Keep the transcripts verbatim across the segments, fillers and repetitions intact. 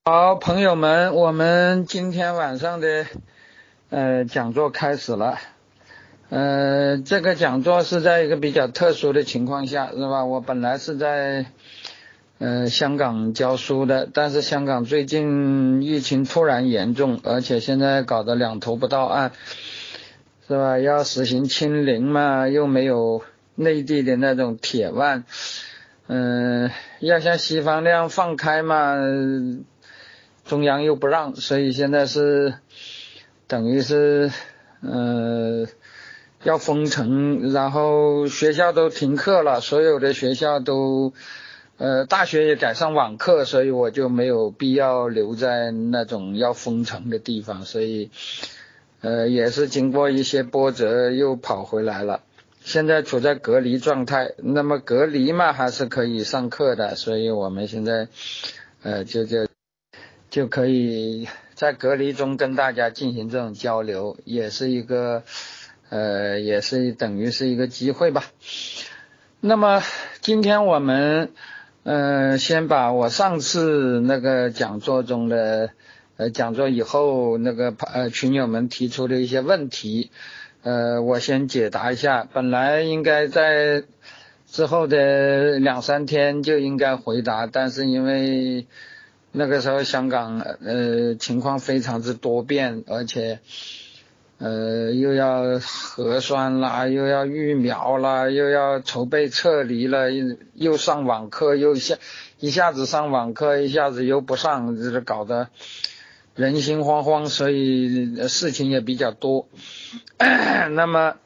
好，朋友们，我们今天晚上的呃讲座开始了。呃，这个讲座是在一个比较特殊的情况下，是吧？我本来是在呃香港教书的，但是香港最近疫情突然严重，而且现在搞得两头不到岸，是吧？要实行清零嘛，又没有内地的那种铁腕，嗯、呃，要像西方那样放开嘛。中央又不让，所以现在是等于是呃要封城，然后学校都停课了，所有的学校都呃大学也改上网课，所以我就没有必要留在那种要封城的地方，所以呃也是经过一些波折又跑回来了。现在处在隔离状态，那么隔离嘛还是可以上课的，所以我们现在呃就就就可以在隔离中跟大家进行这种交流，也是一个呃也是等于是一个机会吧。那么今天我们呃先把我上次那个讲座中的呃讲座以后那个呃群友们提出的一些问题呃我先解答一下。本来应该在之后的两三天就应该回答，但是因为那个时候香港呃情况非常之多变，而且呃又要核酸啦，又要疫苗啦，又要筹备撤离了，又又上网课，又下一下子上网课，一下子又不上，这搞得人心惶惶，所以事情也比较多。那么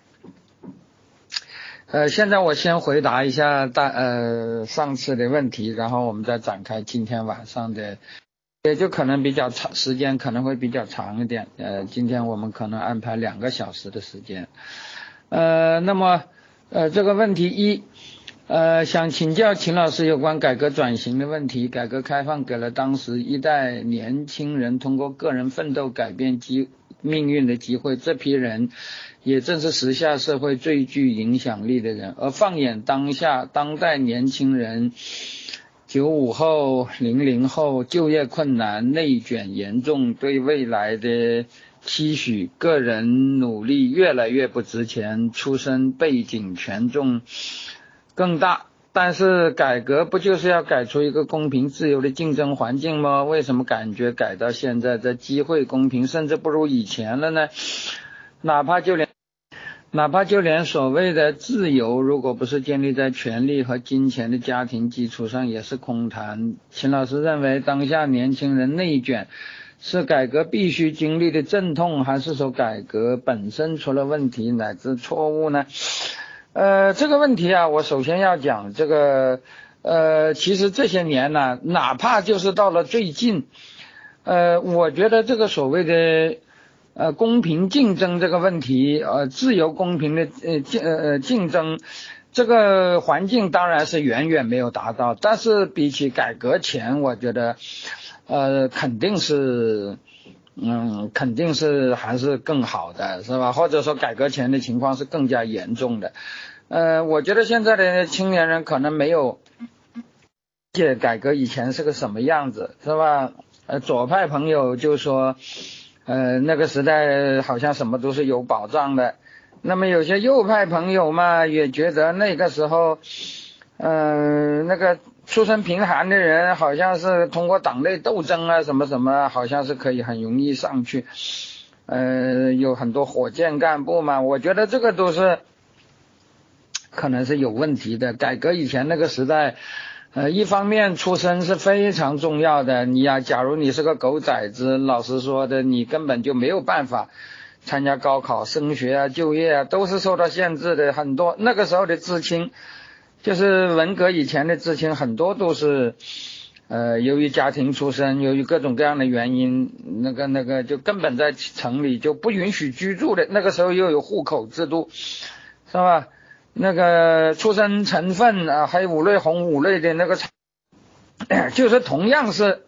呃，现在我先回答一下大呃上次的问题，然后我们再展开今天晚上的，也就可能比较长，时间可能会比较长一点。呃，今天我们可能安排两个小时的时间。呃，那么呃这个问题一，呃想请教秦老师有关改革转型的问题。改革开放给了当时一代年轻人通过个人奋斗改变机命运的机会，这批人也正是时下社会最具影响力的人。而放眼当下，当代年轻人九五后、零零后就业困难、内卷严重，对未来的期许，个人努力越来越不值钱，出身背景权重更大。但是改革不就是要改出一个公平自由的竞争环境吗？为什么感觉改到现在这机会公平甚至不如以前了呢？哪怕就连哪怕就连所谓的自由，如果不是建立在权力和金钱的家庭基础上，也是空谈。秦老师认为当下年轻人内卷是改革必须经历的阵痛，还是说改革本身出了问题乃至错误呢？呃，这个问题啊，我首先要讲这个，呃，其实这些年呢，哪怕就是到了最近，呃，我觉得这个所谓的呃公平竞争这个问题，呃，自由公平的呃竞呃竞争这个环境当然是远远没有达到，但是比起改革前，我觉得呃肯定是。嗯，肯定是还是更好的，是吧？或者说改革前的情况是更加严重的。呃，我觉得现在的青年人可能没有理解改革以前是个什么样子，是吧？呃，左派朋友就说，呃，那个时代好像什么都是有保障的。那么有些右派朋友嘛，也觉得那个时候，嗯、呃，那个出身贫寒的人好像是通过党内斗争啊什么什么，好像是可以很容易上去，呃，有很多火箭干部嘛，我觉得这个都是可能是有问题的。改革以前那个时代，呃，一方面出身是非常重要的，你呀，假如你是个狗崽子，老实说的，你根本就没有办法参加高考、升学啊、就业啊，都是受到限制的。很多那个时候的知青，就是文革以前的知青，很多都是呃由于家庭出身，由于各种各样的原因，那个那个就根本在城里就不允许居住的。那个时候又有户口制度，是吧？那个出生成分啊，还有五类红五类的那个，就是同样是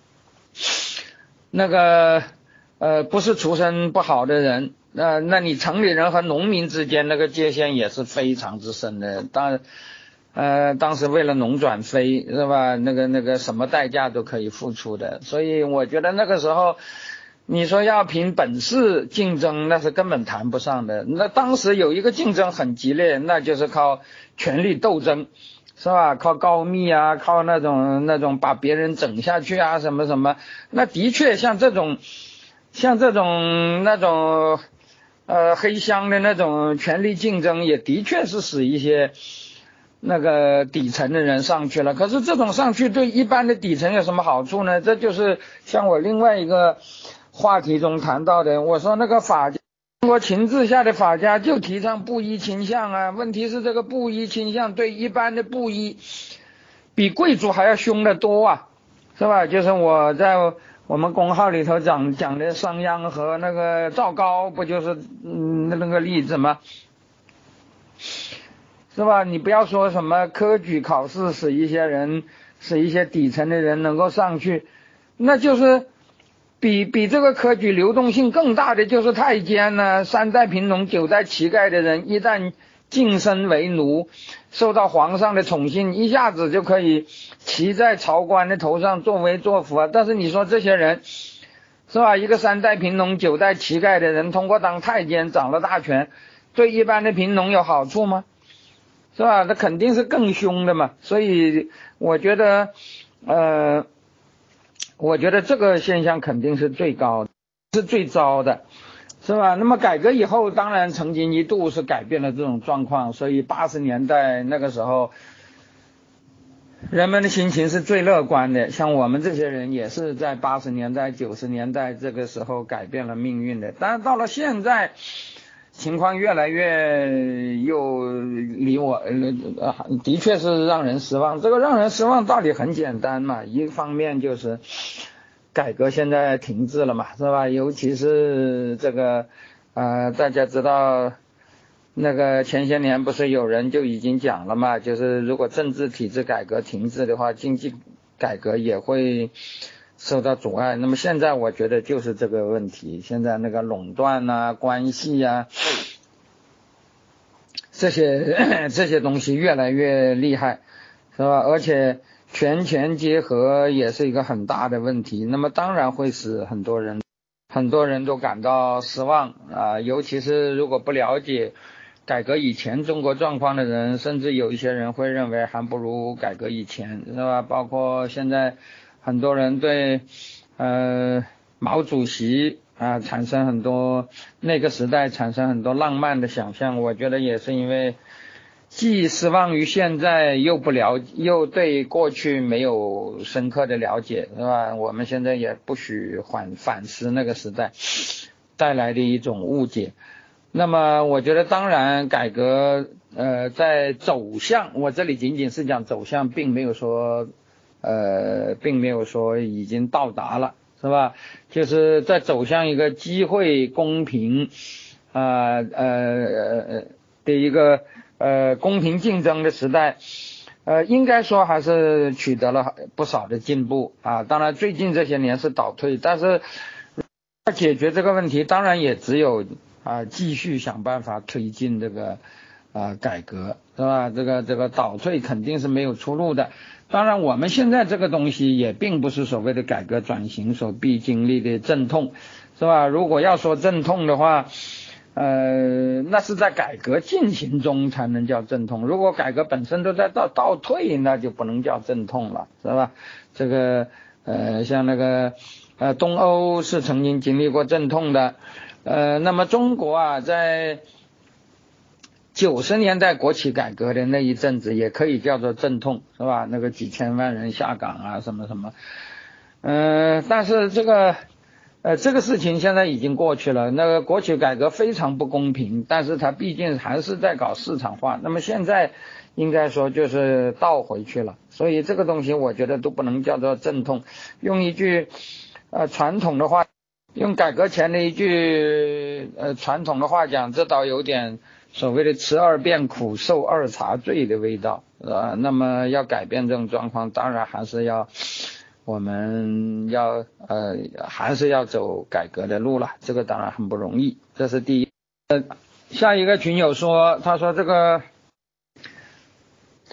那个呃不是出身不好的人，那、呃、那你城里人和农民之间那个界限也是非常之深的。当然呃，当时为了农转非是吧？那个那个什么代价都可以付出的，所以我觉得那个时候，你说要凭本事竞争，那是根本谈不上的。那当时有一个竞争很激烈，那就是靠权力斗争，是吧？靠告密啊，靠那种那种把别人整下去啊，什么什么。那的确像这种，像这种那种呃黑箱的那种权力竞争，也的确是使一些那个底层的人上去了。可是这种上去对一般的底层有什么好处呢？这就是像我另外一个话题中谈到的，我说那个法家，中国情治下的法家就提倡布衣倾向啊，问题是这个布衣倾向对一般的布衣比贵族还要凶得多啊，是吧？就是我在我们公号里头讲讲的商鞅和那个赵高，不就是嗯那个例子吗？是吧？你不要说什么科举考试使一些人使一些底层的人能够上去，那就是比比这个科举流动性更大的就是太监呢，三代贫农九代乞丐的人，一旦晋升为奴，受到皇上的宠幸，一下子就可以骑在朝官的头上作威作福啊。但是你说这些人是吧？一个三代贫农九代乞丐的人，通过当太监掌了大权，对一般的贫农有好处吗？是吧？他肯定是更凶的嘛。所以我觉得呃我觉得这个现象肯定是最高的，是最糟的，是吧？那么改革以后当然曾经一度是改变了这种状况，所以八十年代那个时候人们的心情是最乐观的，像我们这些人也是在八十年代九十年代这个时候改变了命运的。但是到了现在情况越来越又离我呃的确是让人失望。这个让人失望道理很简单嘛，一方面就是改革现在停滞了嘛，是吧？尤其是这个呃大家知道那个前些年不是有人就已经讲了嘛，就是如果政治体制改革停滞的话，经济改革也会受到阻碍。那么现在我觉得就是这个问题，现在那个垄断啊、关系啊这些这些东西越来越厉害，是吧？而且权钱结合也是一个很大的问题，那么当然会使很多人很多人都感到失望啊，尤其是如果不了解改革以前中国状况的人，甚至有一些人会认为还不如改革以前，是吧？包括现在很多人对呃毛主席啊产生很多那个时代产生很多浪漫的想象，我觉得也是因为既失望于现在，又不了又对过去没有深刻的了解，是吧？我们现在也不许反反思那个时代带来的一种误解。那么我觉得当然改革呃在走向，我这里仅仅是讲走向，并没有说呃并没有说已经到达了，是吧？就是在走向一个机会公平啊 呃, 呃的一个呃公平竞争的时代，呃应该说还是取得了不少的进步啊。当然最近这些年是倒退，但是要解决这个问题，当然也只有啊，继续想办法推进这个啊改革，是吧？这个这个倒退肯定是没有出路的。当然，我们现在这个东西也并不是所谓的改革转型所必经历的阵痛，是吧？如果要说阵痛的话，呃，那是在改革进行中才能叫阵痛。如果改革本身都在倒倒退，那就不能叫阵痛了，是吧？这个呃，像那个呃，东欧是曾经经历过阵痛的。呃，那么中国啊，在九十年代国企改革的那一阵子，也可以叫做阵痛，是吧？那个几千万人下岗啊，什么什么，呃，但是这个呃这个事情现在已经过去了。那个国企改革非常不公平，但是它毕竟还是在搞市场化。那么现在应该说就是倒回去了，所以这个东西我觉得都不能叫做阵痛。用一句呃传统的话。用改革前的一句呃传统的话讲，这倒有点所谓的吃二遍苦受二茬罪的味道，呃，那么要改变这种状况，当然还是要我们要呃还是要走改革的路了，这个当然很不容易，这是第一。呃，下一个群友说，他说这个。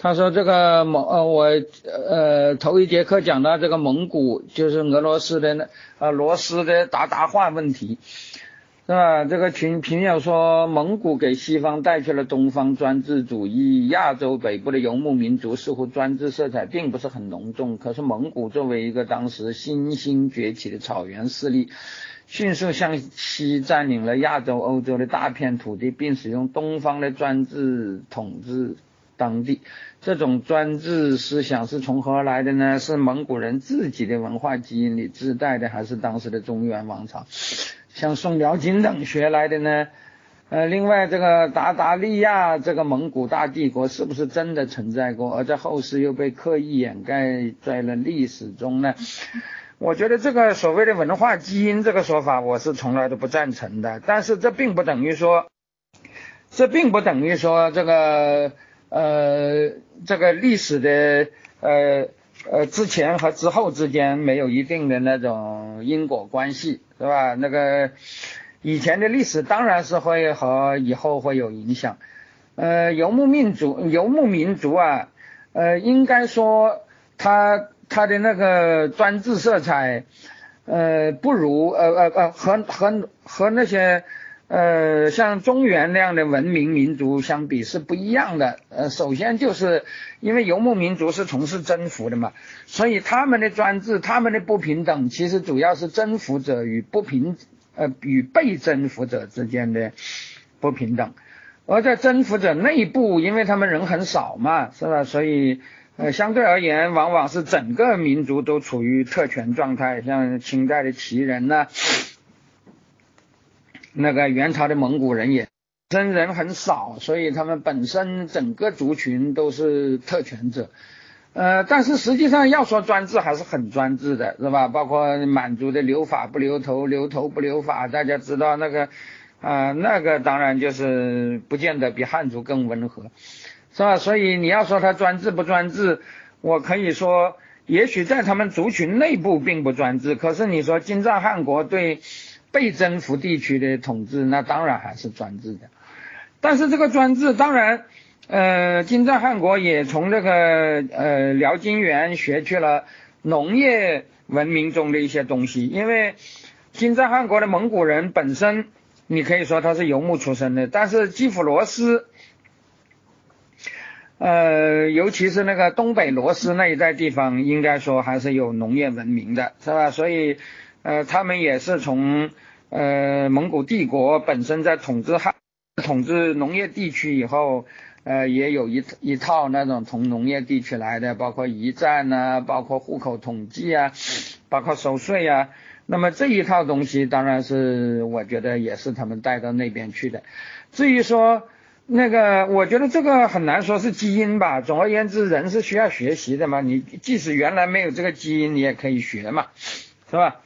他说这个蒙呃我呃头一节课讲到这个蒙古就是俄罗斯的呃罗斯的鞑靼化问题，是吧？这个群评友说蒙古给西方带去了东方专制主义，亚洲北部的游牧民族似乎专制色彩并不是很浓重，可是蒙古作为一个当时新兴崛起的草原势力，迅速向西占领了亚洲、欧洲的大片土地，并使用东方的专制统治当地。这种专制思想是从何而来的呢？是蒙古人自己的文化基因里自带的，还是当时的中原王朝像宋辽金等学来的呢？呃，另外这个鞑靼利亚这个蒙古大帝国是不是真的存在过，而在后世又被刻意掩盖在了历史中呢？我觉得这个所谓的文化基因这个说法我是从来都不赞成的，但是这并不等于说这并不等于说这个呃这个历史的呃呃之前和之后之间没有一定的那种因果关系，是吧？那个以前的历史当然是会和以后会有影响。呃游牧民族游牧民族啊呃应该说他他的那个专制色彩呃不如呃呃呃和和和那些呃像中原那样的文明民族相比是不一样的。呃首先就是因为游牧民族是从事征服的嘛，所以他们的专制他们的不平等其实主要是征服者与不平呃与被征服者之间的不平等，而在征服者内部因为他们人很少嘛，是吧？所以呃，相对而言，往往是整个民族都处于特权状态，像清代的旗人呢、啊，那个元朝的蒙古人也，真人很少，所以他们本身整个族群都是特权者。呃，但是实际上要说专制还是很专制的，是吧？包括满族的留法不留头，留头不留法，大家知道那个啊、呃，那个当然就是不见得比汉族更温和。是吧？所以你要说他专制不专制，我可以说也许在他们族群内部并不专制，可是你说金帐汗国对被征服地区的统治，那当然还是专制的。但是这个专制当然呃金帐汗国也从这个呃辽金元学去了农业文明中的一些东西，因为金帐汗国的蒙古人本身你可以说他是游牧出身的，但是基辅罗斯呃，尤其是那个东北罗斯那一带地方，应该说还是有农业文明的，是吧？所以，呃，他们也是从呃蒙古帝国本身在统治汉统治农业地区以后，呃，也有一一套那种从农业地区来的，包括驿站啊，包括户口统计啊，包括收税啊。那么这一套东西，当然是我觉得也是他们带到那边去的。至于说，那个我觉得这个很难说是基因吧，总而言之人是需要学习的嘛，你即使原来没有这个基因你也可以学嘛，是吧？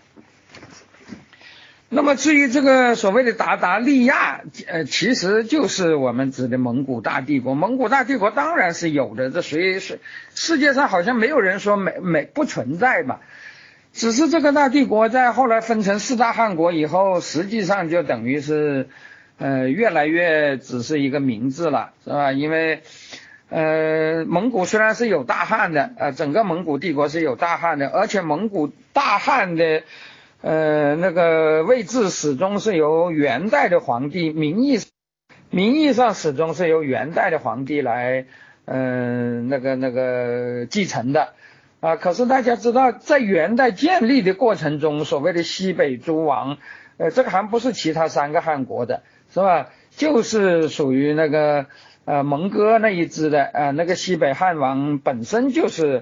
那么至于这个所谓的鞑靼利亚呃其实就是我们指的蒙古大帝国，蒙古大帝国当然是有的，这谁是世界上好像没有人说没没不存在嘛，只是这个大帝国在后来分成四大汗国以后，实际上就等于是呃，越来越只是一个名字了，是吧？因为，呃，蒙古虽然是有大汗的，呃，整个蒙古帝国是有大汗的，而且蒙古大汗的，呃，那个位置始终是由元代的皇帝，名义名义上始终是由元代的皇帝来，呃，那个那个继承的，啊、呃，可是大家知道，在元代建立的过程中，所谓的西北诸王，呃，这个还不是其他三个汗国的。是吧？就是属于那个呃蒙哥那一支的呃那个西北汉王本身就是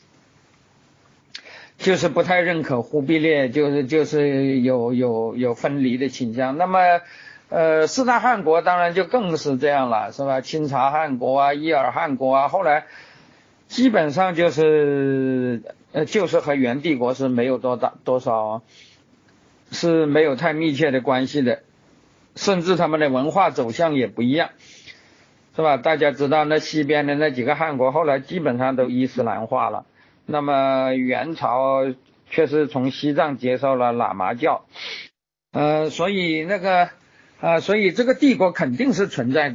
就是不太认可忽必烈，就是就是有有有分离的倾向。那么呃四大汗国当然就更是这样了，是吧？钦察汗国啊、伊尔汗国啊，后来基本上就是呃就是和元帝国是没有多大多少是没有太密切的关系的。甚至他们的文化走向也不一样，是吧？大家知道那西边的那几个汗国后来基本上都伊斯兰化了，那么元朝却是从西藏接受了喇嘛教，呃，所以那个啊、呃，所以这个帝国肯定是存在过，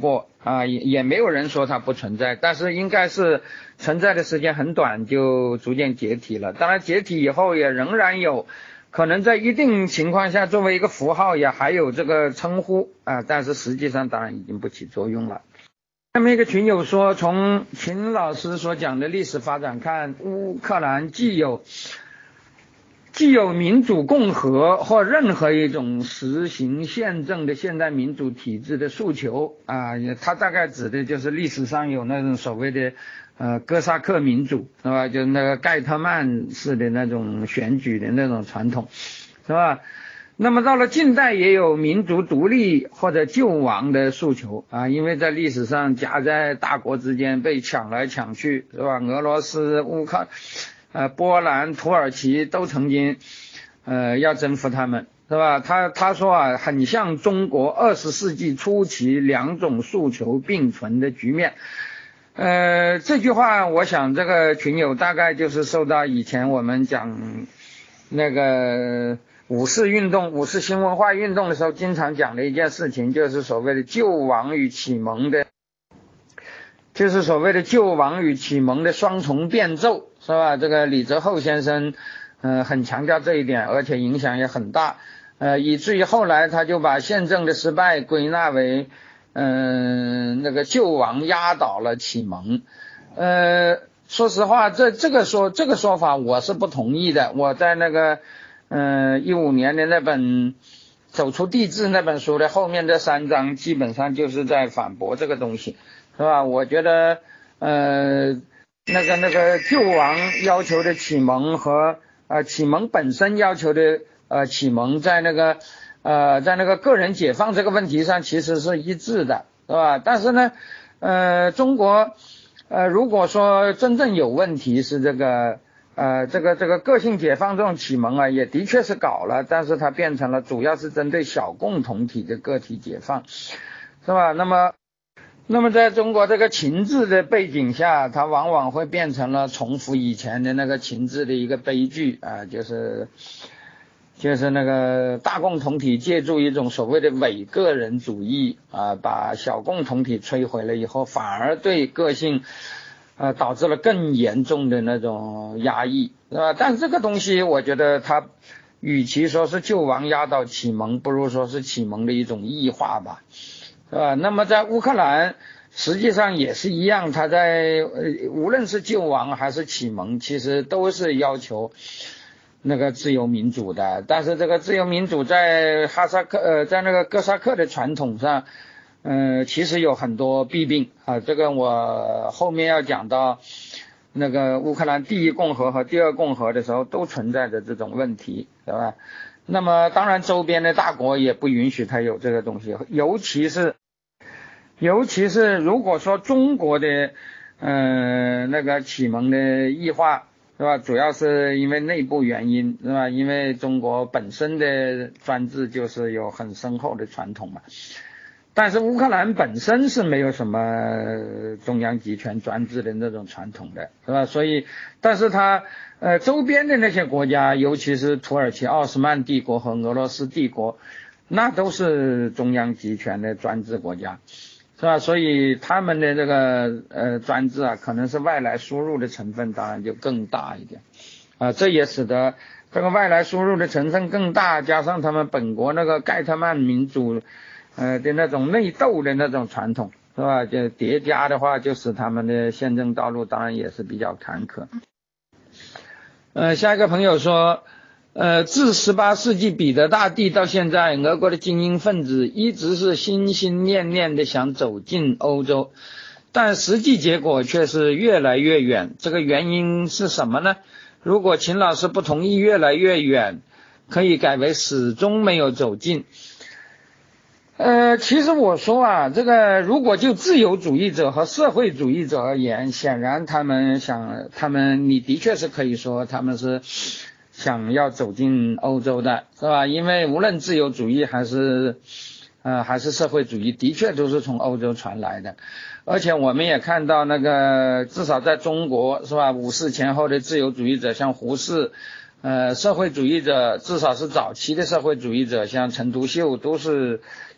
啊，也也没有人说它不存在，但是应该是存在的时间很短就逐渐解体了。当然解体以后也仍然有可能在一定情况下作为一个符号也还有这个称呼啊，但是实际上当然已经不起作用了。下面一个群友说，从秦老师所讲的历史发展看，乌克兰既有既有民主共和或任何一种实行宪政的现代民主体制的诉求啊，它大概指的就是历史上有那种所谓的呃哥萨克民主，是吧？就是那个盖特曼式的那种选举的那种传统，是吧？那么到了近代也有民族独立或者救亡的诉求啊，因为在历史上夹在大国之间被抢来抢去，是吧？俄罗斯、乌克呃，波兰、土耳其都曾经，呃，要征服他们，是吧？他他说啊，很像中国二十世纪初期两种诉求并存的局面。呃，这句话，我想这个群友大概就是受到以前我们讲那个五四运动、五四新文化运动的时候，经常讲的一件事情，就是所谓的救亡与启蒙的。就是所谓的救亡与启蒙的双重变奏，是吧？这个李泽厚先生呃很强调这一点，而且影响也很大，呃以至于后来他就把宪政的失败归纳为嗯、呃、那个救亡压倒了启蒙。呃说实话，这这个说这个说法我是不同意的。我在那个呃一五年的那本走出帝制那本书的后面这三章基本上就是在反驳这个东西，是吧？我觉得呃那个那个救亡要求的启蒙和呃启蒙本身要求的呃启蒙在那个呃在那个个人解放这个问题上其实是一致的，是吧？但是呢呃中国呃如果说真正有问题是这个呃，这个这个个性解放这种启蒙啊，也的确是搞了，但是它变成了主要是针对小共同体的个体解放，是吧？那么，那么在中国这个情志的背景下，它往往会变成了重复以前的那个情志的一个悲剧啊，就是就是那个大共同体借助一种所谓的伪个人主义啊，把小共同体摧毁了以后，反而对个性呃，导致了更严重的那种压抑，是吧？但是这个东西，我觉得它与其说是救亡压倒启蒙，不如说是启蒙的一种异化吧，是吧？那么在乌克兰，实际上也是一样，它在呃无论是救亡还是启蒙，其实都是要求那个自由民主的。但是这个自由民主在哈萨克呃，在那个哥萨克的传统上。呃，其实有很多弊病啊，这个我后面要讲到那个乌克兰第一共和和第二共和的时候都存在着这种问题，对吧？那么当然周边的大国也不允许它有这个东西，尤其是尤其是如果说中国的呃那个启蒙的异化，是吧？主要是因为内部原因，是吧？因为中国本身的专制就是有很深厚的传统嘛。但是乌克兰本身是没有什么中央集权专制的那种传统的，是吧？所以，但是它呃周边的那些国家，尤其是土耳其奥斯曼帝国和俄罗斯帝国，那都是中央集权的专制国家，是吧？所以他们的这个呃专制啊，可能是外来输入的成分当然就更大一点啊、呃，这也使得这个外来输入的成分更大，加上他们本国那个盖特曼民主。呃的那种内斗的那种传统，是吧？就叠加的话，就使他们的宪政道路当然也是比较坎坷。呃，下一个朋友说，呃，自十八世纪彼得大帝到现在，俄国的精英分子一直是心心念念的想走进欧洲，但实际结果却是越来越远。这个原因是什么呢？如果秦老师不同意越来越远，可以改为始终没有走近。呃，其实我说啊，这个如果就自由主义者和社会主义者而言，显然他们想，他们你的确是可以说他们是想要走进欧洲的，是吧？因为无论自由主义还是呃还是社会主义，的确都是从欧洲传来的。而且我们也看到那个至少在中国，是吧？五四前后的自由主义者，像胡适。呃，社会主义者至少是早期的社会主义者，像陈独秀，都是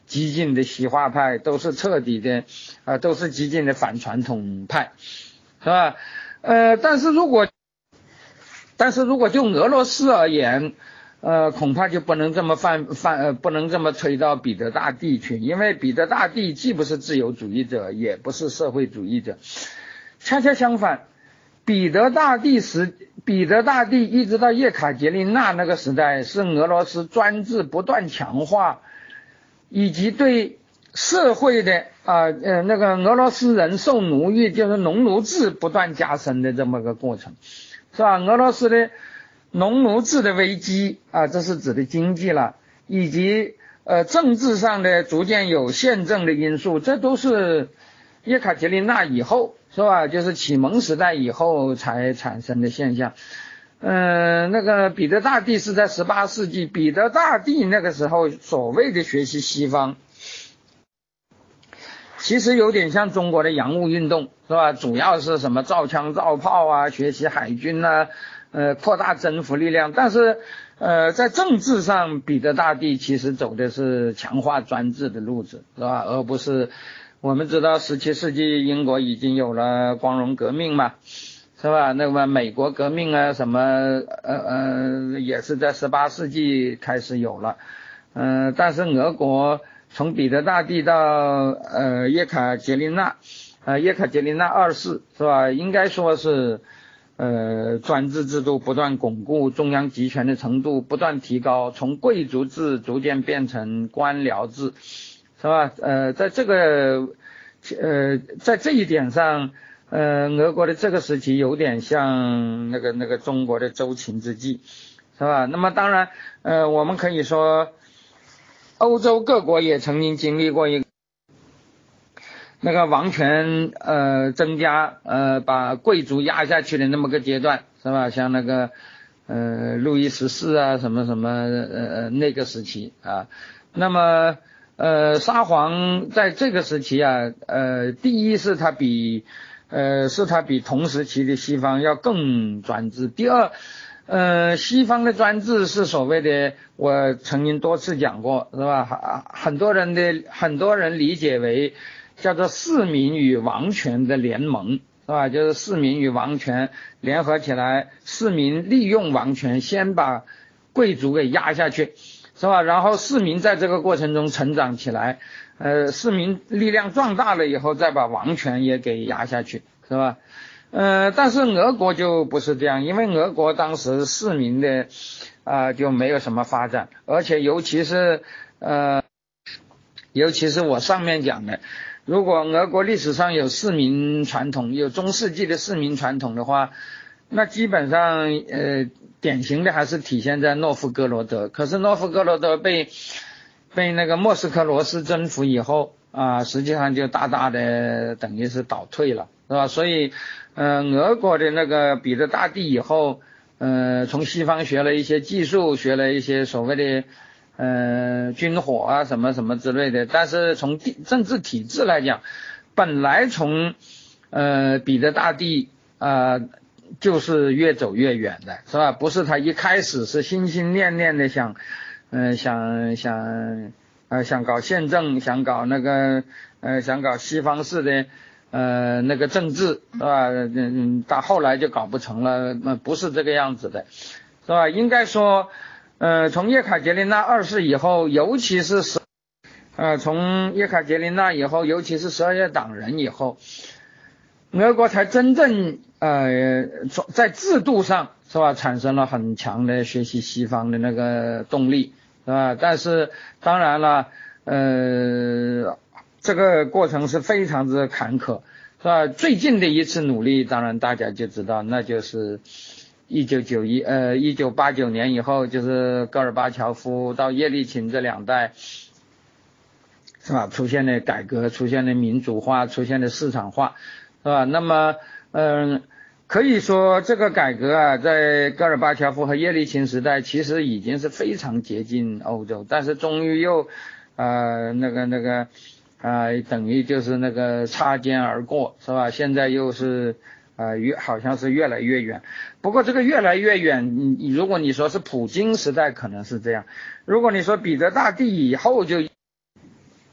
激进的西化派，都是彻底的，呃，都是激进的反传统派，是吧？呃，但是如果，但是如果就俄罗斯而言，呃，恐怕就不能这么犯犯呃，不能这么推到彼得大帝去，因为彼得大帝既不是自由主义者，也不是社会主义者，恰恰相反，彼得大帝时，彼得大帝一直到叶卡捷琳娜那个时代，是俄罗斯专制不断强化，以及对社会的啊 呃, 呃那个俄罗斯人受奴役，就是农奴制不断加深的这么个过程，是吧？俄罗斯的农奴制的危机啊，这是指的经济了，以及呃政治上的逐渐有宪政的因素，这都是叶卡捷琳娜以后，是吧？就是启蒙时代以后才产生的现象。嗯、呃，那个彼得大帝是在十八世纪，彼得大帝那个时候所谓的学习西方，其实有点像中国的洋务运动，是吧？主要是什么造枪造炮啊，学习海军啊，呃，扩大征服力量。但是，呃，在政治上，彼得大帝其实走的是强化专制的路子，是吧？而不是我们知道十七世纪英国已经有了光荣革命嘛，是吧？那么美国革命啊，什么呃呃，也是在十八世纪开始有了，嗯、呃，但是俄国从彼得大帝到呃叶卡捷琳娜，呃叶卡捷琳娜二世，是吧？应该说是呃专制制度不断巩固，中央集权的程度不断提高，从贵族制逐渐变成官僚制，是吧？呃，在这个呃在这一点上，呃俄国的这个时期有点像那个那个中国的周秦之际，是吧？那么当然，呃我们可以说，欧洲各国也曾经经历过一个那个王权呃增加呃把贵族压下去的那么个阶段，是吧？像那个呃路易十四啊什么什么呃那个时期啊，那么呃沙皇在这个时期啊，呃第一是他比呃是他比同时期的西方要更专制，第二呃，西方的专制是所谓的，我曾经多次讲过，是吧？很多人的很多人理解为叫做市民与王权的联盟，是吧？就是市民与王权联合起来，市民利用王权先把贵族给压下去，是吧？然后市民在这个过程中成长起来，呃，市民力量壮大了以后，再把王权也给压下去，是吧？呃，但是俄国就不是这样，因为俄国当时市民的啊、呃、就没有什么发展，而且尤其是呃，尤其是我上面讲的，如果俄国历史上有市民传统，有中世纪的市民传统的话，那基本上呃典型的还是体现在诺夫哥罗德。可是诺夫哥罗德被被那个莫斯科罗斯征服以后啊、呃，实际上就大大的等于是倒退了，是吧？所以呃，俄国的那个彼得大帝以后，呃，从西方学了一些技术，学了一些所谓的呃军火啊什么什么之类的，但是从政治体制来讲，本来从呃彼得大帝啊、呃、就是越走越远的，是吧？不是他一开始是心心念念的想，呃想想呃想搞宪政，想搞那个呃想搞西方式的。呃，那个政治是吧？嗯，到后来就搞不成了，那不是这个样子的，是吧？应该说，呃，从叶卡捷琳娜二世以后，尤其是十，呃，从叶卡捷琳娜以后，尤其是十二月党人以后，俄国才真正呃在制度上是吧，产生了很强的学习西方的那个动力，是吧？但是当然了，呃。这个过程是非常之坎坷，是吧？最近的一次努力，当然大家就知道，那就是一九九一呃一九八九年以后，就是戈尔巴乔夫到叶利钦这两代，是吧？出现了改革，出现了民主化，出现了市场化，是吧？那么，嗯、呃，可以说这个改革啊，在戈尔巴乔夫和叶利钦时代，其实已经是非常接近欧洲，但是终于又，呃，那个那个。啊、呃，等于就是那个擦肩而过，是吧？现在又是啊、呃、越好像是越来越远。不过这个越来越远，你如果你说是普京时代可能是这样，如果你说彼得大帝以后就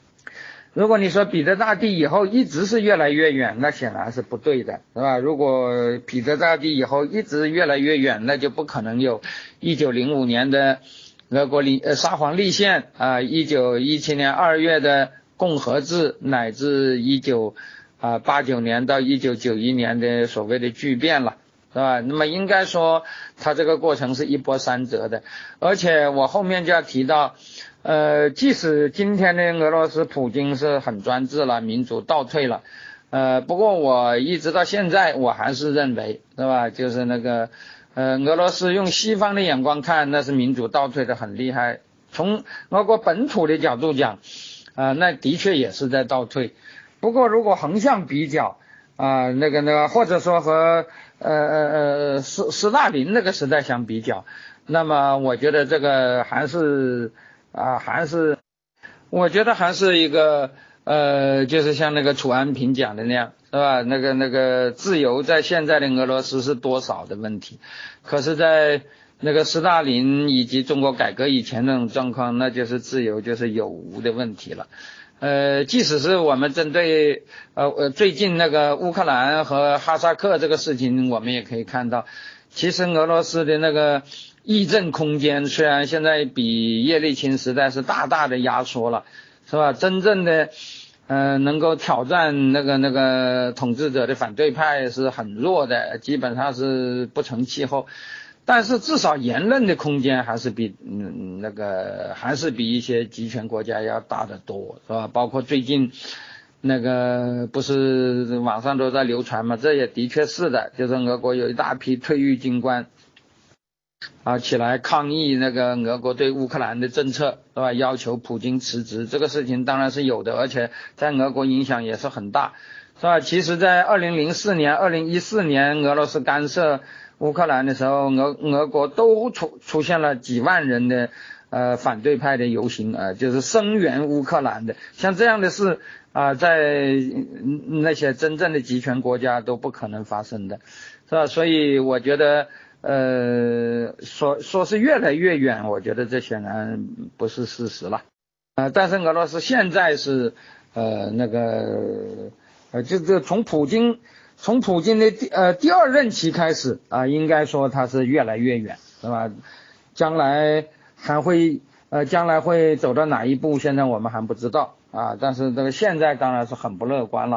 如果你说彼得大帝以后一直是越来越远，那显然是不对的，是吧？如果彼得大帝以后一直越来越远，那就不可能有一九零五年的俄国立呃沙皇立宪啊，一九一七年二月的共和制，乃至一九啊八九年到一九九一年的所谓的巨变了，是吧？那么应该说它这个过程是一波三折的，而且我后面就要提到。呃，即使今天的俄罗斯普京是很专制了，民主倒退了，呃，不过我一直到现在我还是认为，是吧？就是那个，呃，俄罗斯用西方的眼光看，那是民主倒退的很厉害。从俄国本土的角度讲，啊、呃，那的确也是在倒退。不过如果横向比较，啊、呃，那个那个，或者说和呃呃呃斯斯大林那个时代相比较，那么我觉得这个还是。啊，还是，我觉得还是一个，呃，就是像那个楚安平讲的那样，是吧？那个那个自由在现在的俄罗斯是多少的问题，可是，在那个斯大林以及中国改革以前那种状况，那就是自由就是有无的问题了。呃，即使是我们针对呃呃最近那个乌克兰和哈萨克这个事情，我们也可以看到，其实俄罗斯的那个议政空间虽然现在比叶利钦时代是大大的压缩了，是吧？真正的呃能够挑战那个那个统治者的反对派是很弱的，基本上是不成气候。但是至少言论的空间还是比嗯那个还是比一些集权国家要大得多，是吧？包括最近那个不是网上都在流传嘛，这也的确是的，就是俄国有一大批退役军官啊起来抗议那个俄国对乌克兰的政策，是吧？要求普京辞职，这个事情当然是有的，而且在俄国影响也是很大，是吧？其实在二零零四年、二零一四年俄罗斯干涉乌克兰的时候，俄俄国都出出现了几万人的呃反对派的游行啊、呃，就是声援乌克兰的，像这样的事啊、呃，在那些真正的集权国家都不可能发生的，是吧？所以我觉得呃说说是越来越远，我觉得这显然不是事实了啊、呃。但是俄罗斯现在是呃那个呃就是从普京。从普京的第呃第二任期开始啊，应该说他是越来越远，是吧？将来还会呃将来会走到哪一步，现在我们还不知道啊。但是这个现在当然是很不乐观了。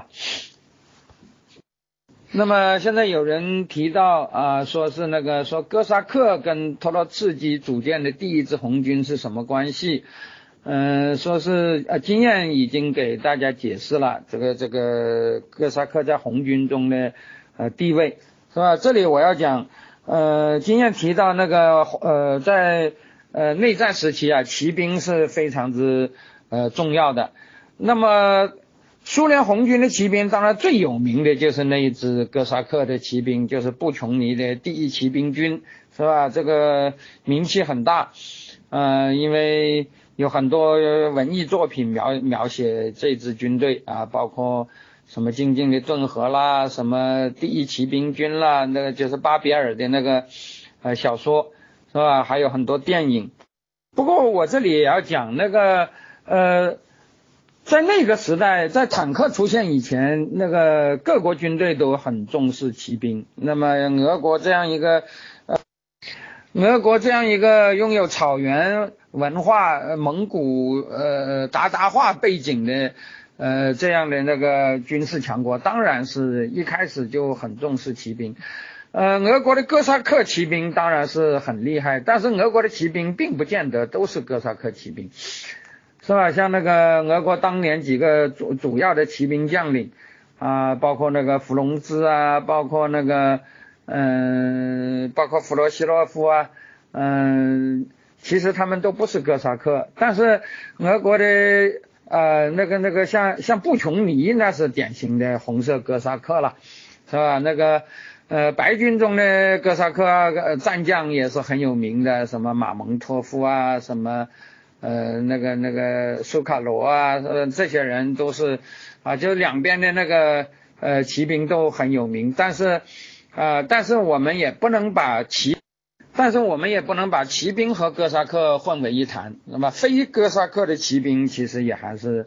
那么现在有人提到啊，说是那个说哥萨克跟托洛茨基组建的第一支红军是什么关系？嗯、呃，说是呃，经验已经给大家解释了，这个这个哥萨克在红军中的呃地位，是吧？这里我要讲，呃，经验提到那个呃，在呃内战时期啊，骑兵是非常之呃重要的。那么苏联红军的骑兵，当然最有名的就是那一支哥萨克的骑兵，就是布琼尼的第一骑兵军，是吧？这个名气很大，呃，因为有很多文艺作品描描写这支军队啊，包括什么静静的顿河啦，什么第一骑兵军啦，那个就是巴比尔的那个呃小说，是吧？还有很多电影。不过我这里也要讲那个呃，在那个时代，在坦克出现以前，那个各国军队都很重视骑兵。那么俄国这样一个呃，俄国这样一个拥有草原文化、呃、蒙古呃鞑靼化背景的呃这样的那个军事强国，当然是一开始就很重视骑兵。呃，俄国的哥萨克骑兵当然是很厉害，但是俄国的骑兵并不见得都是哥萨克骑兵，是吧？像那个俄国当年几个主主要的骑兵将领啊、呃，包括那个弗龙兹啊，包括那个嗯、呃，包括弗罗西洛夫啊，嗯、呃，其实他们都不是哥萨克，但是俄国的呃那个那个像像布琼尼那是典型的红色哥萨克了，是吧？那个呃白军中的哥萨克、呃、战将也是很有名的，什么马蒙托夫啊，什么呃那个那个苏卡罗啊，呃这些人都是啊，就两边的那个呃骑兵都很有名，但是呃但是我们也不能把骑但是我们也不能把骑兵和哥萨克混为一谈，那么非哥萨克的骑兵其实也还是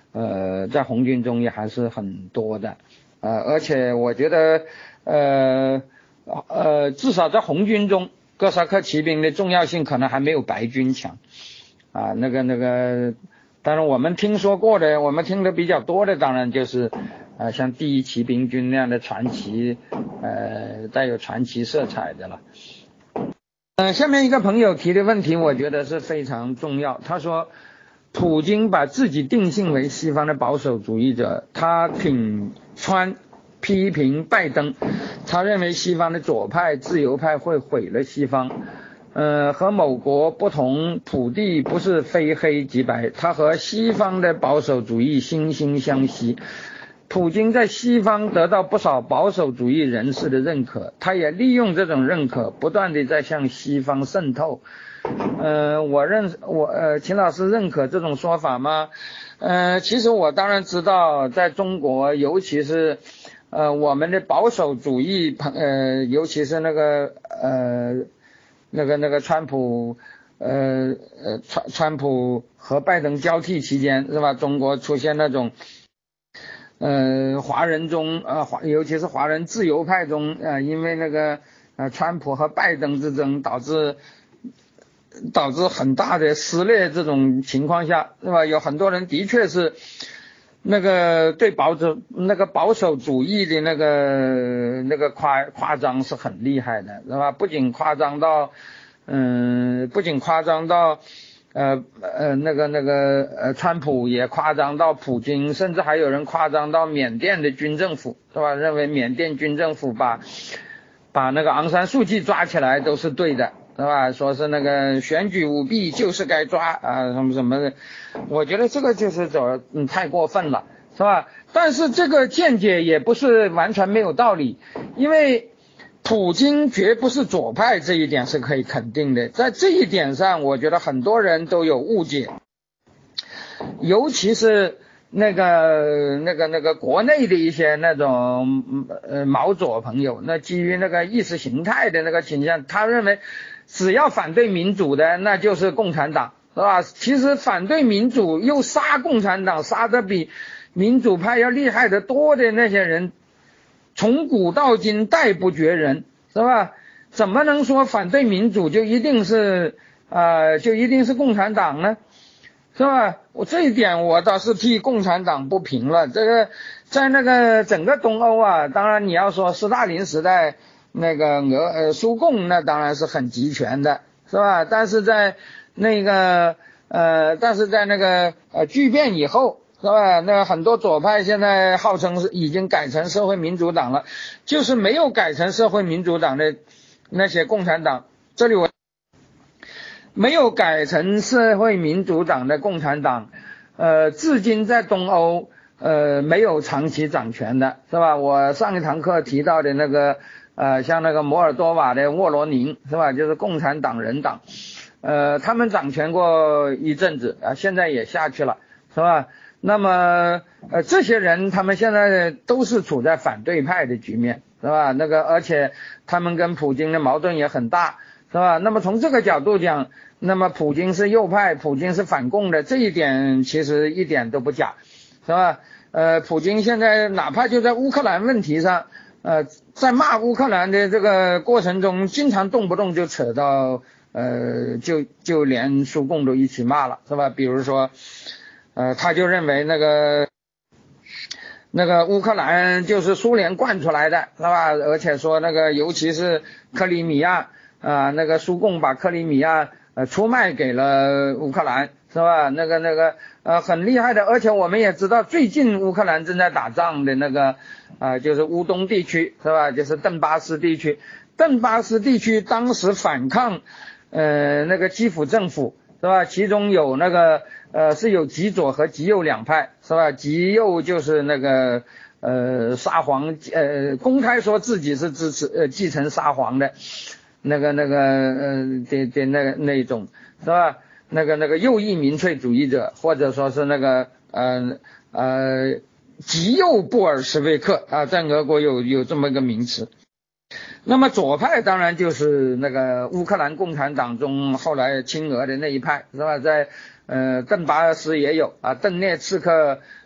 呃，在红军中也还是很多的，呃，而且我觉得，呃呃，至少在红军中，哥萨克骑兵的重要性可能还没有白军强，啊，那个那个，当然我们听说过的，我们听的比较多的，当然就是，呃，像第一骑兵军那样的传奇，呃，带有传奇色彩的了。呃，下面一个朋友提的问题，我觉得是非常重要。他说，普京把自己定性为西方的保守主义者，他挺川，批评拜登，他认为西方的左派、自由派会毁了西方。呃，和某国不同，普帝不是非黑即白，他和西方的保守主义惺惺相惜。普京在西方得到不少保守主义人士的认可，他也利用这种认可，不断地在向西方渗透。呃，我认我呃，秦老师认可这种说法吗？呃，其实我当然知道，在中国，尤其是呃我们的保守主义朋呃，尤其是那个呃那个那个川普呃呃川川普和拜登交替期间是吧？中国出现那种。呃，华人中，呃，华尤其是华人自由派中，呃，因为那个呃，川普和拜登之争，导致导致很大的撕裂，这种情况下，是吧？有很多人的确是那个对保守那个保守主义的那个那个夸夸张是很厉害的，是吧？不仅夸张到，嗯，不仅夸张到。呃呃，那个那个呃，川普也夸张到普京，甚至还有人夸张到缅甸的军政府，是吧？认为缅甸军政府把把那个昂山素季抓起来都是对的，是吧？说是那个选举舞弊就是该抓啊，什么什么的。我觉得这个就是走嗯太过分了，是吧？但是这个见解也不是完全没有道理，因为。普京绝不是左派，这一点是可以肯定的。在这一点上，我觉得很多人都有误解，尤其是那个那个那个国内的一些那种呃毛左朋友，那基于那个意识形态的那个倾向，他认为只要反对民主的，那就是共产党，是吧？其实反对民主又杀共产党，杀得比民主派要厉害得多的那些人。从古到今代不绝人，是吧？怎么能说反对民主就一定是呃就一定是共产党呢？是吧？我这一点我倒是替共产党不平了。这个在那个整个东欧啊，当然你要说斯大林时代那个俄呃苏共，那当然是很集权的，是吧？但是在那个呃但是在那个呃巨变以后。是吧？那很多左派现在号称是已经改成社会民主党了，就是没有改成社会民主党的那些共产党，这里我没有改成社会民主党的共产党，呃，至今在东欧呃没有长期掌权的，是吧？我上一堂课提到的那个呃，像那个摩尔多瓦的沃罗宁，是吧？就是共产党人党，呃，他们掌权过一阵子啊，现在也下去了，是吧？那么，呃，这些人他们现在都是处在反对派的局面，是吧？那个，而且他们跟普京的矛盾也很大，是吧？那么从这个角度讲，那么普京是右派，普京是反共的，这一点其实一点都不假，是吧？呃，普京现在哪怕就在乌克兰问题上，呃，在骂乌克兰的这个过程中，经常动不动就扯到，呃，就就连苏共都一起骂了，是吧？比如说。呃，他就认为那个那个乌克兰就是苏联惯出来的，是吧？而且说那个尤其是克里米亚啊、呃，那个苏共把克里米亚呃出卖给了乌克兰，是吧？那个那个呃很厉害的，而且我们也知道最近乌克兰正在打仗的那个啊、呃、就是乌东地区，是吧？就是顿巴斯地区，顿巴斯地区当时反抗呃那个基辅政府，是吧？其中有那个。呃，是有极左和极右两派，是吧？极右就是那个呃沙皇，呃公开说自己是支持呃继承沙皇的，那个那个呃的的那个那一种，是吧？那个那个右翼民粹主义者，或者说是那个呃呃极右布尔什维克啊，在俄国有有这么一个名词。那么左派当然就是那个乌克兰共产党中后来亲俄的那一派，是吧？在呃，顿巴斯也有啊，顿涅茨克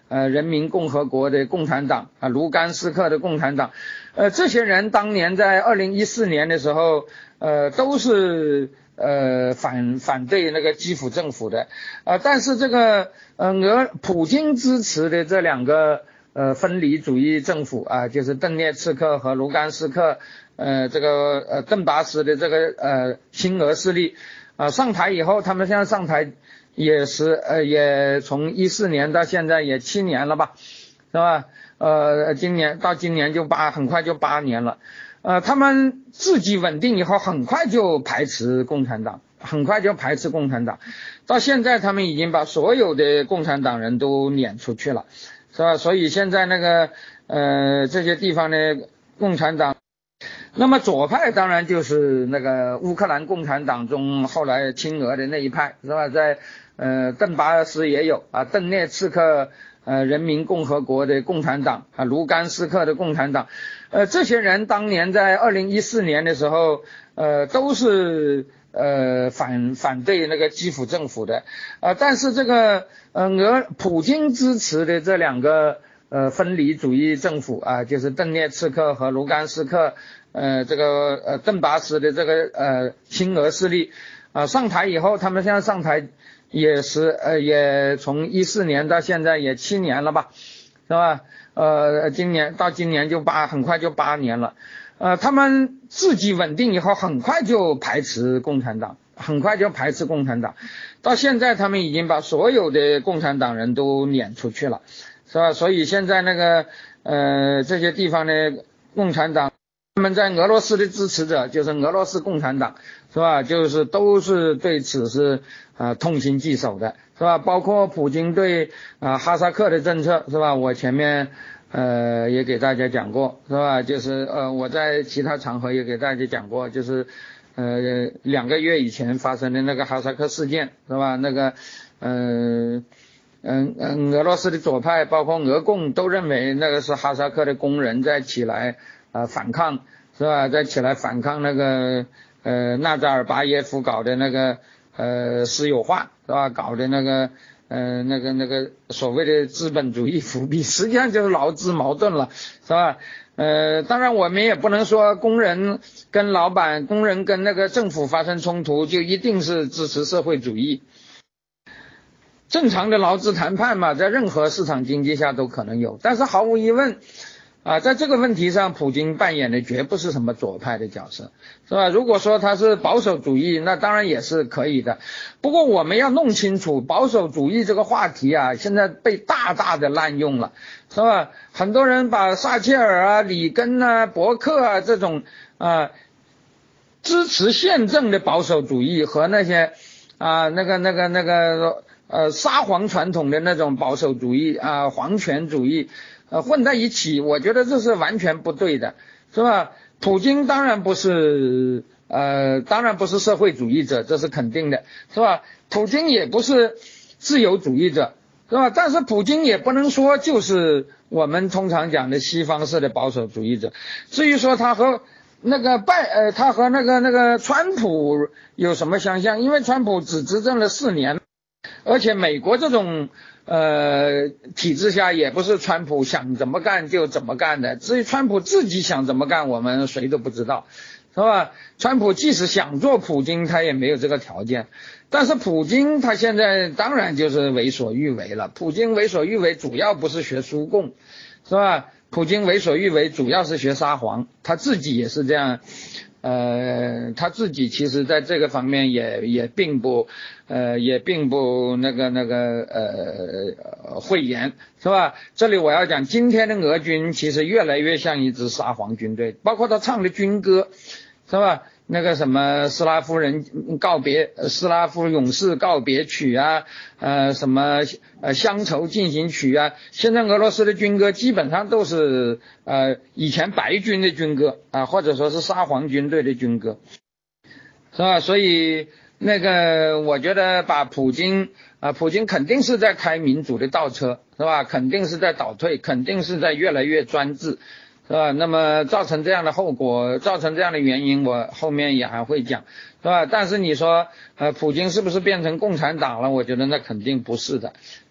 呃人民共和国的共产党啊，卢甘斯克的共产党，呃这些人当年在二零一四年的时候，呃都是呃反反对那个基辅政府的，呃但是这个呃俄普京支持的这两个呃分离主义政府啊，就是顿涅茨克和卢甘斯克呃这个呃顿巴斯的这个呃亲俄势力啊上台以后，他们现在上台也是呃也从一四年到现在也七年了吧，是吧？呃今年到今年就八很快就八年了。呃他们自己稳定以后很快就排斥共产党，很快就排斥共产党。到现在他们已经把所有的共产党人都撵出去了，是吧？所以现在那个呃这些地方的共产党，那么左派当然就是那个乌克兰共产党中后来亲俄的那一派，是吧？在呃顿巴斯也有啊，顿涅茨克呃人民共和国的共产党啊，卢甘斯克的共产党，呃这些人当年在二零一四年的时候，呃都是呃反反对那个基辅政府的，呃但是这个呃俄普京支持的这两个呃分离主义政府啊，就是顿涅茨克和卢甘斯克呃这个呃顿巴斯的这个呃亲俄势力啊上台以后，他们现在上台也是呃也从一四年到现在也七年了吧，是吧？呃今年到今年就八很快就八年了。呃他们自己稳定以后很快就排斥共产党，很快就排斥共产党。到现在他们已经把所有的共产党人都撵出去了，是吧？所以现在那个呃这些地方的共产党，他们在俄罗斯的支持者就是俄罗斯共产党，是吧？就是都是对此是啊、呃、痛心疾首的，是吧？包括普京对啊、呃、哈萨克的政策，是吧？我前面呃也给大家讲过，是吧？就是呃我在其他场合也给大家讲过，就是呃两个月以前发生的那个哈萨克事件，是吧？那个嗯嗯嗯俄罗斯的左派包括俄共都认为那个是哈萨克的工人在起来呃反抗，是吧？在起来反抗那个呃纳扎尔巴耶夫搞的那个呃私有化，是吧？搞的那个呃那个那个所谓的资本主义复辟，实际上就是劳资矛盾了，是吧？呃当然我们也不能说工人跟老板工人跟那个政府发生冲突就一定是支持社会主义。正常的劳资谈判嘛，在任何市场经济下都可能有，但是毫无疑问啊，在这个问题上普京扮演的绝不是什么左派的角色，是吧？如果说他是保守主义，那当然也是可以的。不过我们要弄清楚，保守主义这个话题啊，现在被大大的滥用了，是吧？很多人把撒切尔啊、里根啊、伯克啊这种啊支持宪政的保守主义和那些啊那个那个那个呃沙皇传统的那种保守主义啊皇权主义呃混在一起，我觉得这是完全不对的，是吧？普京当然不是呃当然不是社会主义者，这是肯定的，是吧？普京也不是自由主义者，是吧？但是普京也不能说就是我们通常讲的西方式的保守主义者。至于说他和那个拜呃他和那个那个川普有什么相像，因为川普只执政了四年，而且美国这种呃体制下也不是川普想怎么干就怎么干的，至于川普自己想怎么干我们谁都不知道，是吧？川普即使想做普京他也没有这个条件，但是普京他现在当然就是为所欲为了。普京为所欲为主要不是学苏共，是吧？普京为所欲为主要是学沙皇，他自己也是这样，呃他自己其实在这个方面也也并不呃也并不那个那个呃讳言，是吧？这里我要讲，今天的俄军其实越来越像一支沙皇军队，包括他唱的军歌，是吧？那个什么斯拉夫人告别斯拉夫勇士告别曲啊，呃什么呃乡愁进行曲啊，现在俄罗斯的军歌基本上都是呃以前白军的军歌啊，或者说是沙皇军队的军歌，是吧？所以那个我觉得把普京啊，普京肯定是在开民主的倒车，是吧？肯定是在倒退，肯定是在越来越专制，是吧？那么造成这样的后果，造成这样的原因，我后面也还会讲，是吧？但是你说呃普京是不是变成共产党了，我觉得那肯定不是的，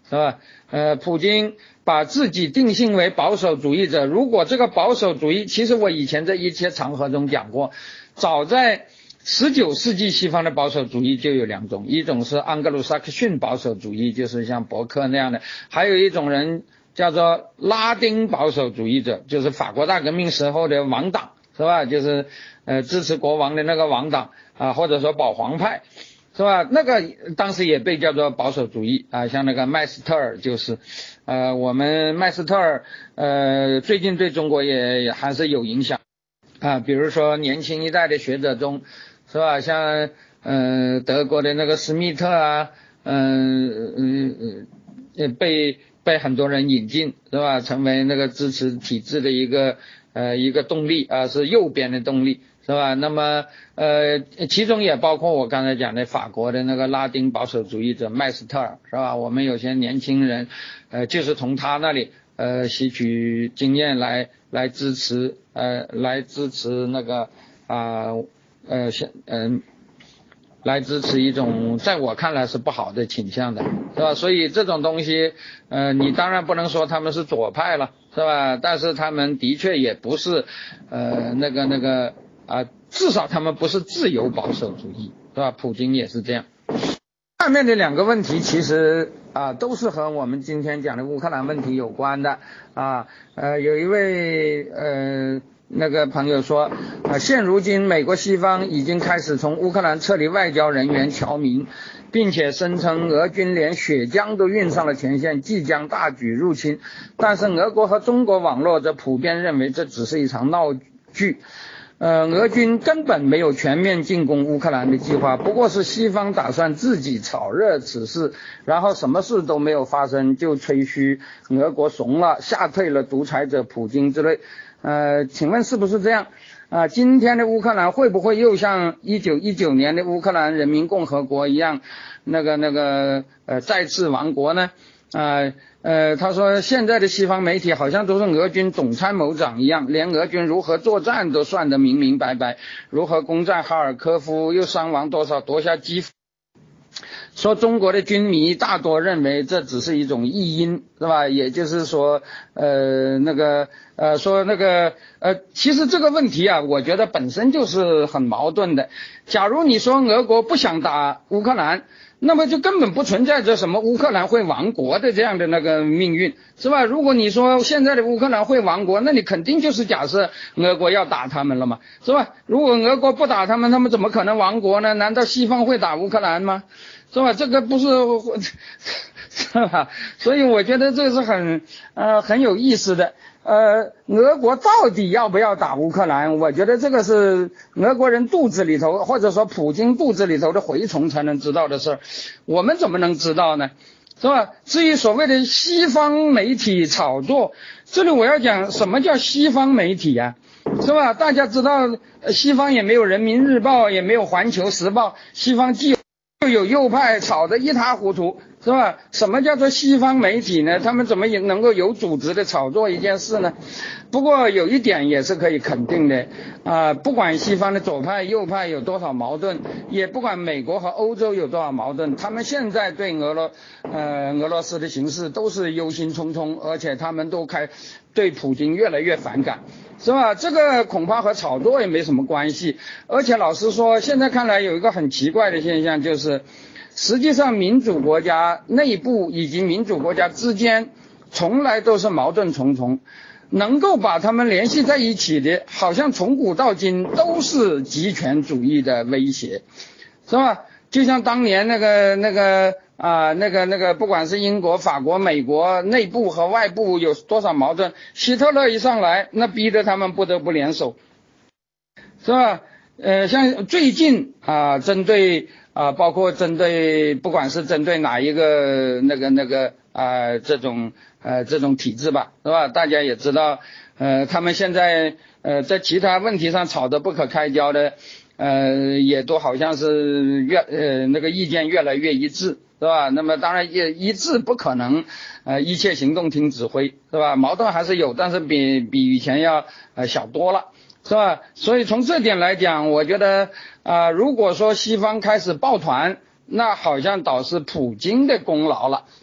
是吧？呃，普京把自己定性为保守主义者，如果这个保守主义，其实我以前在一些场合中讲过，早在十九世纪西方的保守主义就有两种，一种是盎格鲁撒克逊保守主义，就是像伯克那样的，还有一种人叫做拉丁保守主义者，就是法国大革命时候的王党，是吧？就是呃支持国王的那个王党啊，或者说保皇派，是吧？那个当时也被叫做保守主义啊，像那个麦斯特尔就是，呃，我们麦斯特尔呃最近对中国也还是有影响啊，比如说年轻一代的学者中，是吧？像呃德国的那个施密特啊，嗯嗯嗯，被被很多人引进，是吧？成为那个支持体制的一个呃一个动力啊，是右边的动力。是吧？那么呃，其中也包括我刚才讲的法国的那个拉丁保守主义者麦斯特尔，是吧？我们有些年轻人，呃，就是从他那里呃吸取经验来来支持呃来支持那个啊 呃, 呃现嗯、呃、来支持一种在我看来是不好的倾向的，是吧？所以这种东西呃你当然不能说他们是左派了，是吧？但是他们的确也不是呃那个那个。啊，至少他们不是自由保守主义，是吧？普京也是这样。下面的两个问题其实啊都是和我们今天讲的乌克兰问题有关的啊。呃，有一位呃那个朋友说，啊，现如今美国西方已经开始从乌克兰撤离外交人员侨民，并且声称俄军连血浆都运上了前线，即将大举入侵。但是俄国和中国网络则普遍认为这只是一场闹剧。呃，俄军根本没有全面进攻乌克兰的计划，不过是西方打算自己炒热此事，然后什么事都没有发生就吹嘘俄国怂了，吓退了独裁者普京之类。呃，请问是不是这样？啊、呃，今天的乌克兰会不会又像一九一九年的乌克兰人民共和国一样，那个那个呃再次亡国呢？啊、呃。呃，他说现在的西方媒体好像都是俄军总参谋长一样，连俄军如何作战都算得明明白白，如何攻占哈尔科夫，又伤亡多少，夺下基辅。说中国的军迷大多认为这只是一种意淫，是吧？也就是说，呃，那个，呃，说那个，呃，其实这个问题啊，我觉得本身就是很矛盾的。假如你说俄国不想打乌克兰，那么就根本不存在着什么乌克兰会亡国的这样的那个命运，是吧？如果你说现在的乌克兰会亡国，那你肯定就是假设俄国要打他们了嘛，是吧？如果俄国不打他们，他们怎么可能亡国呢？难道西方会打乌克兰吗？是吧？这个不是，是吧？所以我觉得这是很呃很有意思的。呃，俄国到底要不要打乌克兰？我觉得这个是俄国人肚子里头，或者说普京肚子里头的蛔虫才能知道的事儿，我们怎么能知道呢？是吧？至于所谓的西方媒体炒作，这里我要讲什么叫西方媒体啊？是吧？大家知道，西方也没有人民日报，也没有环球时报，西方既就有右派炒得一塌糊涂，是吧？什么叫做西方媒体呢？他们怎么也能够有组织的炒作一件事呢？不过有一点也是可以肯定的啊、呃，不管西方的左派右派有多少矛盾，也不管美国和欧洲有多少矛盾，他们现在对俄罗呃俄罗斯的形势都是忧心忡忡，而且他们都开对普京越来越反感。是吧？这个恐怕和炒作也没什么关系。而且老实说，现在看来有一个很奇怪的现象，就是实际上民主国家内部以及民主国家之间从来都是矛盾重重，能够把他们联系在一起的，好像从古到今都是极权主义的威胁，是吧？就像当年那个那个啊、呃，那个那个，不管是英国、法国、美国内部和外部有多少矛盾，希特勒一上来，那逼得他们不得不联手，是吧？呃，像最近啊、呃，针对啊、呃，包括针对，不管是针对哪一个那个那个啊、呃，这种呃这种体制吧，是吧？大家也知道，呃，他们现在呃在其他问题上吵得不可开交的。呃，也都好像是越呃那个意见越来越一致，是吧？那么当然也一致不可能，呃一切行动听指挥，是吧？矛盾还是有，但是比比以前要呃小多了，是吧？所以从这点来讲，我觉得啊、呃，如果说西方开始抱团，那好像倒是普京的功劳了，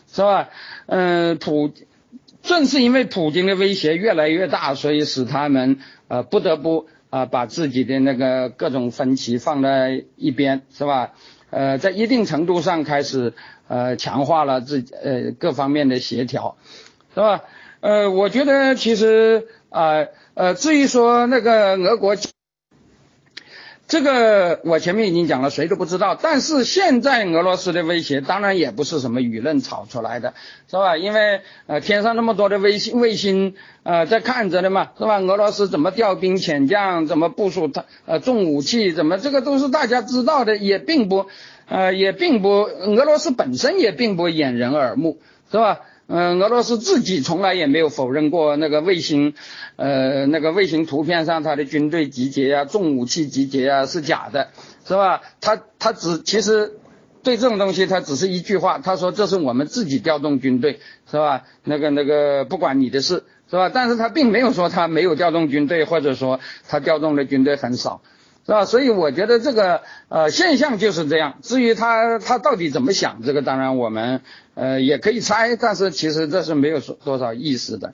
是吧？嗯、呃，普正是因为普京的威胁越来越大，所以使他们呃不得不啊、呃、把自己的那个各种分歧放在一边，是吧？呃，在一定程度上开始呃强化了自己呃各方面的协调，是吧？呃，我觉得其实啊 呃, 呃，至于说那个俄国。这个我前面已经讲了，谁都不知道。但是现在俄罗斯的威胁当然也不是什么舆论炒出来的，是吧？因为呃天上那么多的卫星卫星呃在看着的嘛，是吧？俄罗斯怎么调兵遣将，怎么部署它呃重武器，怎么这个都是大家知道的，也并不呃也并不俄罗斯本身也并不掩人耳目，是吧？嗯、呃，俄罗斯自己从来也没有否认过那个卫星，呃，那个卫星图片上它的军队集结呀、重武器集结呀是假的，是吧？他他只其实对这种东西他只是一句话，他说这是我们自己调动军队，是吧？那个那个不管你的事，是吧？但是他并没有说他没有调动军队，或者说他调动的军队很少。是吧？所以我觉得这个呃现象就是这样。至于他他到底怎么想，这个当然我们呃也可以猜，但是其实这是没有多少意思的。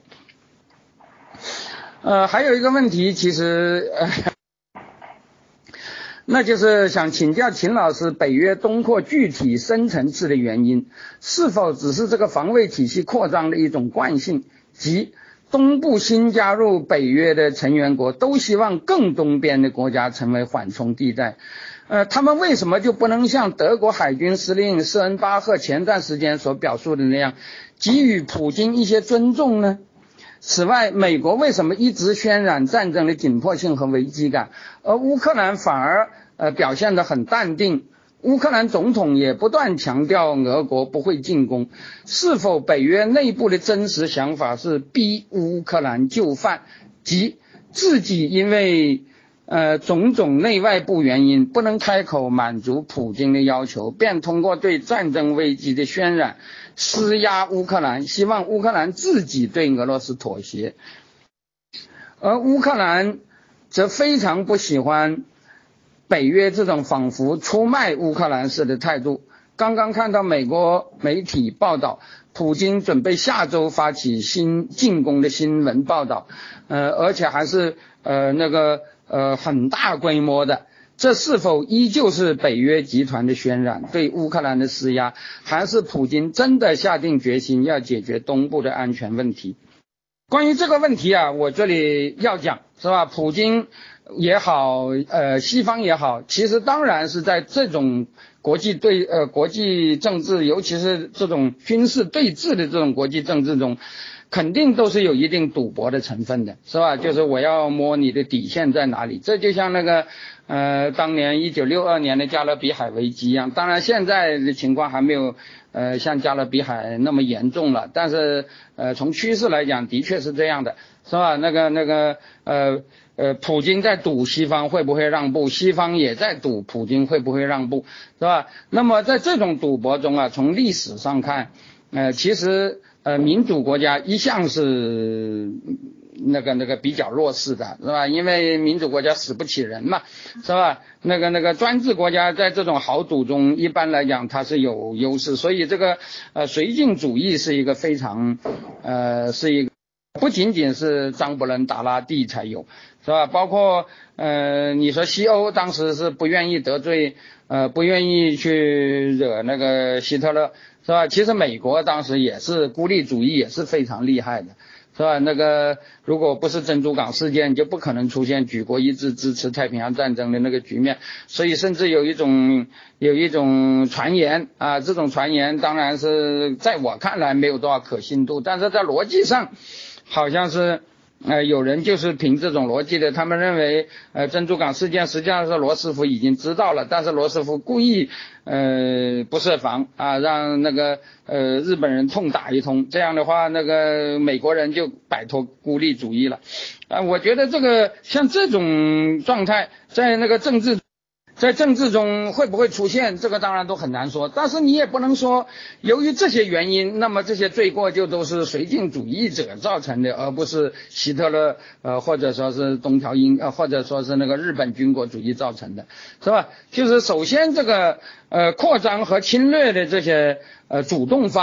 呃，还有一个问题，其实呃，那就是想请教秦老师，北约东扩具体深层次的原因，是否只是这个防卫体系扩张的一种惯性，即东部新加入北约的成员国都希望更东边的国家成为缓冲地带，呃，他们为什么就不能像德国海军司令施恩巴赫前段时间所表述的那样，给予普京一些尊重呢？此外，美国为什么一直渲染战争的紧迫性和危机感，而乌克兰反而呃表现得很淡定？乌克兰总统也不断强调俄国不会进攻，是否北约内部的真实想法是逼乌克兰就范，即自己因为呃种种内外部原因不能开口满足普京的要求，便通过对战争危机的渲染施压乌克兰，希望乌克兰自己对俄罗斯妥协，而乌克兰则非常不喜欢北约这种仿佛出卖乌克兰式的态度。刚刚看到美国媒体报道，普京准备下周发起新进攻的新闻报道，呃，而且还是呃那个呃很大规模的。这是否依旧是北约集团的渲染，对乌克兰的施压，还是普京真的下定决心要解决东部的安全问题？关于这个问题啊，我这里要讲，是吧？普京也好，呃，西方也好，其实当然是在这种国际对呃国际政治，尤其是这种军事对峙的这种国际政治中，肯定都是有一定赌博的成分的，是吧？就是我要摸你的底线在哪里。这就像那个呃当年一九六二年的加勒比海危机一样，当然现在的情况还没有呃像加勒比海那么严重了，但是呃从趋势来讲的确是这样的，是吧？那个那个呃呃普京在赌西方会不会让步，西方也在赌普京会不会让步，是吧？那么在这种赌博中啊，从历史上看，呃其实呃民主国家一向是那个那个比较弱势的，是吧？因为民主国家死不起人嘛，是吧？那个那个专制国家在这种豪赌中一般来讲它是有优势，所以这个呃绥靖主义是一个非常呃是一个不仅仅是张伯伦打拉蒂才有，是吧？包括呃你说西欧当时是不愿意得罪呃不愿意去惹那个希特勒，是吧？其实美国当时也是孤立主义也是非常厉害的，是吧？那个如果不是珍珠港事件，就不可能出现举国一致支持太平洋战争的那个局面。所以甚至有一种有一种传言啊，这种传言当然是在我看来没有多少可信度，但是在逻辑上好像是呃有人就是凭这种逻辑的，他们认为呃珍珠港事件实际上是罗斯福已经知道了，但是罗斯福故意呃不设防啊，让那个呃日本人痛打一通，这样的话那个美国人就摆脱孤立主义了啊。我觉得这个像这种状态在那个政治在政治中会不会出现，这个当然都很难说，但是你也不能说由于这些原因，那么这些罪过就都是绥靖主义者造成的，而不是希特勒呃或者说是东条英呃或者说是那个日本军国主义造成的，是吧？就是首先这个呃扩张和侵略的这些呃主动方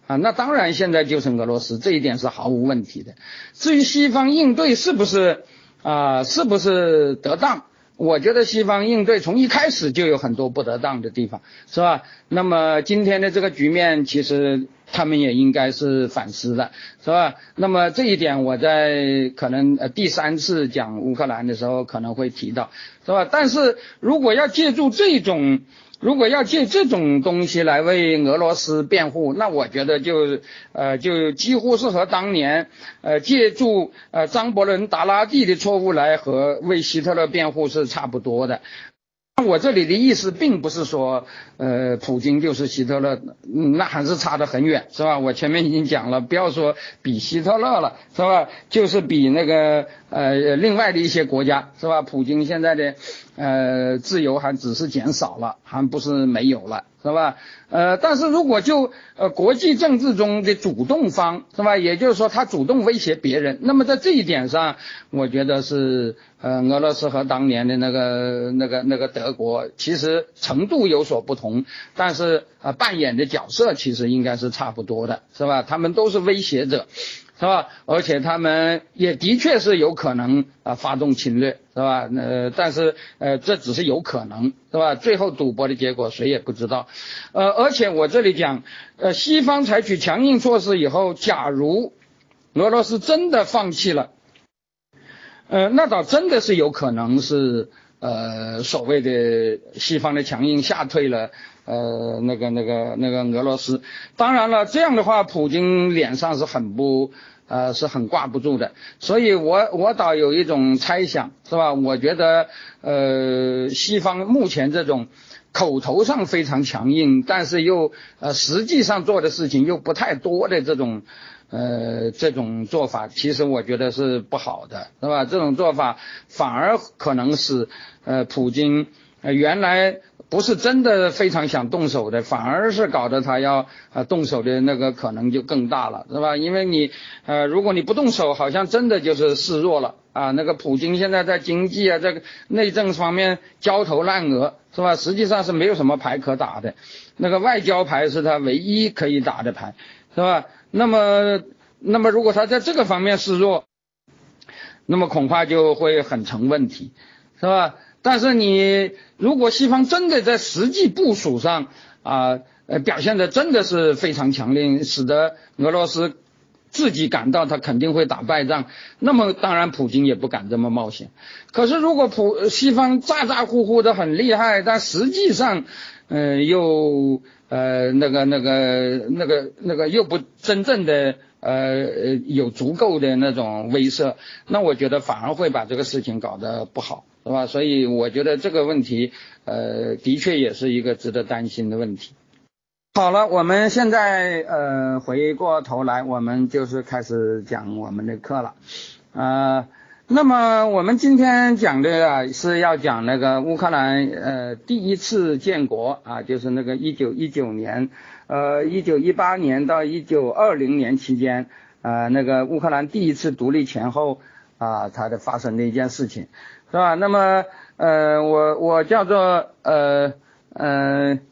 啊，那当然现在就是俄罗斯，这一点是毫无问题的。至于西方应对是不是啊、呃、是不是得当，我觉得西方应对从一开始就有很多不得当的地方，是吧？那么今天的这个局面，其实他们也应该是反思的，是吧？那么这一点我在可能呃第三次讲乌克兰的时候可能会提到，是吧？但是如果要借助这种如果要借这种东西来为俄罗斯辩护，那我觉得就呃就几乎是和当年呃借助呃张伯伦达拉蒂的错误来和为希特勒辩护是差不多的。我这里的意思并不是说，呃，普京就是希特勒，嗯，那还是差得很远，是吧？我前面已经讲了，不要说比希特勒了，是吧？就是比那个呃另外的一些国家，是吧？普京现在的呃自由还只是减少了，还不是没有了，是吧？呃，但是如果就呃国际政治中的主动方，是吧？也就是说他主动威胁别人，那么在这一点上，我觉得是呃俄罗斯和当年的那个那个那个德国其实程度有所不同，但是呃扮演的角色其实应该是差不多的，是吧？他们都是威胁者，是吧？而且他们也的确是有可能啊、呃、发动侵略，是吧？呃，但是呃这只是有可能，是吧？最后赌博的结果谁也不知道。呃，而且我这里讲，呃，西方采取强硬措施以后，假如俄罗斯真的放弃了，呃，那倒真的是有可能是呃所谓的西方的强硬吓退了呃那个那个那个俄罗斯。当然了，这样的话，普京脸上是很不呃是很挂不住的。所以我我倒有一种猜想，是吧？我觉得呃西方目前这种口头上非常强硬，但是又呃实际上做的事情又不太多的这种呃这种做法，其实我觉得是不好的，是吧？这种做法反而可能使呃普京呃原来不是真的非常想动手的，反而是搞得他要呃动手的那个可能就更大了，是吧？因为你呃如果你不动手，好像真的就是示弱了啊。那个普京现在在经济啊这个内政方面焦头烂额，是吧？实际上是没有什么牌可打的，那个外交牌是他唯一可以打的牌，是吧？那么那么如果他在这个方面示弱，那么恐怕就会很成问题，是吧？但是你如果西方真的在实际部署上啊呃表现的真的是非常强烈，使得俄罗斯自己感到他肯定会打败仗，那么当然普京也不敢这么冒险。可是如果普西方咋咋呼呼的很厉害，但实际上呃又呃那个那个那个那个又不真正的呃有足够的那种威慑，那我觉得反而会把这个事情搞得不好，是吧？所以我觉得这个问题呃的确也是一个值得担心的问题。好了，我们现在呃回过头来，我们就是开始讲我们的课了。呃那么我们今天讲的是要讲那个乌克兰呃第一次建国啊，就是那个一九一九年呃一九一八年到一九二零年期间呃那个乌克兰第一次独立前后啊它的发生的一件事情，是吧？那么呃我我叫做呃呃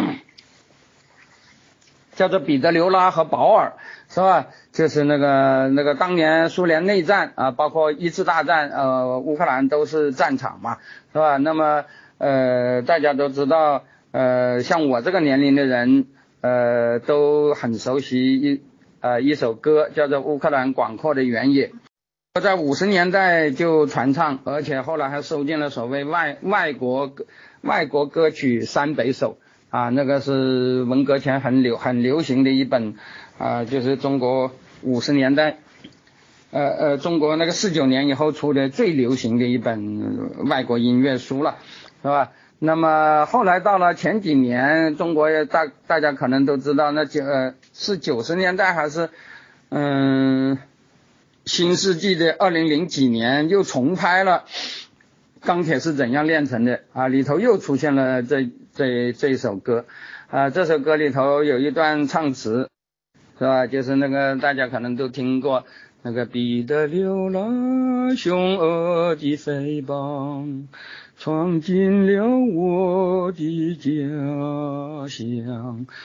叫做彼得留拉和保尔，是吧？就是那个那个当年苏联内战啊，包括一次大战，呃，乌克兰都是战场嘛，是吧？那么呃，大家都知道，呃，像我这个年龄的人，呃，都很熟悉一呃一首歌，叫做《乌克兰广阔的原野》，在五十年代就传唱，而且后来还收进了所谓外外国外国歌曲三百首。啊，那个是文革前很流很流行的一本啊，就是中国五十年代呃呃中国那个四九年以后出的最流行的一本外国音乐书了，是吧？那么后来到了前几年，中国也大大家可能都知道，那九呃是九十年代还是嗯新世纪的二零零几年又重拍了钢铁是怎样炼成的啊，里头又出现了这这这一首歌啊，这首歌里头有一段唱词，是吧？就是那个大家可能都听过，那个彼得留拉凶恶的匪帮，闯进了我的家乡，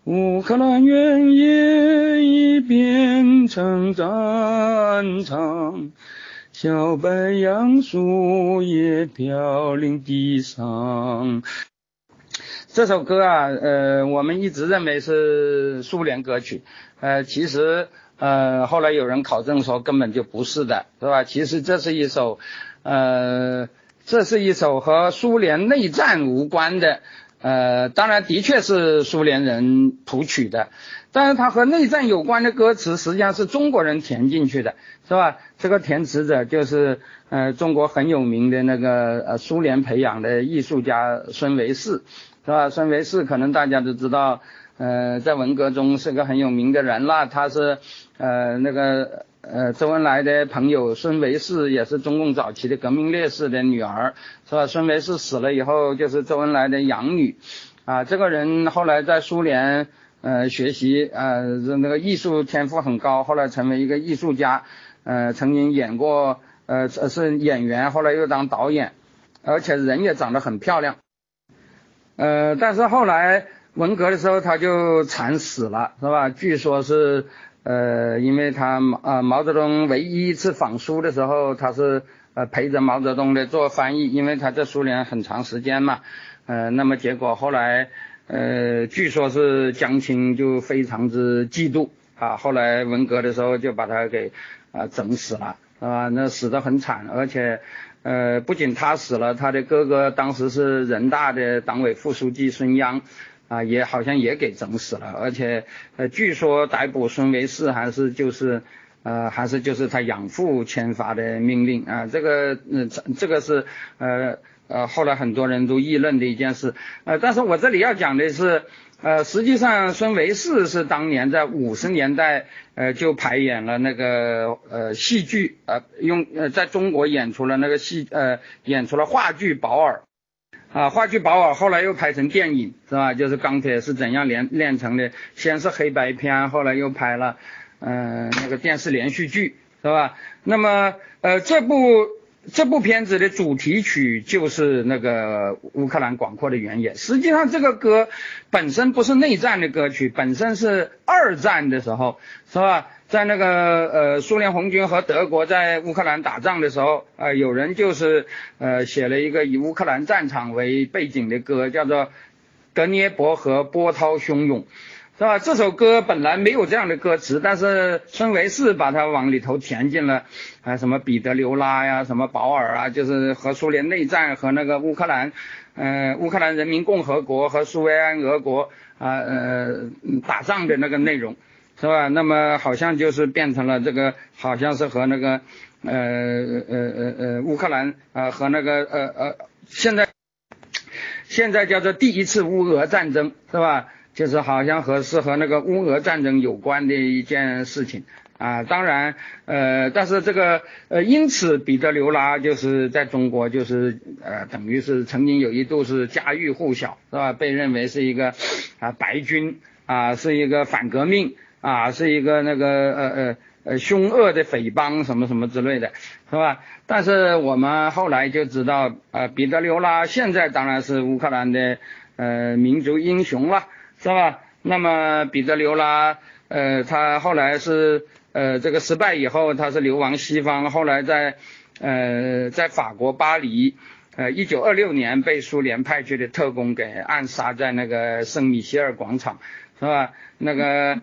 乌克兰原野已变成战场，小白杨树叶飘零地上。这首歌啊，呃，我们一直认为是苏联歌曲，呃，其实呃，后来有人考证说根本就不是的，是吧？其实这是一首，呃，这是一首和苏联内战无关的，呃，当然的确是苏联人谱曲的，但是它和内战有关的歌词实际上是中国人填进去的，是吧？这个填词者就是呃中国很有名的那个呃苏联培养的艺术家孙维世。是吧？孙维世可能大家都知道，呃，在文革中是个很有名的人啦。他是呃那个呃周恩来的朋友，孙维世也是中共早期的革命烈士的女儿，是吧？孙维世死了以后，就是周恩来的养女，啊，这个人后来在苏联呃学习，呃那个艺术天赋很高，后来成为一个艺术家，呃曾经演过呃是演员，后来又当导演，而且人也长得很漂亮。呃，但是后来文革的时候他就惨死了，是吧？据说是呃，因为他呃毛泽东唯一一次访苏的时候，他是呃陪着毛泽东的做翻译，因为他在苏联很长时间嘛，呃，那么结果后来呃，据说是江青就非常之嫉妒啊，后来文革的时候就把他给啊、呃、整死了，啊，那死得很惨，而且。呃，不仅他死了，他的哥哥当时是人大的党委副书记孙央，啊，也好像也给整死了，而且呃，据说逮捕孙维世还是就是呃，还是就是他养父签发的命令啊，这个呃，这个是呃呃，后来很多人都议论的一件事，呃，但是我这里要讲的是。呃，实际上孙维世是当年在五十年代呃就排演了那个呃戏剧，呃用呃在中国演出了那个戏呃演出了话剧《保尔》啊，话剧《保尔》后来又拍成电影是吧？就是钢铁是怎样炼炼成的，先是黑白片，后来又拍了呃那个电视连续剧是吧？那么呃这部。这部片子的主题曲就是那个乌克兰广阔的原野。实际上这个歌本身不是内战的歌曲，本身是二战的时候，是吧？在那个呃苏联红军和德国在乌克兰打仗的时候，呃有人就是呃写了一个以乌克兰战场为背景的歌，叫做《德涅伯河波涛汹涌》。是吧？这首歌本来没有这样的歌词，但是孙维世把它往里头填进了啊，什么彼得留拉呀，什么保尔啊，就是和苏联内战和那个乌克兰，呃，乌克兰人民共和国和苏维埃俄国啊呃打仗的那个内容，是吧？那么好像就是变成了这个，好像是和那个呃呃呃呃乌克兰啊、呃、和那个呃呃现在现在叫做第一次乌俄战争，是吧？就是好像和是和那个乌俄战争有关的一件事情啊，当然呃，但是这个呃，因此彼得留拉就是在中国就是呃，等于是曾经有一度是家喻户晓，是吧？被认为是一个啊白军啊，是一个反革命啊，是一个那个呃呃呃凶恶的匪帮什么什么之类的，是吧？但是我们后来就知道，呃，彼得留拉现在当然是乌克兰的呃民族英雄了。是吧？那么彼得留拉，呃，他后来是呃这个失败以后，他是流亡西方，后来在呃在法国巴黎，呃一九二六年被苏联派去的特工给暗杀在那个圣米歇尔广场，是吧？那个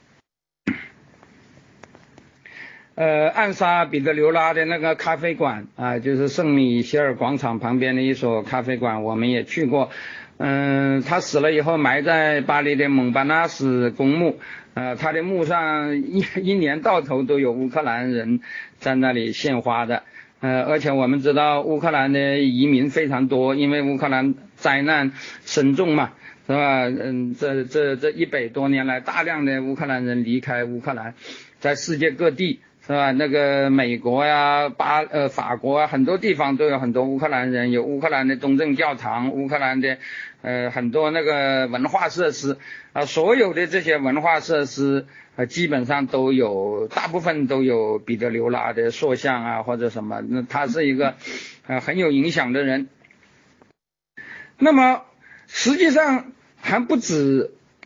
呃暗杀彼得留拉的那个咖啡馆啊，就是圣米歇尔广场旁边的一所咖啡馆，我们也去过。嗯，他死了以后埋在巴黎的蒙巴纳斯公墓，呃，他的墓上一一年到头都有乌克兰人在那里献花的，呃，而且我们知道乌克兰的移民非常多，因为乌克兰灾难深重嘛，是吧？嗯，这这这一百多年来，大量的乌克兰人离开乌克兰，在世界各地。是吧？那个美国呀、巴呃法国啊，很多地方都有很多乌克兰人，有乌克兰的东正教堂，乌克兰的呃很多那个文化设施啊，所有的这些文化设施呃基本上都有，大部分都有彼得留拉的塑像啊或者什么，那他是一个呃很有影响的人。那么实际上还不止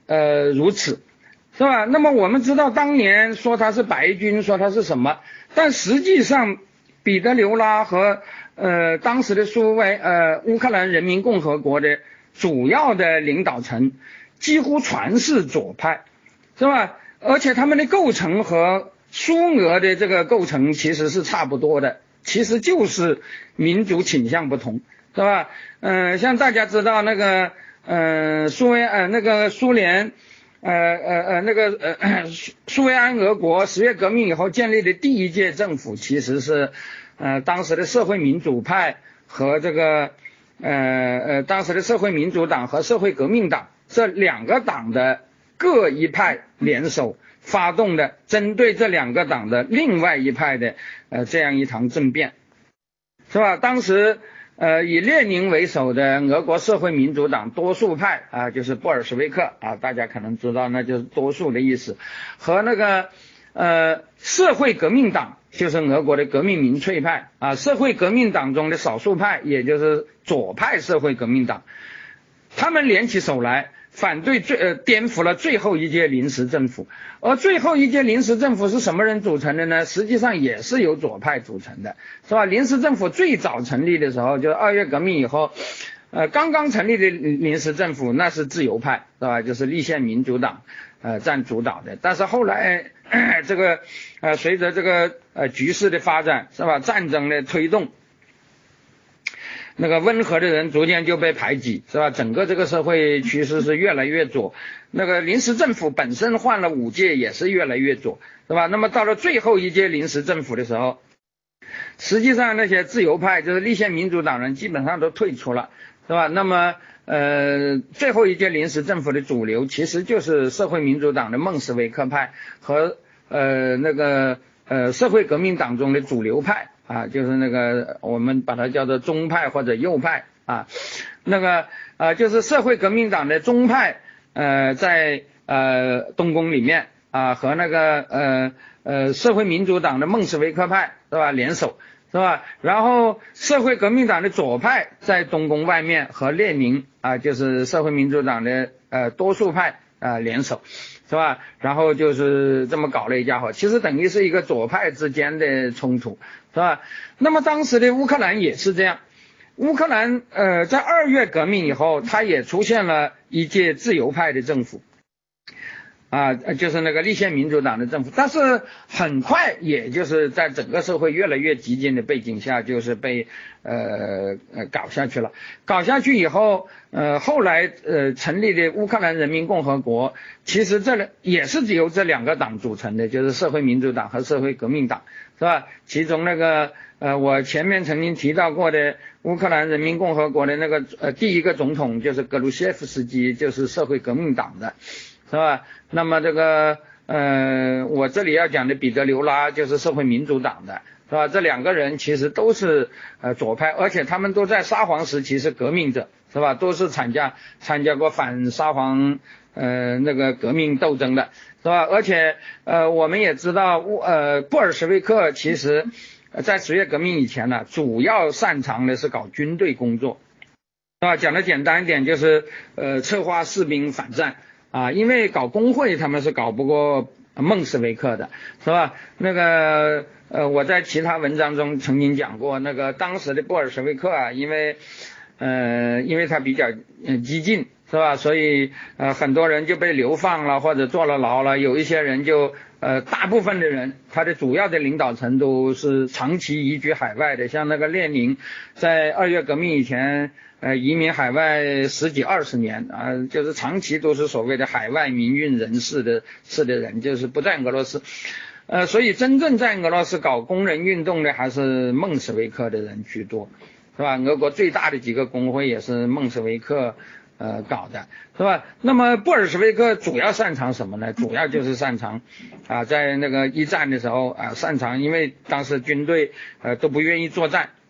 呃如此，是吧？那么我们知道当年说他是白军，说他是什么，但实际上彼得留拉和呃当时的苏维呃乌克兰人民共和国的主要的领导层几乎全是左派，是吧？而且他们的构成和苏俄的这个构成其实是差不多的，其实就是民族倾向不同，是吧？嗯、呃，像大家知道那个呃苏维呃那个苏联呃呃呃那个呃苏维埃俄国十月革命以后建立的第一届政府，其实是呃当时的社会民主派和这个呃呃当时的社会民主党和社会革命党这两个党的各一派联手发动的针对这两个党的另外一派的呃这样一场政变，是吧？当时呃以列宁为首的俄国社会民主党多数派啊，就是布尔什维克啊，大家可能知道那就是多数的意思，和那个呃社会革命党，就是俄国的革命民粹派啊，社会革命党中的少数派，也就是左派社会革命党，他们联起手来反对最呃颠覆了最后一届临时政府。而最后一届临时政府是什么人组成的呢？实际上也是由左派组成的，是吧？临时政府最早成立的时候，就是二月革命以后呃刚刚成立的临时政府，那是自由派，是吧？就是立宪民主党呃占主导的。但是后来呃这个呃随着这个呃局势的发展，是吧？战争的推动，那个温和的人逐渐就被排挤，是吧？整个这个社会趋势是越来越左，那个临时政府本身换了五届也是越来越左，是吧？那么到了最后一届临时政府的时候，实际上那些自由派就是立宪民主党人基本上都退出了，是吧？那么呃最后一届临时政府的主流其实就是社会民主党的孟什维克派和呃那个呃社会革命党中的主流派啊，就是那个我们把它叫做中派或者右派啊，那个呃就是社会革命党的中派呃在呃东宫里面啊和那个呃呃社会民主党的孟什维克派，是吧？联手，是吧？然后社会革命党的左派在东宫外面和列宁啊就是社会民主党的呃多数派啊联手，是吧？然后就是这么搞了一家伙，其实等于是一个左派之间的冲突，是吧？那么当时的乌克兰也是这样，乌克兰呃在二月革命以后，它也出现了一届自由派的政府啊，就是那个立宪民主党的政府，但是很快也就是在整个社会越来越激进的背景下，就是被呃呃搞下去了。搞下去以后，呃后来呃成立的乌克兰人民共和国，其实这也是由这两个党组成的，就是社会民主党和社会革命党，是吧？其中那个呃我前面曾经提到过的乌克兰人民共和国的那个呃第一个总统就是格鲁谢夫斯基，就是社会革命党的，是吧？那么这个呃我这里要讲的彼得留拉就是社会民主党的，是吧？这两个人其实都是呃左派，而且他们都在沙皇时期是革命者，是吧？都是参加参加过反沙皇呃那个革命斗争的，是吧？而且呃我们也知道呃布尔什维克其实在十月革命以前呢，主要擅长的是搞军队工作，是吧？讲的简单一点就是呃策划士兵反战啊，因为搞工会他们是搞不过孟什维克的，是吧？那个呃我在其他文章中曾经讲过，那个当时的布尔什维克啊，因为呃因为他比较呃激进，是吧？所以呃很多人就被流放了或者坐了牢了，有一些人就呃大部分的人他的主要的领导层都是长期移居海外的，像那个列宁在二月革命以前呃移民海外十几二十年啊、呃，就是长期都是所谓的海外民运人士的是的人，就是不在俄罗斯。呃所以真正在俄罗斯搞工人运动的还是孟什维克的人居多，是吧？俄国最大的几个工会也是孟什维克呃搞的，是吧？那么布尔什维克主要擅长什么呢？主要就是擅长啊在那个一战的时候啊擅长，因为当时军队呃都不愿意作战，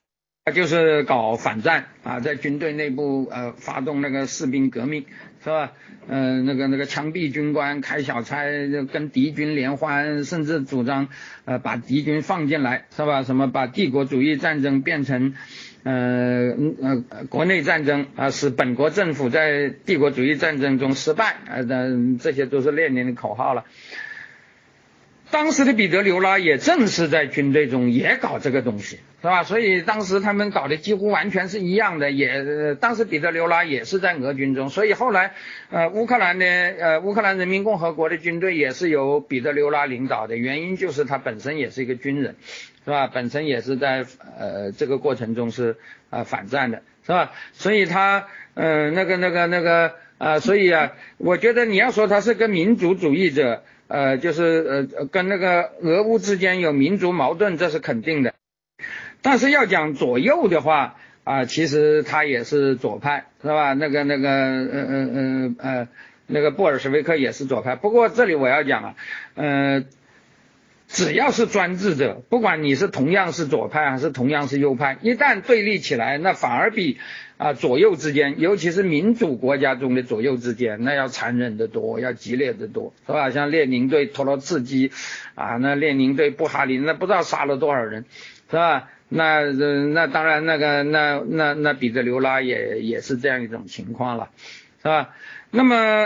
就是搞反战啊，在军队内部呃发动那个士兵革命，是吧？呃，那个那个枪毙军官，开小差，跟敌军联欢，甚至主张呃把敌军放进来，是吧？什么把帝国主义战争变成呃呃国内战争啊，使本国政府在帝国主义战争中失败啊，呃，这些都是列宁的口号了。当时的彼得刘拉也正是在军队中也搞这个东西，是吧？所以当时他们搞的几乎完全是一样的，也、呃、当时彼得刘拉也是在俄军中，所以后来呃乌克兰的呃乌克兰人民共和国的军队也是由彼得刘拉领导的，原因就是他本身也是一个军人，是吧？本身也是在呃这个过程中是呃反战的，是吧？所以他呃那个那个那个呃所以啊，我觉得你要说他是个民族主义者。呃，就是呃跟那个俄乌之间有民族矛盾，这是肯定的。但是要讲左右的话啊、呃，其实他也是左派，是吧？那个那个呃呃呃呃那个布尔什维克也是左派。不过这里我要讲啊，呃，只要是专制者，不管你是同样是左派还是同样是右派，一旦对立起来，那反而比啊左右之间，尤其是民主国家中的左右之间，那要残忍得多，要激烈得多，是吧？像列宁对托洛茨基啊，那列宁对布哈林，那不知道杀了多少人，是吧？那呃那当然那个那那那彼得刘拉也也是这样一种情况了，是吧？那么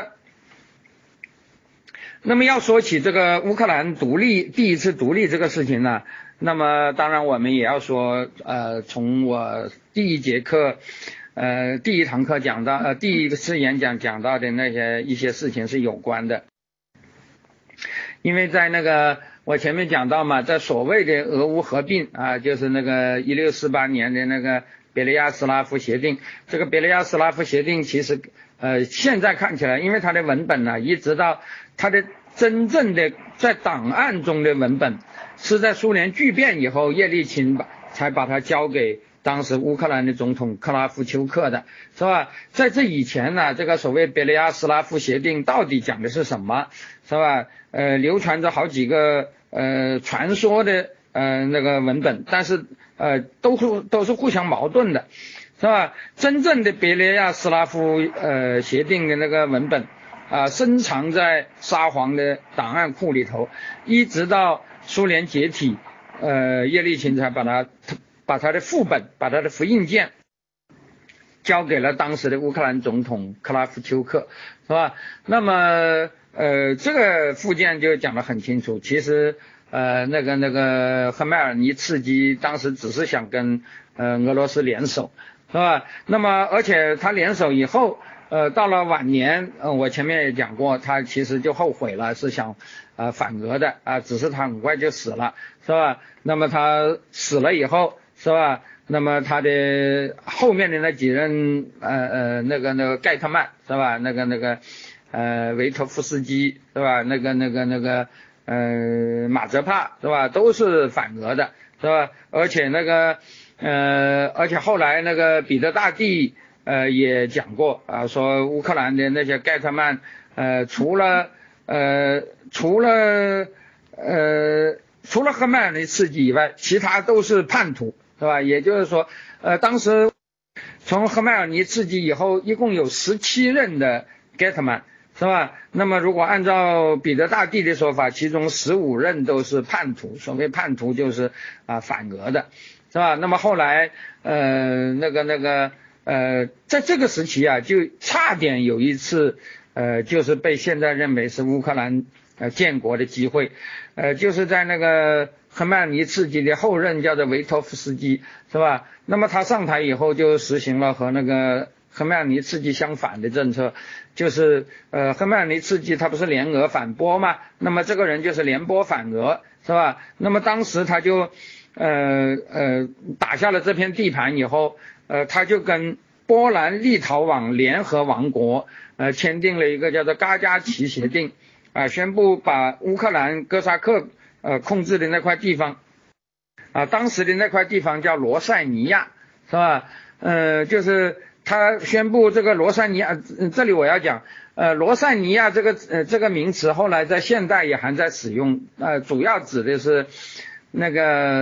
那么要说起这个乌克兰独立第一次独立这个事情呢，那么当然我们也要说呃从我第一节课呃第一堂课讲到呃第一次演讲讲到的那些一些事情是有关的。因为在那个我前面讲到嘛，在所谓的俄乌合并啊，就是那个一六四八年的那个别利亚斯拉夫协定，这个别利亚斯拉夫协定其实呃现在看起来，因为它的文本呢，一直到它的真正的在档案中的文本是在苏联剧变以后，叶利钦把才把它交给当时乌克兰的总统克拉夫丘克的，是吧？在这以前呢，这个所谓别利亚斯拉夫协定到底讲的是什么，是吧？呃，流传着好几个呃传说的呃那个文本，但是呃都是都是互相矛盾的，是吧？真正的别利亚斯拉夫呃协定的那个文本啊、呃，深藏在沙皇的档案库里头，一直到苏联解体，呃，叶利钦才把它把他的副本，把他的复印件交给了当时的乌克兰总统克拉夫丘克，是吧？那么呃，这个附件就讲得很清楚，其实呃那个那个赫麦尔尼茨基当时只是想跟呃俄罗斯联手，是吧？那么而且他联手以后，呃到了晚年，呃我前面也讲过，他其实就后悔了，是想呃反俄的啊、呃，只是他很快就死了，是吧？那么他死了以后，是吧？那么他的后面的那几任呃呃那个那个盖特曼，是吧？那个那个呃维托夫斯基，是吧？那个那个那个呃马泽帕，是吧？都是反俄的，是吧？而且那个呃而且后来那个彼得大帝呃也讲过啊，说乌克兰的那些盖特曼呃除了呃除了呃除了赫麦尔尼茨基以外，其他都是叛徒，是吧？也就是说，呃，当时从赫麦尔尼茨基以后，一共有十七任的盖特曼，是吧？那么如果按照彼得大帝的说法，其中十五任都是叛徒，所谓叛徒就是啊、呃、反俄的，是吧？那么后来呃那个那个呃在这个时期啊，就差点有一次呃就是被现在认为是乌克兰呃建国的机会。呃，就是在那个赫麦尔尼茨基的后任叫做维托夫斯基，是吧？那么他上台以后就实行了和那个赫麦尔尼茨基相反的政策，就是呃赫麦尔尼茨基他不是联俄反波嘛，那么这个人就是联波反俄，是吧？那么当时他就呃呃打下了这片地盘以后，呃他就跟波兰立陶宛联合王国呃签订了一个叫做嘎加奇协定。啊，宣布把乌克兰哥萨克呃控制的那块地方，啊，当时的那块地方叫罗塞尼亚，是吧？呃，就是他宣布这个罗塞尼亚，呃、这里我要讲，呃，罗塞尼亚这个呃这个名词后来在现代也还在使用，呃，主要指的是那个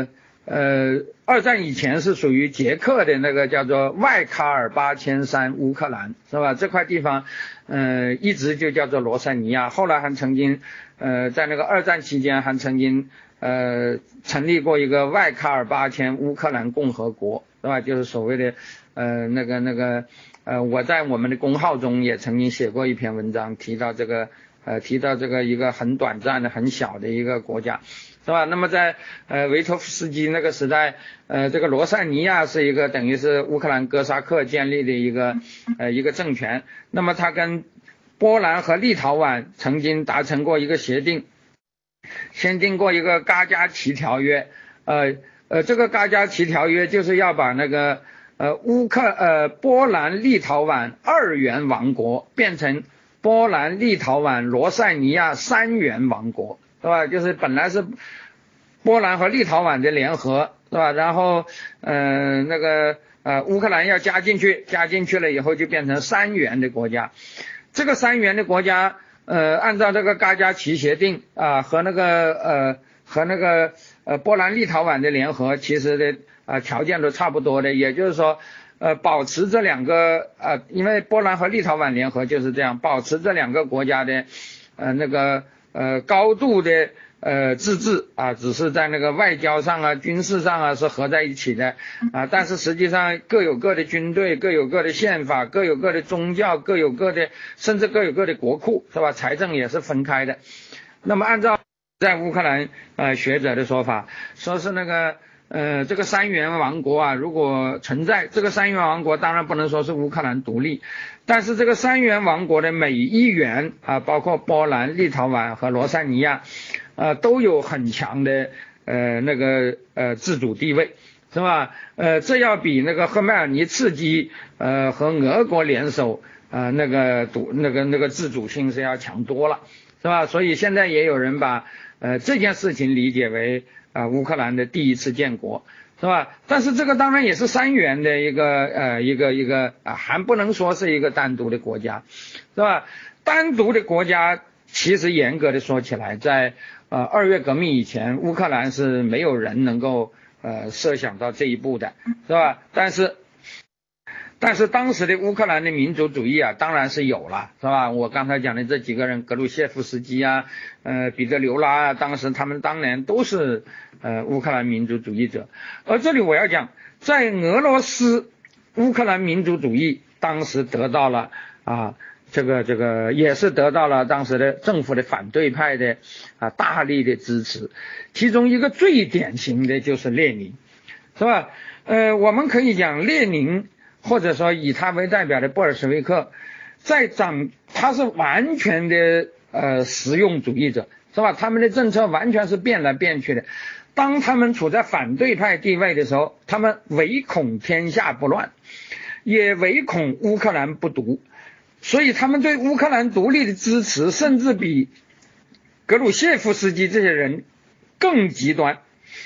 呃，二战以前是属于捷克的那个叫做外卡尔巴阡山乌克兰，是吧？这块地方，呃，一直就叫做罗塞尼亚，后来还曾经，呃，在那个二战期间还曾经，呃，成立过一个外卡尔巴阡乌克兰共和国，是吧？就是所谓的，呃，那个那个，呃，我在我们的公号中也曾经写过一篇文章，提到这个，呃，提到这个一个很短暂的、很小的一个国家。是吧？那么在呃维托夫斯基那个时代，呃这个罗塞尼亚是一个等于是乌克兰哥萨克建立的一个呃一个政权。那么他跟波兰和立陶宛曾经达成过一个协定，签订过一个嘎加奇条约。呃呃这个嘎加奇条约就是要把那个呃乌克呃波兰立陶宛二元王国变成波兰立陶宛罗塞尼亚三元王国。是吧？就是本来是波兰和立陶宛的联合，是吧？然后，呃，那个呃，乌克兰要加进去，加进去了以后就变成三元的国家。这个三元的国家，呃，按照这个嘎加奇协定啊、呃，和那个呃和那个呃波兰立陶宛的联合，其实的啊、呃、条件都差不多的，也就是说，呃，保持这两个呃，因为波兰和立陶宛联合就是这样，保持这两个国家的呃那个。呃，高度的呃自治啊，只是在那个外交上啊、军事上啊是合在一起的啊，但是实际上各有各的军队，各有各的宪法，各有各的宗教，各有各的，甚至各有各的国库，是吧？财政也是分开的。那么按照在乌克兰呃学者的说法，说是那个呃这个三元王国啊，如果存在，这个三元王国当然不能说是乌克兰独立。但是这个三元王国的每一员啊，包括波兰、立陶宛和罗塞尼亚，呃，都有很强的呃那个呃自主地位，是吧？呃，这要比那个赫麦尔尼茨基呃和俄国联手呃那个独那个那个自主性是要强多了，是吧？所以现在也有人把呃这件事情理解为啊、呃、乌克兰的第一次建国。是吧？但是这个当然也是三元的一个呃一个一个啊，还不能说是一个单独的国家，是吧？单独的国家其实严格的说起来，在呃二月革命以前，乌克兰是没有人能够呃设想到这一步的，是吧？但是但是当时的乌克兰的民族主义啊，当然是有了，是吧？我刚才讲的这几个人，格鲁谢夫斯基啊，呃，彼得留拉啊，当时他们当年都是呃乌克兰民族主义者。而这里我要讲，在俄罗斯，乌克兰民族主义当时得到了啊，这个这个也是得到了当时的政府的反对派的啊大力的支持，其中一个最典型的就是列宁，是吧？呃，我们可以讲列宁。或者说以他为代表的布尔什维克，在掌他是完全的呃实用主义者，是吧？他们的政策完全是变来变去的。当他们处在反对派地位的时候，他们唯恐天下不乱，也唯恐乌克兰不独，所以他们对乌克兰独立的支持，甚至比格鲁谢夫斯基这些人更极端。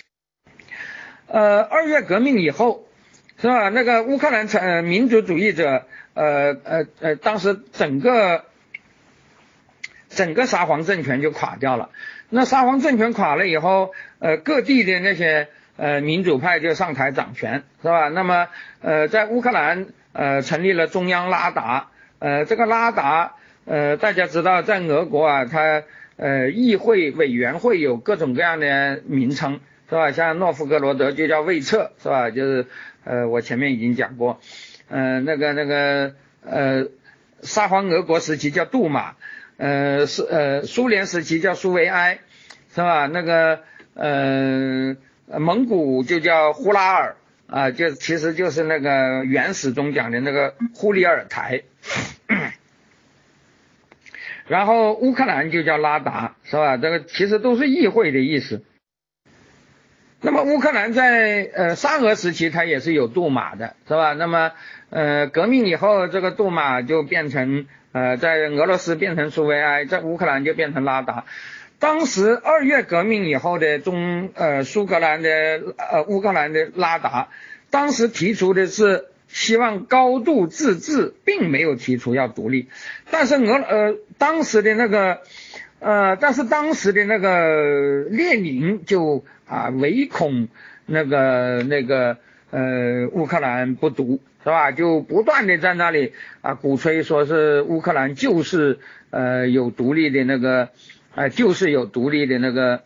呃，二月革命以后。是吧？那个乌克兰呃民族主义者，呃呃呃，当时整个整个沙皇政权就垮掉了。那沙皇政权垮了以后，呃，各地的那些呃民主派就上台掌权，是吧？那么呃，在乌克兰呃成立了中央拉达，呃，这个拉达呃大家知道，在俄国啊，它呃议会委员会有各种各样的名称，是吧？像诺夫哥罗德就叫卫策，是吧？就是呃，我前面已经讲过，呃，那个那个呃，沙皇俄国时期叫杜马，呃，是呃，苏联时期叫苏维埃，是吧？那个呃，蒙古就叫呼拉尔啊，就其实就是那个原始中讲的那个呼里尔台，然后乌克兰就叫拉达，是吧？这个其实都是议会的意思。那么乌克兰在呃沙俄时期它也是有杜马的，是吧？那么呃革命以后这个杜马就变成呃在俄罗斯变成苏维埃，在乌克兰就变成拉达。当时二月革命以后的中呃苏格兰的呃乌克兰的拉达，当时提出的是希望高度自治，并没有提出要独立。但是俄呃当时的那个呃但是当时的那个列宁就啊，唯恐那个那个呃乌克兰不独，是吧？就不断的在那里啊鼓吹说是乌克兰就是呃有独立的那个啊、呃、就是有独立的那个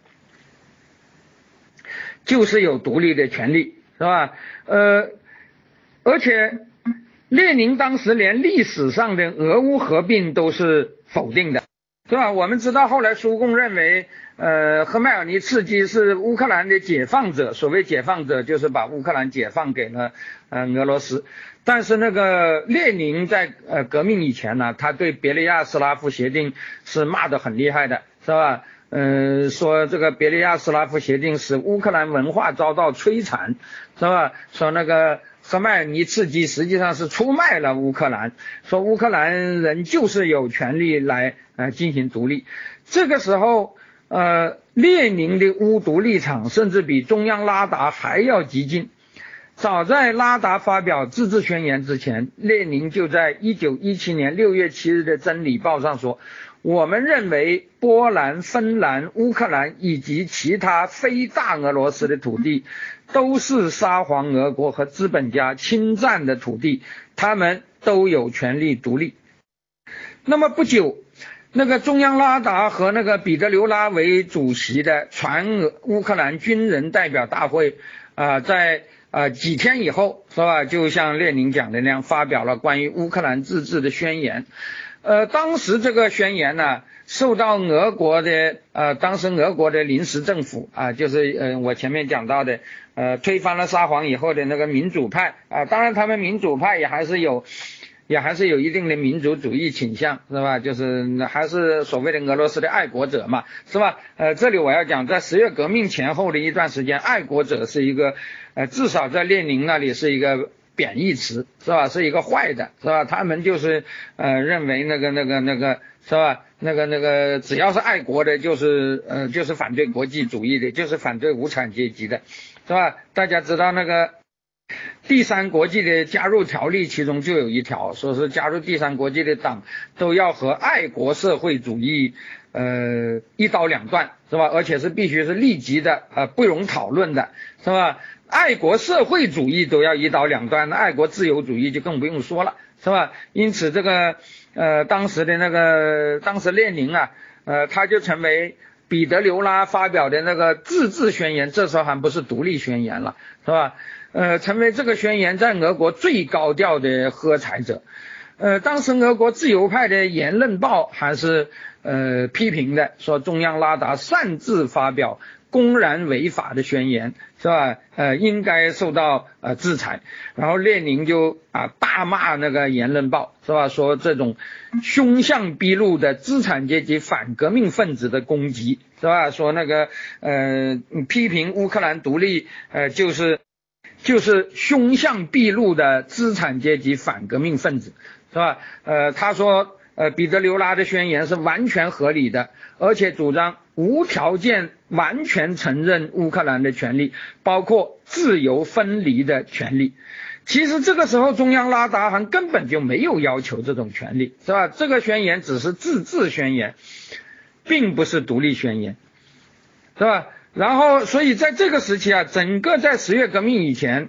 就是有独立的权利，是吧？呃，而且列宁当时连历史上的俄乌合并都是否定的，是吧？我们知道后来苏共认为呃，赫麦尔尼茨基是乌克兰的解放者，所谓解放者就是把乌克兰解放给了呃俄罗斯。但是那个列宁在呃革命以前呢，他对别利亚斯拉夫协定是骂得很厉害的，是吧？呃，说这个别利亚斯拉夫协定使乌克兰文化遭到摧残，是吧？说那个赫麦尔尼茨基实际上是出卖了乌克兰，说乌克兰人就是有权利来呃进行独立。这个时候呃，列宁的乌独立场甚至比中央拉达还要激进。早在拉达发表自治宣言之前，列宁就在一九一七年六月七日的《真理报》上说，我们认为波兰、芬兰、乌克兰以及其他非大俄罗斯的土地都是沙皇俄国和资本家侵占的土地，他们都有权利独立。那么不久，那个中央拉达和那个彼得留拉为主席的全俄乌克兰军人代表大会啊、呃，在呃几天以后，是吧？就像列宁讲的那样，发表了关于乌克兰自治的宣言。呃，当时这个宣言呢，受到俄国的呃，当时俄国的临时政府啊、呃，就是呃我前面讲到的呃，推翻了沙皇以后的那个民主派啊、呃，当然他们民主派也还是有。也还是有一定的民族主义倾向，是吧？就是还是所谓的俄罗斯的爱国者嘛，是吧？呃，这里我要讲，在十月革命前后的一段时间，爱国者是一个，呃，至少在列宁那里是一个贬义词，是吧？是一个坏的，是吧？他们就是呃认为那个那个那个，是吧？那个那个只要是爱国的，就是呃就是反对国际主义的，就是反对无产阶级的，是吧？大家知道那个。第三国际的加入条例其中就有一条，说是加入第三国际的党都要和爱国社会主义呃一刀两断，是吧？而且是必须是立即的呃不容讨论的，是吧？爱国社会主义都要一刀两断，那爱国自由主义就更不用说了，是吧？因此这个呃当时的那个当时列宁啊呃他就成为彼得留拉发表的那个自治宣言，这时候还不是独立宣言了，是吧？呃，成为这个宣言在俄国最高调的喝彩者。呃，当时俄国自由派的《言论报》还是呃批评的，说中央拉达擅自发表公然违法的宣言，是吧？呃，应该受到呃制裁。然后列宁就啊大骂那个《言论报》，是吧？说这种凶相毕露的资产阶级反革命分子的攻击，是吧？说那个呃批评乌克兰独立，呃就是。就是凶相毕露的资产阶级反革命分子，是吧？呃，他说，呃，彼得留拉的宣言是完全合理的，而且主张无条件完全承认乌克兰的权利，包括自由分离的权利。其实这个时候中央拉达还根本就没有要求这种权利，是吧？这个宣言只是自治宣言，并不是独立宣言，是吧？然后，所以在这个时期啊，整个在十月革命以前，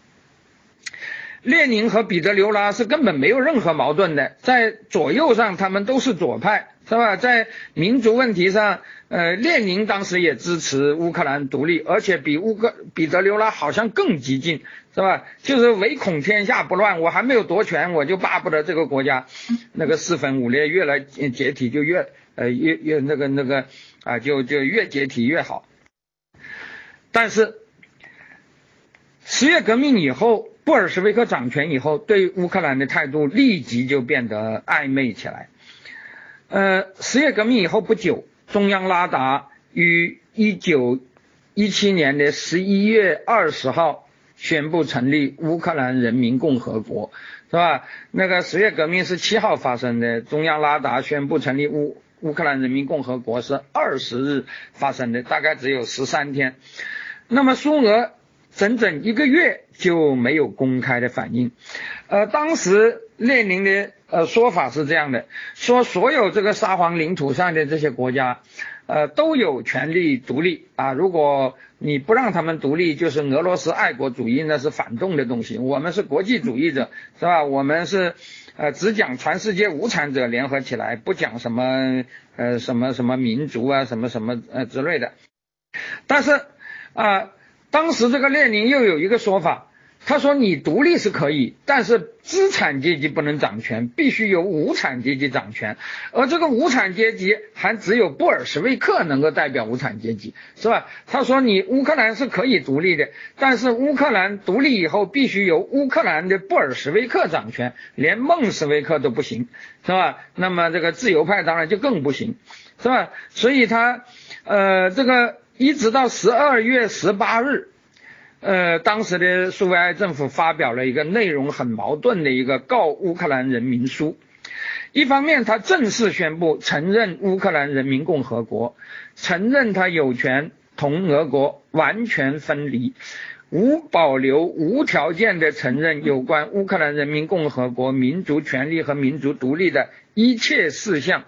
列宁和彼得留拉是根本没有任何矛盾的，在左右上他们都是左派，是吧？在民族问题上，呃，列宁当时也支持乌克兰独立，而且比乌克彼得留拉好像更激进，是吧？就是唯恐天下不乱，我还没有夺权，我就巴不得这个国家那个四分五裂，越来解体就越呃越越那个那个啊，就就越解体越好。但是十月革命以后，布尔什维克掌权以后，对乌克兰的态度立即就变得暧昧起来。呃，十月革命以后不久，中央拉达于一九一七年的十一月二十号宣布成立乌克兰人民共和国，是吧？那个十月革命是七号发生的，中央拉达宣布成立乌乌克兰人民共和国是二十日发生的，大概只有十三天。那么苏俄整整一个月就没有公开的反应。呃，当时列宁的呃说法是这样的，说所有这个沙皇领土上的这些国家，呃都有权利独立啊。如果你不让他们独立就是俄罗斯爱国主义，那是反动的东西。我们是国际主义者，是吧？我们是呃只讲全世界无产者联合起来，不讲什么呃什么什么民族啊什么什么呃之类的。但是啊、呃，当时这个列宁又有一个说法。他说你独立是可以，但是资产阶级不能掌权，必须由无产阶级掌权，而这个无产阶级还只有布尔什维克能够代表无产阶级，是吧？他说你乌克兰是可以独立的，但是乌克兰独立以后必须由乌克兰的布尔什维克掌权，连孟什维克都不行，是吧？那么这个自由派当然就更不行，是吧？所以他呃这个一直到十二月十八日。呃，当时的苏维埃政府发表了一个内容很矛盾的一个告乌克兰人民书。一方面，他正式宣布承认乌克兰人民共和国，承认他有权同俄国完全分离，无保留、无条件的承认有关乌克兰人民共和国民族权利和民族独立的一切事项。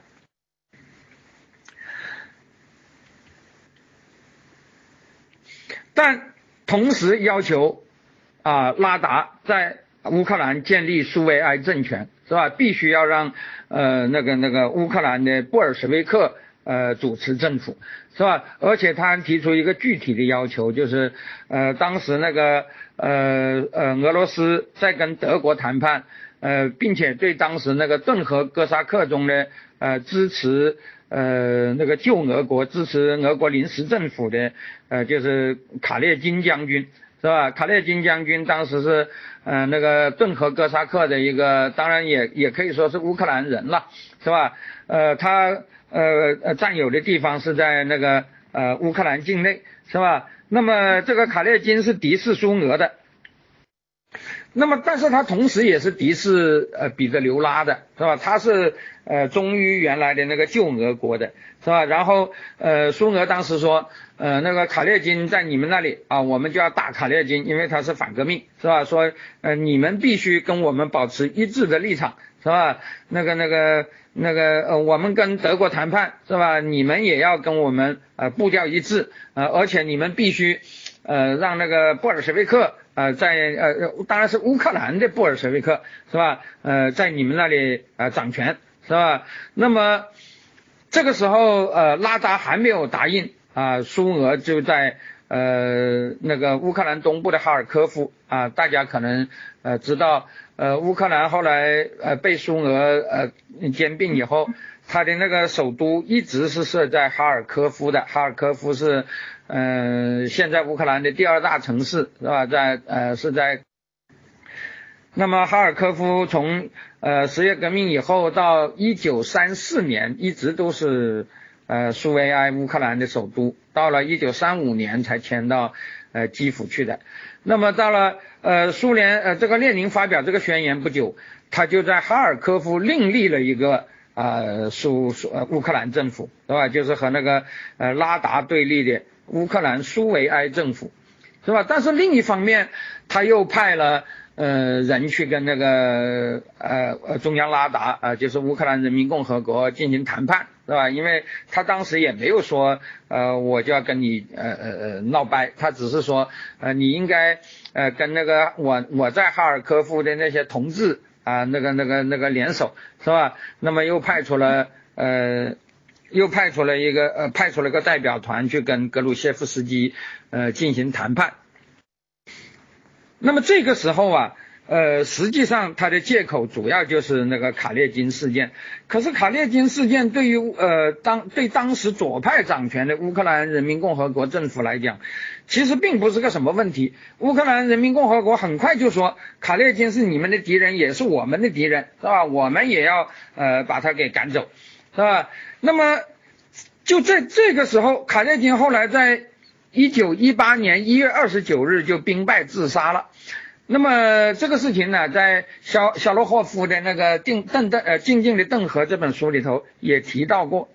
但同时要求啊拉达在乌克兰建立苏维埃政权，是吧？必须要让呃那个那个乌克兰的布尔什维克呃主持政府，是吧？而且他还提出一个具体的要求，就是呃当时那个呃呃俄罗斯在跟德国谈判，呃并且对当时那个顿河哥萨克中的呃支持。呃，那个救俄国、支持俄国临时政府的，呃，就是卡列金将军，是吧？卡列金将军当时是，呃，那个顿河哥萨克的一个，当然也也可以说是乌克兰人了，是吧？呃，他呃呃占有的地方是在那个呃乌克兰境内，是吧？那么这个卡列金是敌视苏俄的。那么，但是他同时也是敌视呃彼得留拉的，是吧？他是呃忠于原来的那个旧俄国的，是吧？然后呃苏俄当时说，呃那个卡列金在你们那里啊，我们就要打卡列金，因为他是反革命，是吧？说呃你们必须跟我们保持一致的立场，是吧？那个那个那个呃我们跟德国谈判，是吧？你们也要跟我们呃步调一致，呃而且你们必须呃让那个布尔什维克。呃，在呃，当然是乌克兰的布尔什维克，是吧？呃，在你们那里呃掌权，是吧？那么这个时候，呃，拉达还没有答应啊，苏俄就在呃那个乌克兰东部的哈尔科夫啊，大家可能呃知道，呃，乌克兰后来呃被苏俄呃兼并以后，它的那个首都一直是设在哈尔科夫的，哈尔科夫是。呃，现在乌克兰的第二大城市，是吧？在呃是在，那么哈尔科夫从呃十月革命以后到一九三四年一直都是呃苏维埃乌克兰的首都，到了一九三五年才迁到呃基辅去的。那么到了呃苏联呃这个列宁发表这个宣言不久，他就在哈尔科夫另立了一个。呃，苏苏呃乌克兰政府，是吧？就是和那个呃拉达对立的乌克兰苏维埃政府，是吧？但是另一方面，他又派了呃人去跟那个呃呃中央拉达啊、呃，就是乌克兰人民共和国进行谈判，是吧？因为他当时也没有说呃我就要跟你呃呃呃闹掰，他只是说呃你应该呃跟那个我我在哈尔科夫的那些同志。啊，那个、那个、那个联手是吧？那么又派出了呃，又派出了一个呃，派出了个代表团去跟格鲁谢夫斯基呃进行谈判。那么这个时候啊，呃，实际上他的借口主要就是那个卡列金事件。可是卡列金事件对于呃当对当时左派掌权的乌克兰人民共和国政府来讲，其实并不是个什么问题。乌克兰人民共和国很快就说，卡列金是你们的敌人，也是我们的敌人，是吧？我们也要呃把他给赶走，是吧？那么就在这个时候，卡列金后来在一九一八年一月二十九日就兵败自杀了。那么这个事情呢，在肖肖洛霍夫的那个定邓邓呃静静的邓河这本书里头也提到过。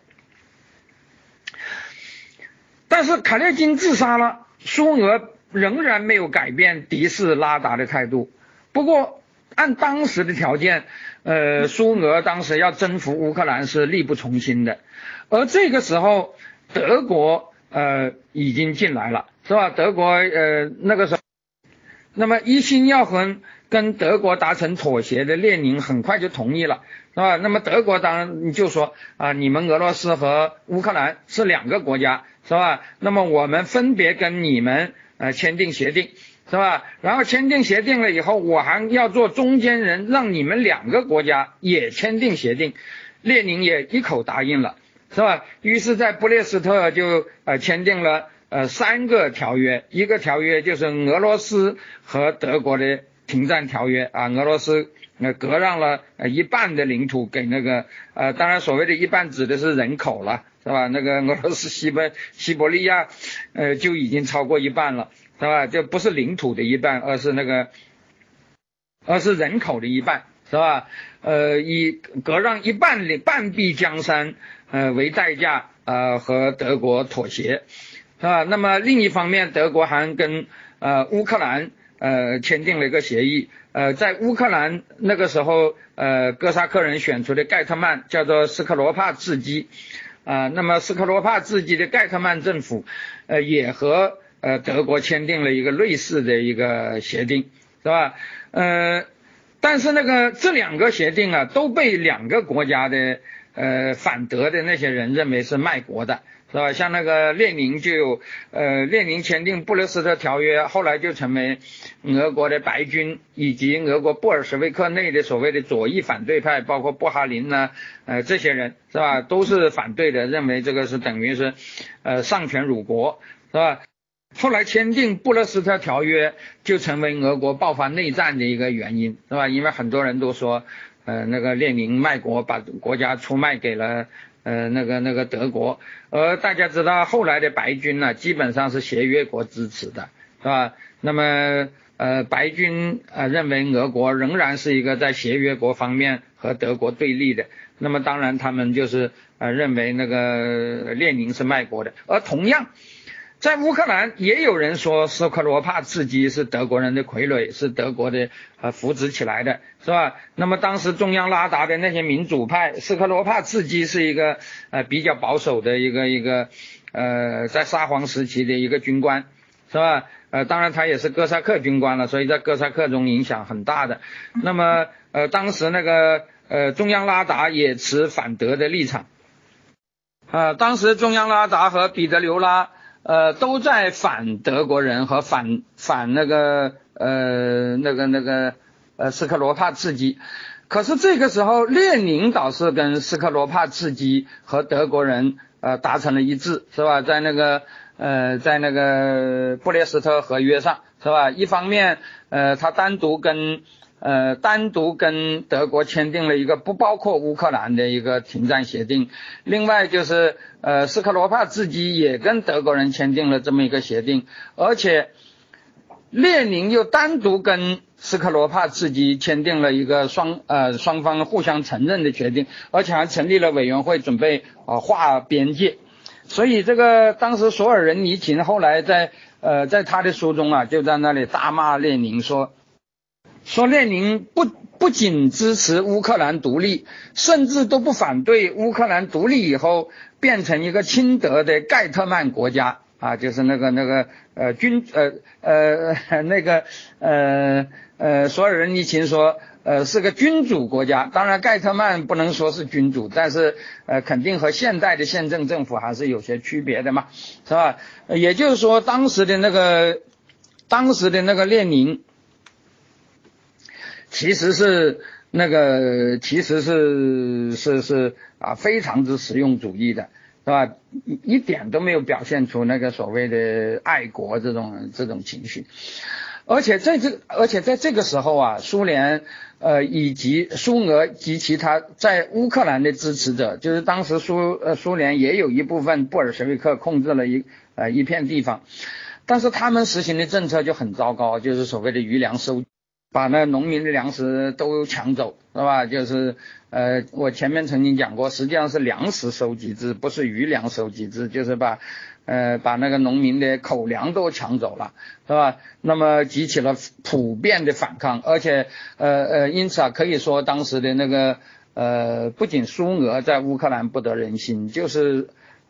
但是卡列金自杀了，苏俄仍然没有改变敌视拉达的态度。不过按当时的条件，呃，苏俄当时要征服乌克兰是力不从心的。而这个时候，德国呃已经进来了， 是吧？德国呃那个时候，那么一心要和跟德国达成妥协的列宁很快就同意了，是吧？那么德国当然就说啊，你们俄罗斯和乌克兰是两个国家，是吧？那么我们分别跟你们呃签订协定，是吧？然后签订协定了以后，我还要做中间人，让你们两个国家也签订协定。列宁也一口答应了，是吧？于是，在布列斯特就呃签订了呃三个条约，一个条约就是俄罗斯和德国的停战条约啊，俄罗斯呃割让了呃一半的领土给那个呃，当然所谓的一半指的是人口了，是吧？那个俄罗斯西伯西伯利亚呃就已经超过一半了，是吧？就不是领土的一半，而是那个而是人口的一半。是吧？呃，以割让一半的半壁江山，呃为代价，呃和德国妥协，是吧？那么另一方面，德国还跟呃乌克兰呃签订了一个协议，呃，在乌克兰那个时候，呃哥萨克人选出的盖特曼叫做斯克罗帕茨基，啊、呃，那么斯克罗帕茨基的盖特曼政府，呃也和呃德国签订了一个类似的一个协定，是吧？呃。但是那个这两个协定啊，都被两个国家的呃反德的那些人认为是卖国的，是吧？像那个列宁就有呃列宁签订布列斯特条约，后来就成为俄国的白军以及俄国布尔什维克内的所谓的左翼反对派，包括布哈林呐、呃这些人，是吧？都是反对的，认为这个是等于是呃丧权辱国，是吧？后来签订布勒斯特条约就成为俄国爆发内战的一个原因，是吧？因为很多人都说呃那个列宁卖国，把国家出卖给了呃那个那个德国，而大家知道后来的白军呢、啊、基本上是协约国支持的，是吧？那么呃白军呃认为俄国仍然是一个在协约国方面和德国对立的，那么当然他们就是呃认为那个列宁是卖国的，而同样在乌克兰也有人说斯克罗帕茨基是德国人的傀儡，是德国的呃扶植起来的，是吧？那么当时中央拉达的那些民主派，斯克罗帕茨基是一个呃比较保守的一个一个呃在沙皇时期的一个军官，是吧？呃当然他也是哥萨克军官了，所以在哥萨克中影响很大的。那么呃当时那个呃中央拉达也持反德的立场，啊、呃、当时中央拉达和彼得留拉呃，都在反德国人和反反那个呃那个那个呃斯克罗帕茨基，可是这个时候列宁倒是跟斯克罗帕茨基和德国人呃达成了一致，是吧？在那个呃在那个布列斯特合约上，是吧？一方面呃他单独跟呃，单独跟德国签订了一个不包括乌克兰的一个停战协定，另外就是呃，斯克罗帕茨基也跟德国人签订了这么一个协定，而且列宁又单独跟斯克罗帕茨基签订了一个双呃双方互相承认的决定，而且还成立了委员会准备呃划边界，所以这个当时索尔仁尼琴后来在呃在他的书中啊就在那里大骂列宁说。说列宁不不仅支持乌克兰独立，甚至都不反对乌克兰独立以后变成一个亲德的盖特曼国家啊，就是那个那个呃君呃呃那个呃呃索尔仁尼琴说呃是个君主国家，当然盖特曼不能说是君主，但是呃肯定和现代的宪政政府还是有些区别的嘛，是吧？也就是说当时的那个当时的那个列宁。其实是那个，其实是是是啊，非常之实用主义的，是吧？一一点都没有表现出那个所谓的爱国这种这种情绪，而且在这而且在这个时候啊，苏联呃以及苏俄及其他在乌克兰的支持者，就是当时苏呃苏联也有一部分布尔什维克控制了一呃一片地方，但是他们实行的政策就很糟糕，就是所谓的余粮收。把那农民的粮食都抢走，是吧？就是呃，我前面曾经讲过，实际上是粮食收集制，不是余粮收集制，就是把呃把那个农民的口粮都抢走了，是吧？那么激起了普遍的反抗，而且呃呃，因此啊，可以说当时的那个呃，不仅苏俄在乌克兰不得人心，就是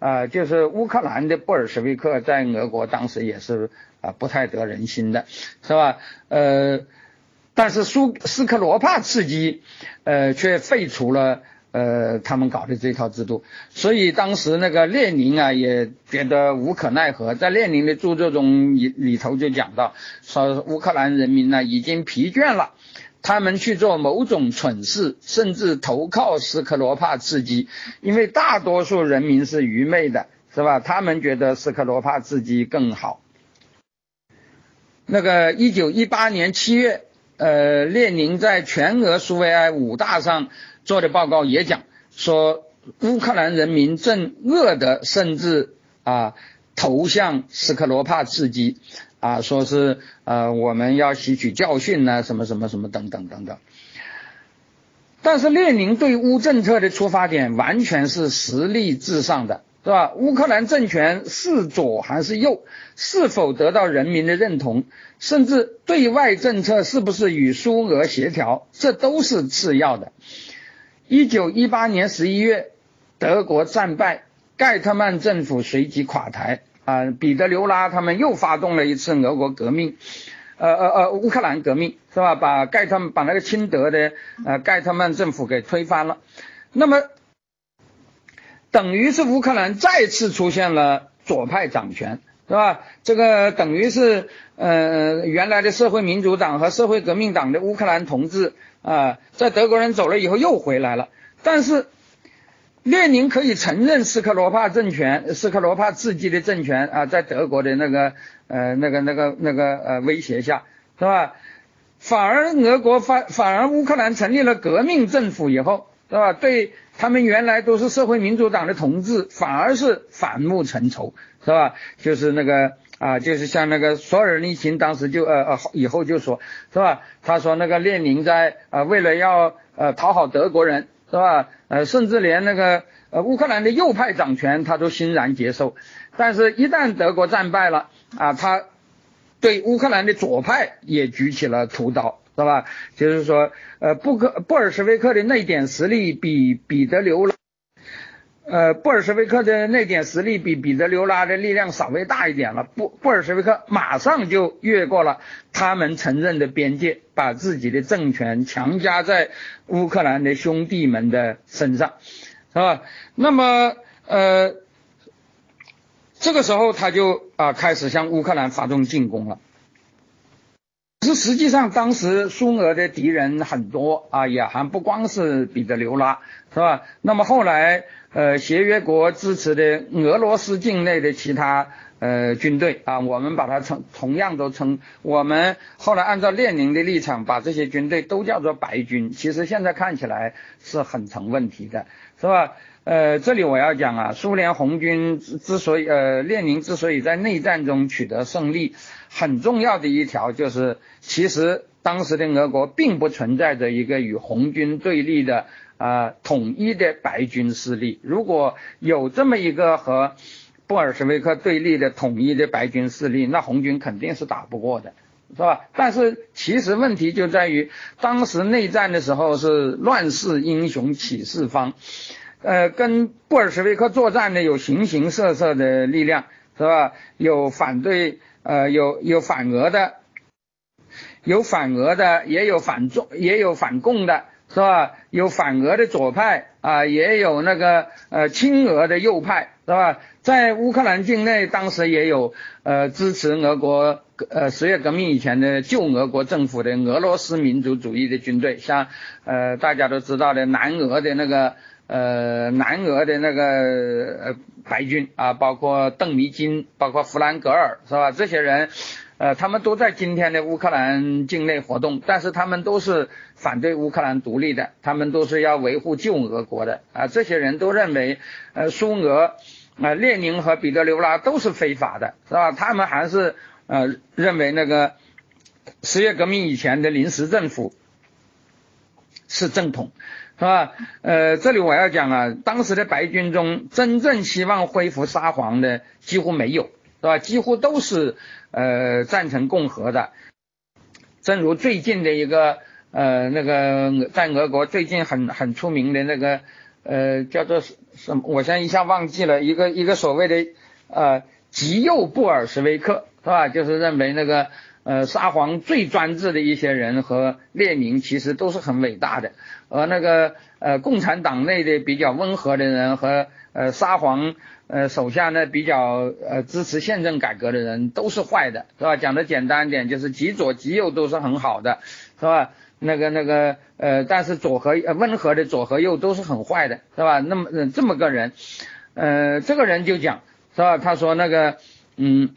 啊，就是乌克兰的布尔什维克在俄国当时也是啊不太得人心的，是吧？呃，但是苏斯克罗帕茨基呃却废除了呃他们搞的这套制度，所以当时那个列宁啊也觉得无可奈何，在列宁的著作中里里头就讲到，说乌克兰人民呢已经疲倦了。他们去做某种蠢事，甚至投靠斯克罗帕茨基，因为大多数人民是愚昧的，是吧？他们觉得斯克罗帕茨基更好。那个一九一八年七月，呃，列宁在全俄苏维埃五大上做的报告也讲说，乌克兰人民正饿得甚至啊投向斯克罗帕茨基。啊，说是呃我们要吸取教训呢、啊，什么什么什么等等等等。但是列宁对乌政策的出发点完全是实力至上的，是吧？乌克兰政权是左还是右，是否得到人民的认同，甚至对外政策是不是与苏俄协调，这都是次要的。一九一八年十一月，德国战败，盖特曼政府随即垮台。啊，彼得留拉他们又发动了一次俄国革命，呃呃呃，乌克兰革命，是吧？把盖特把那个亲德的呃盖特曼政府给推翻了。那么，等于是乌克兰再次出现了左派掌权，是吧？这个等于是呃原来的社会民主党和社会革命党的乌克兰同志啊、呃，在德国人走了以后又回来了，但是。列宁可以承认斯克罗帕政权，斯克罗帕茨基的政权啊，在德国的那个呃那个那个那个呃威胁下，是吧？反而俄国反反而乌克兰成立了革命政府以后，是吧？对他们原来都是社会民主党的同志，反而是反目成仇，是吧？就是那个啊，就是像那个索尔尼琴当时就呃呃以后就说，是吧？他说那个列宁在呃为了要呃讨好德国人。是吧？呃，甚至连那个呃乌克兰的右派掌权，他都欣然接受。但是，一旦德国战败了啊，他对乌克兰的左派也举起了屠刀，是吧？就是说，呃，布克布尔什维克的那点实力比彼得留拉，呃，布尔什维克的那点实力比彼得留拉的力量稍微大一点了。布布尔什维克马上就越过了他们承认的边界，把自己的政权强加在乌克兰的兄弟们的身上，是吧？那么，呃，这个时候他就啊开始向乌克兰发动进攻了。是实际上当时苏俄的敌人很多啊，也还不光是彼得留拉，是吧？那么后来呃协约国支持的俄罗斯境内的其他呃军队啊，我们把它称同样都称，我们后来按照列宁的立场把这些军队都叫做白军，其实现在看起来是很成问题的，是吧？呃，这里我要讲啊，苏联红军之所以呃列宁之所以在内战中取得胜利，很重要的一条就是，其实当时的俄国并不存在着一个与红军对立的啊、呃、统一的白军势力。如果有这么一个和布尔什维克对立的统一的白军势力，那红军肯定是打不过的，是吧？但是其实问题就在于，当时内战的时候是乱世英雄起四方。呃，跟布尔什维克作战的有形形色色的力量，是吧？有反对，呃，有有反俄的，有反俄的，也有反中，也有反共的，是吧？有反俄的左派啊，也有那个呃亲俄的右派，是吧？在乌克兰境内，当时也有呃支持俄国呃十月革命以前的旧俄国政府的俄罗斯民族主义的军队，像呃大家都知道的南俄的那个。呃，南俄的那个呃白军啊，包括邓弥金，包括弗兰格尔，是吧？这些人，呃，他们都在今天的乌克兰境内活动，但是他们都是反对乌克兰独立的，他们都是要维护旧俄国的啊。这些人都认为，呃，苏俄啊、呃，列宁和彼得留拉都是非法的，是吧？他们还是呃认为那个十月革命以前的临时政府是正统。是吧？呃，这里我要讲啊，当时的白军中真正希望恢复沙皇的几乎没有，是吧？几乎都是呃赞成共和的。正如最近的一个呃那个在俄国最近很很出名的那个呃叫做什么，我现在一下忘记了，一个一个所谓的呃极右布尔什维克是吧？就是认为那个呃沙皇最专制的一些人和列宁其实都是很伟大的，而那个呃共产党内的比较温和的人和呃沙皇呃手下呢比较呃支持宪政改革的人都是坏的，是吧？讲的简单一点，就是极左极右都是很好的，是吧？那个那个呃，但是左和呃温和的左和右都是很坏的，是吧？那么、呃、这么个人，呃，这个人就讲，是吧？他说那个嗯。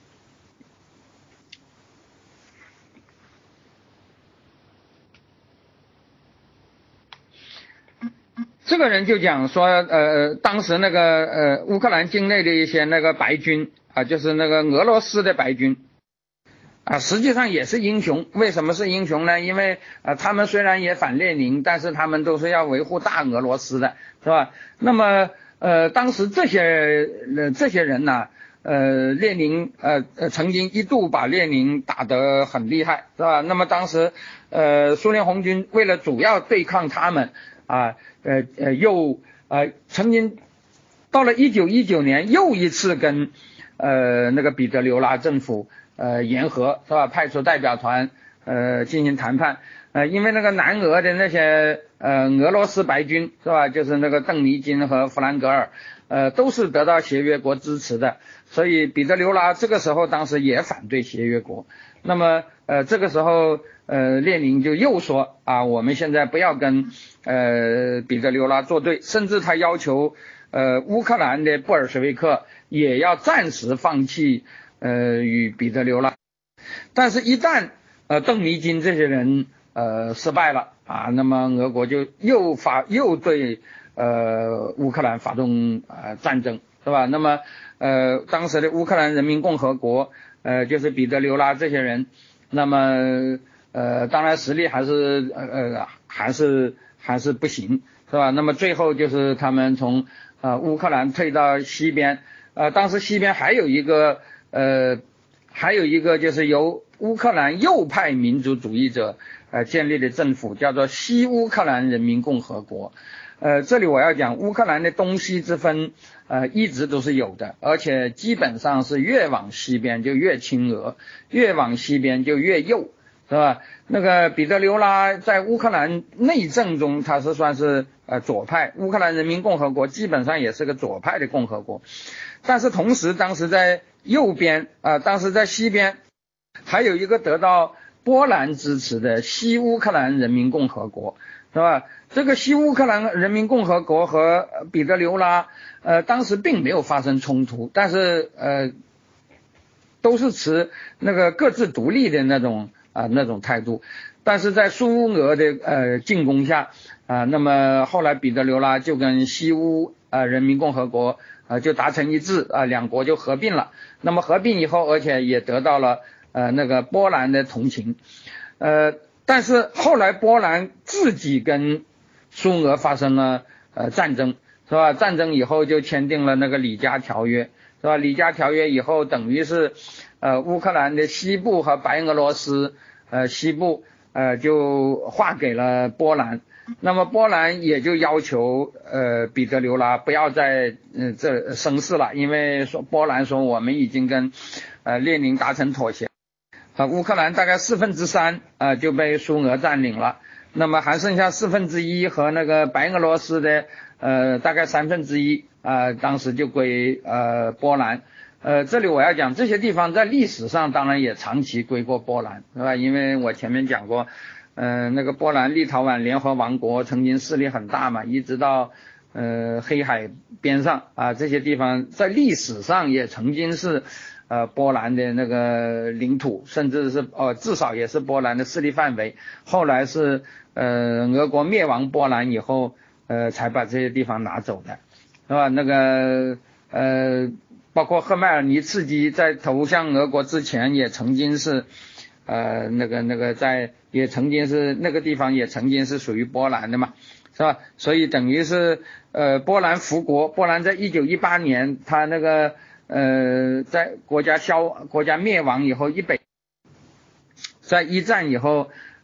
这个人就讲说，呃，当时那个呃乌克兰境内的一些那个白军啊，就是那个俄罗斯的白军啊，实际上也是英雄。为什么是英雄呢？因为呃他们虽然也反列宁，但是他们都是要维护大俄罗斯的，是吧？那么呃当时这些呃这些人呢，呃列宁呃呃曾经一度把列宁打得很厉害，是吧？那么当时呃苏联红军为了主要对抗他们啊。呃呃，又呃曾经到了一九一九年，又一次跟呃那个彼得留拉政府呃言和，是吧？派出代表团呃进行谈判，呃因为那个南俄的那些呃俄罗斯白军，是吧？就是那个邓尼金和弗兰格尔，呃都是得到协约国支持的，所以彼得留拉这个时候当时也反对协约国。那么呃这个时候呃列宁就又说啊，我们现在不要跟呃彼得留拉作对，甚至他要求呃乌克兰的布尔什维克也要暂时放弃呃与彼得留拉。但是一旦呃邓尼金这些人呃失败了啊，那么俄国就又发又对呃乌克兰发动呃战争，是吧？那么呃当时的乌克兰人民共和国呃就是彼得留拉这些人，那么呃当然实力还是呃呃还是还是不行，是吧？那么最后就是他们从呃乌克兰退到西边，呃当时西边还有一个呃还有一个就是由乌克兰右派民族主义者呃建立的政府，叫做西乌克兰人民共和国。呃这里我要讲乌克兰的东西之分呃一直都是有的，而且基本上是越往西边就越亲俄，越往西边就越右，是吧？那个彼得留拉在乌克兰内政中他是算是呃左派，乌克兰人民共和国基本上也是个左派的共和国，但是同时当时在右边啊、呃，当时在西边还有一个得到波兰支持的西乌克兰人民共和国，是吧？这个西乌克兰人民共和国和彼得留拉呃当时并没有发生冲突，但是呃都是持那个各自独立的那种啊、呃、那种态度，但是在苏俄的呃进攻下啊、呃，那么后来彼得留拉就跟西乌啊、呃、人民共和国啊、呃、就达成一致啊、呃，两国就合并了。那么合并以后，而且也得到了呃那个波兰的同情，呃，但是后来波兰自己跟苏俄发生了呃战争，是吧？战争以后就签订了那个里加条约，是吧？里加条约以后等于是呃乌克兰的西部和白俄罗斯呃西部呃就划给了波兰，那么波兰也就要求呃彼得留拉不要再呃这生事了，因为说波兰说我们已经跟呃列宁达成妥协，啊乌克兰大概四分之三啊、呃、就被苏俄占领了，那么还剩下四分之一和那个白俄罗斯的呃大概三分之一啊，当时就归呃波兰。呃，这里我要讲这些地方在历史上当然也长期归过波兰，是吧？因为我前面讲过，呃，那个波兰立陶宛联合王国曾经势力很大嘛，一直到呃黑海边上啊，这些地方在历史上也曾经是呃波兰的那个领土，甚至是哦至少也是波兰的势力范围。后来是呃俄国灭亡波兰以后，呃才把这些地方拿走的，是吧？那个呃。包括赫麦尔尼茨基在投向俄国之前也曾经是呃那个那个在也曾经是那个地方也曾经是属于波兰的嘛，是吧？所以等于是呃波兰复国，波兰在一九一八年他那个呃在国家消国家灭亡以后，一北在一战以后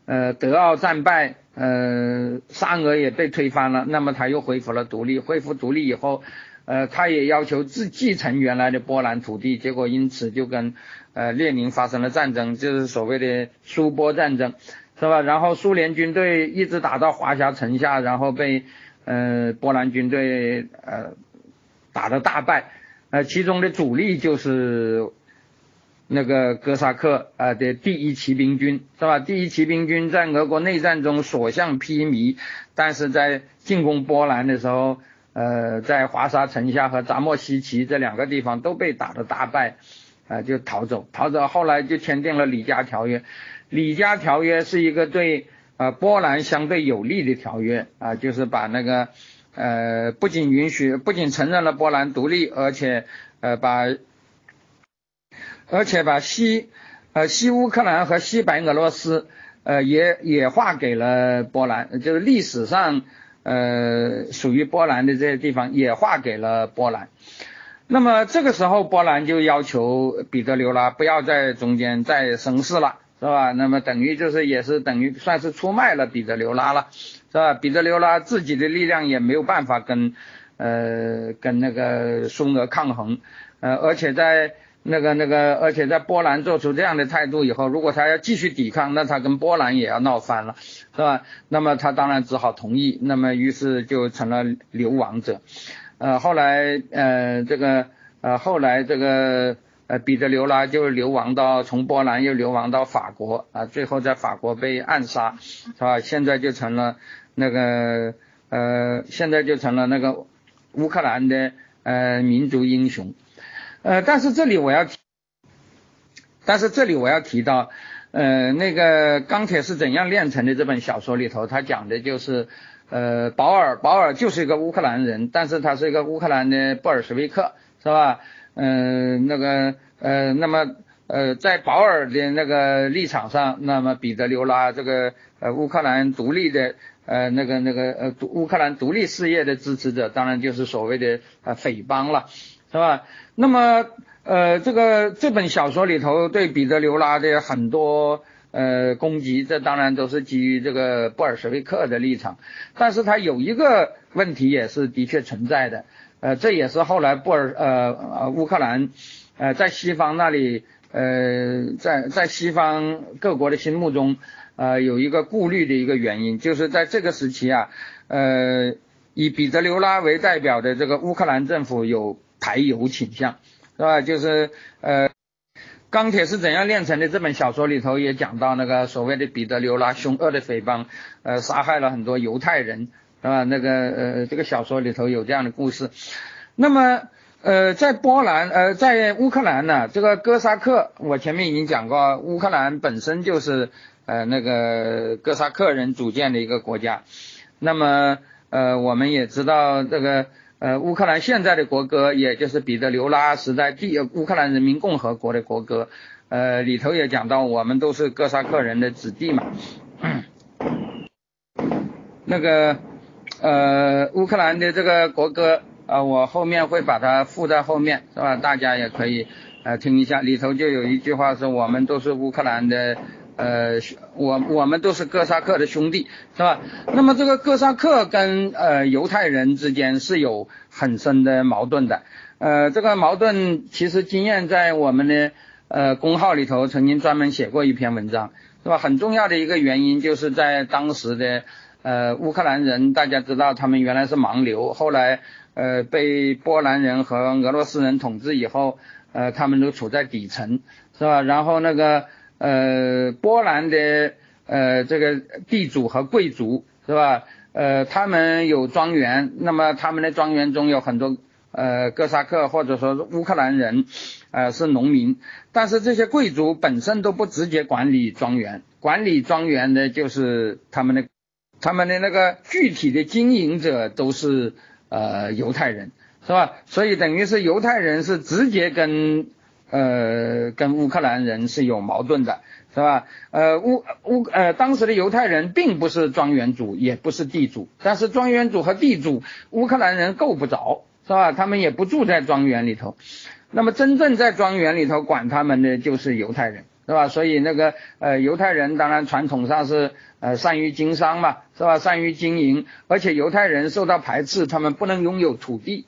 呃德奥战败，呃沙俄也被推翻了，那么他又恢复了独立，恢复独立以后，呃他也要求自继承原来的波兰土地，结果因此就跟呃列宁发生了战争，就是所谓的苏波战争，是吧？然后苏联军队一直打到华沙城下，然后被呃波兰军队呃打得大败，呃其中的主力就是那个哥萨克啊、呃、的第一骑兵军，是吧？第一骑兵军在俄国内战中所向披靡，但是在进攻波兰的时候，呃，在华沙城下和扎莫西奇这两个地方都被打得大败，啊、呃，就逃走，逃走，后来就签订了里加条约。里加条约是一个对呃波兰相对有利的条约啊、呃，就是把那个呃不仅允许，不仅承认了波兰独立，而且呃把。而且把西呃西乌克兰和西白俄罗斯呃也也划给了波兰，就是历史上呃属于波兰的这些地方也划给了波兰。那么这个时候波兰就要求彼得留拉不要在中间再生事了，是吧？那么等于就是也是等于算是出卖了彼得留拉了，是吧？彼得留拉自己的力量也没有办法跟呃跟那个苏俄抗衡，呃而且在那个那个，而且在波兰做出这样的态度以后，如果他要继续抵抗，那他跟波兰也要闹翻了，是吧？那么他当然只好同意，那么于是就成了流亡者。呃，后来呃这个呃后来这个呃彼得留拉就流亡到从波兰又流亡到法国啊、呃，最后在法国被暗杀，是吧？现在就成了那个呃现在就成了那个乌克兰的呃民族英雄。呃，但是这里我要提，但是这里我要提到，呃，那个《钢铁是怎样炼成的》这本小说里头，他讲的就是，呃，保尔，保尔就是一个乌克兰人，但是他是一个乌克兰的布尔什维克，是吧？嗯、呃，那个，呃，那么，呃，在保尔的那个立场上，那么彼得留拉这个呃乌克兰独立的呃那个那个呃乌克兰独立事业的支持者，当然就是所谓的呃匪帮了。是吧？那么呃，这个这本小说里头对彼得留拉的很多呃攻击，这当然都是基于这个布尔什维克的立场，但是他有一个问题也是的确存在的，呃，这也是后来布尔呃呃乌克兰呃在西方那里呃在在西方各国的心目中呃有一个顾虑的一个原因，就是在这个时期啊，呃以彼得留拉为代表的这个乌克兰政府有排犹倾向，是吧？就是呃，钢铁是怎样炼成的这本小说里头也讲到那个所谓的彼得留拉凶恶的匪帮，呃，杀害了很多犹太人，是吧？那个呃，这个小说里头有这样的故事。那么呃，在波兰呃，在乌克兰呢，这个哥萨克，我前面已经讲过，乌克兰本身就是呃那个哥萨克人组建的一个国家。那么呃，我们也知道这个。呃，乌克兰现在的国歌，也就是彼得留拉时代第乌克兰人民共和国的国歌，呃，里头也讲到我们都是哥萨克人的子弟嘛。那个呃，乌克兰的这个国歌啊、呃，我后面会把它附在后面，是吧？大家也可以呃听一下，里头就有一句话是我们都是乌克兰的。呃，我我们都是哥萨克的兄弟，是吧？那么这个哥萨克跟呃犹太人之间是有很深的矛盾的，呃，这个矛盾其实经验在我们的呃公号里头曾经专门写过一篇文章，是吧？很重要的一个原因就是在当时的呃乌克兰人，大家知道他们原来是盲流，后来呃被波兰人和俄罗斯人统治以后，呃他们都处在底层，是吧？然后那个。呃，波兰的呃这个地主和贵族是吧？呃，他们有庄园，那么他们的庄园中有很多呃哥萨克或者说是乌克兰人，呃是农民，但是这些贵族本身都不直接管理庄园，管理庄园的就是他们的他们的那个具体的经营者都是呃犹太人，是吧？所以等于是犹太人是直接跟。呃，跟乌克兰人是有矛盾的，是吧？呃，乌乌呃，当时的犹太人并不是庄园主，也不是地主，但是庄园主和地主，乌克兰人够不着，是吧？他们也不住在庄园里头。那么真正在庄园里头管他们的就是犹太人， 是吧？所以那个呃犹太人当然传统上是呃善于经商嘛，是吧？善于经营，而且犹太人受到排斥，他们不能拥有土地，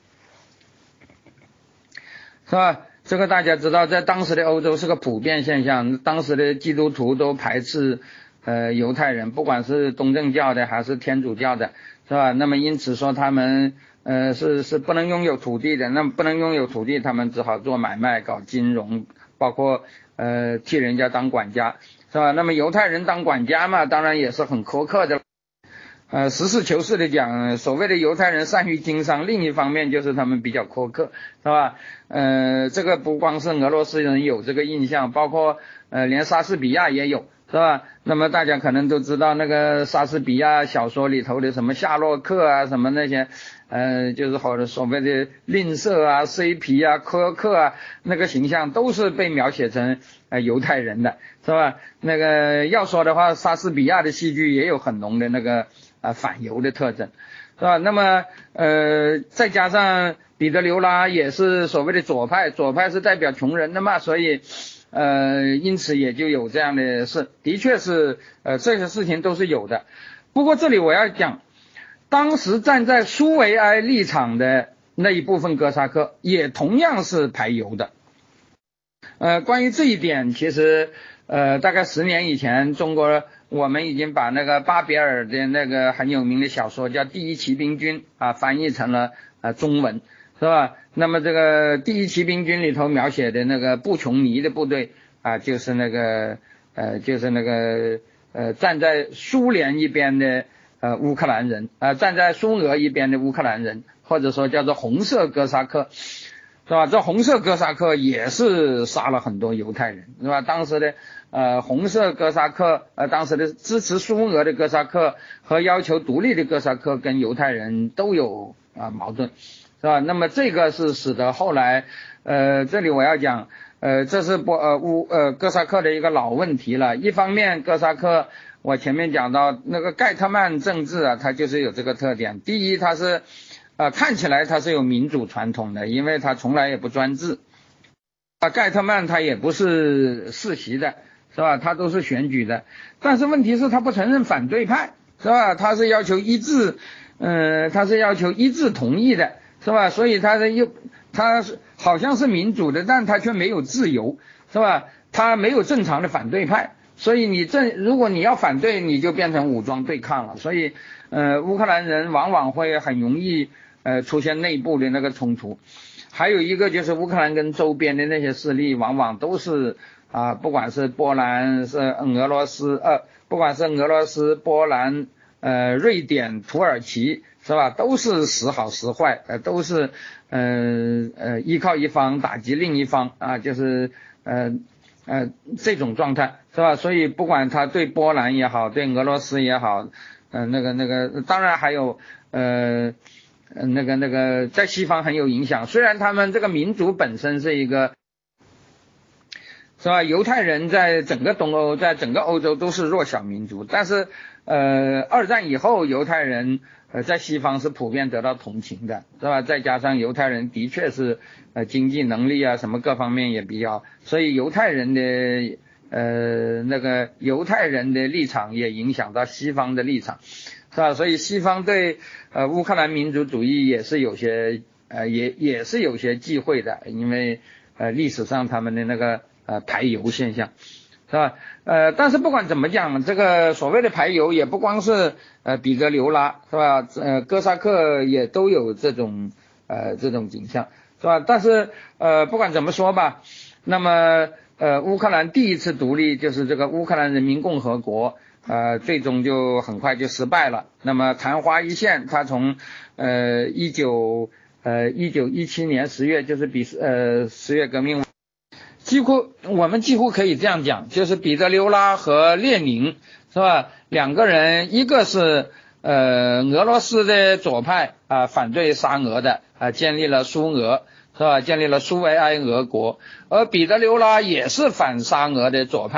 是吧？这个大家知道，在当时的欧洲是个普遍现象，当时的基督徒都排斥呃犹太人，不管是东正教的还是天主教的，是吧？那么因此说他们呃是是不能拥有土地的，那么不能拥有土地，他们只好做买卖、搞金融，包括呃替人家当管家，是吧？那么犹太人当管家嘛，当然也是很苛刻的。呃，实事求是的讲，所谓的犹太人善于经商，另一方面就是他们比较苛刻，是吧？呃，这个不光是俄罗斯人有这个印象，包括呃连莎士比亚也有，是吧？那么大家可能都知道那个莎士比亚小说里头的什么夏洛克啊，什么那些，呃，就是好的所谓的吝啬啊、C P 啊、苛刻啊，那个形象都是被描写成呃犹太人的，是吧？那个要说的话，莎士比亚的戏剧也有很浓的那个啊反犹的特征，是吧？那么呃再加上彼得刘拉也是所谓的左派，左派是代表穷人的嘛，所以呃因此也就有这样的事，的确是呃这些事情都是有的。不过这里我要讲，当时站在苏维埃立场的那一部分哥萨克也同样是排犹的。呃关于这一点，其实呃大概十年以前中国我们已经把那个巴别尔的那个很有名的小说叫《第一骑兵军》啊翻译成了呃中文，是吧？那么这个《第一骑兵军》里头描写的那个布琼尼的部队啊，就是那个呃就是那个呃站在苏联一边的呃乌克兰人啊、呃，站在苏俄一边的乌克兰人，或者说叫做红色哥萨克，是吧？这红色哥萨克也是杀了很多犹太人，是吧？当时的呃红色哥萨克呃当时的支持苏俄的哥萨克和要求独立的哥萨克跟犹太人都有啊、呃、矛盾，是吧？那么这个是使得后来呃这里我要讲呃这是波呃乌呃哥萨克的一个老问题了。一方面哥萨克我前面讲到那个盖特曼政治啊，它就是有这个特点。第一，它是呃看起来它是有民主传统的，因为它从来也不专制。啊盖特曼他也不是世袭的，是吧？他都是选举的，但是问题是他不承认反对派，是吧？他是要求一致，呃，他是要求一致同意的，是吧？所以他是又他是好像是民主的，但他却没有自由，是吧？他没有正常的反对派，所以你正如果你要反对，你就变成武装对抗了。所以，呃，乌克兰人往往会很容易呃出现内部的那个冲突。还有一个就是乌克兰跟周边的那些势力，往往都是啊，不管是波兰是俄罗斯呃，不管是俄罗斯、波兰、呃瑞典、土耳其，是吧？都是时好时坏，呃，都是呃呃依靠一方打击另一方啊，就是呃呃这种状态，是吧？所以不管他对波兰也好，对俄罗斯也好，嗯、呃、那个那个，当然还有呃。嗯，那个那个在西方很有影响，虽然他们这个民族本身是一个，是吧？犹太人在整个东欧，在整个欧洲都是弱小民族，但是呃，二战以后犹太人呃在西方是普遍得到同情的，是吧？再加上犹太人的确是呃经济能力啊什么各方面也比较，所以犹太人的呃那个犹太人的立场也影响到西方的立场。是吧？所以西方对呃乌克兰民族主义也是有些呃也也是有些忌讳的，因为呃历史上他们的那个呃排犹现象，是吧？呃但是不管怎么讲，这个所谓的排犹也不光是呃彼得刘拉，是吧？呃哥萨克也都有这种呃这种景象，是吧？但是呃不管怎么说吧，那么呃乌克兰第一次独立就是这个乌克兰人民共和国。呃，最终就很快就失败了。那么昙花一现，他从呃一九呃一九一七年十月，就是比呃十月革命，几乎我们几乎可以这样讲，就是彼得刘拉和列宁，是吧？两个人，一个是呃俄罗斯的左派啊、呃，反对沙俄的啊、呃，建立了苏俄，是吧？建立了苏维埃俄国，而彼得刘拉也是反沙俄的左派。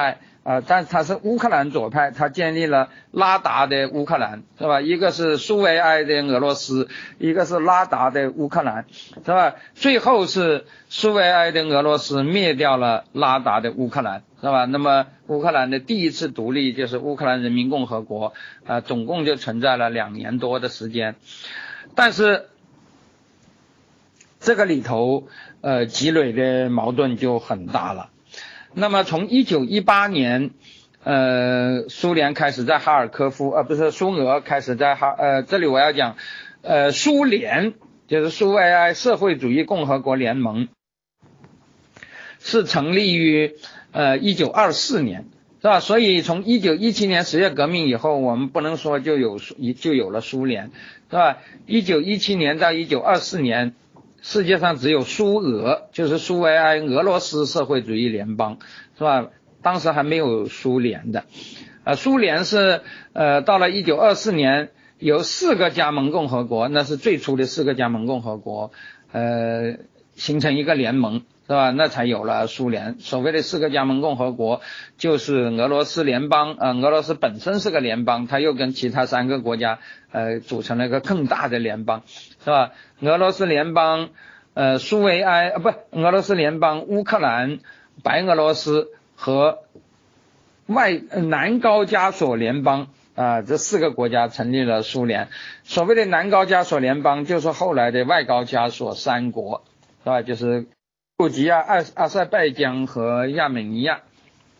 呃，但他是乌克兰左派，他建立了拉达的乌克兰，是吧？一个是苏维埃的俄罗斯，一个是拉达的乌克兰，是吧？最后是苏维埃的俄罗斯灭掉了拉达的乌克兰，是吧？那么乌克兰的第一次独立就是乌克兰人民共和国，呃，总共就存在了两年多的时间，但是这个里头呃积累的矛盾就很大了。那么从一九一八年呃苏联开始在哈尔科夫呃不是苏俄开始在哈呃这里我要讲呃苏联就是苏维埃社会主义共和国联盟是成立于呃一九二四年，是吧？所以从一九一七年十月革命以后，我们不能说就有就有了苏联，是吧？一九一七年到一九二四年世界上只有苏俄，就是苏维埃俄罗斯社会主义联邦，是吧？当时还没有苏联的。呃，苏联是呃到了一九二四年有四个加盟共和国，那是最初的四个加盟共和国，呃形成一个联盟，是吧？那才有了苏联。所谓的四个加盟共和国就是俄罗斯联邦，呃俄罗斯本身是个联邦，它又跟其他三个国家呃组成了一个更大的联邦，是吧？俄罗斯联邦，呃苏维埃呃不俄罗斯联邦、乌克兰、白俄罗斯和外南高加索联邦啊、呃，这四个国家成立了苏联。所谓的南高加索联邦就是后来的外高加索三国，是吧？就是土吉亚、阿阿塞拜疆和亚美尼亚。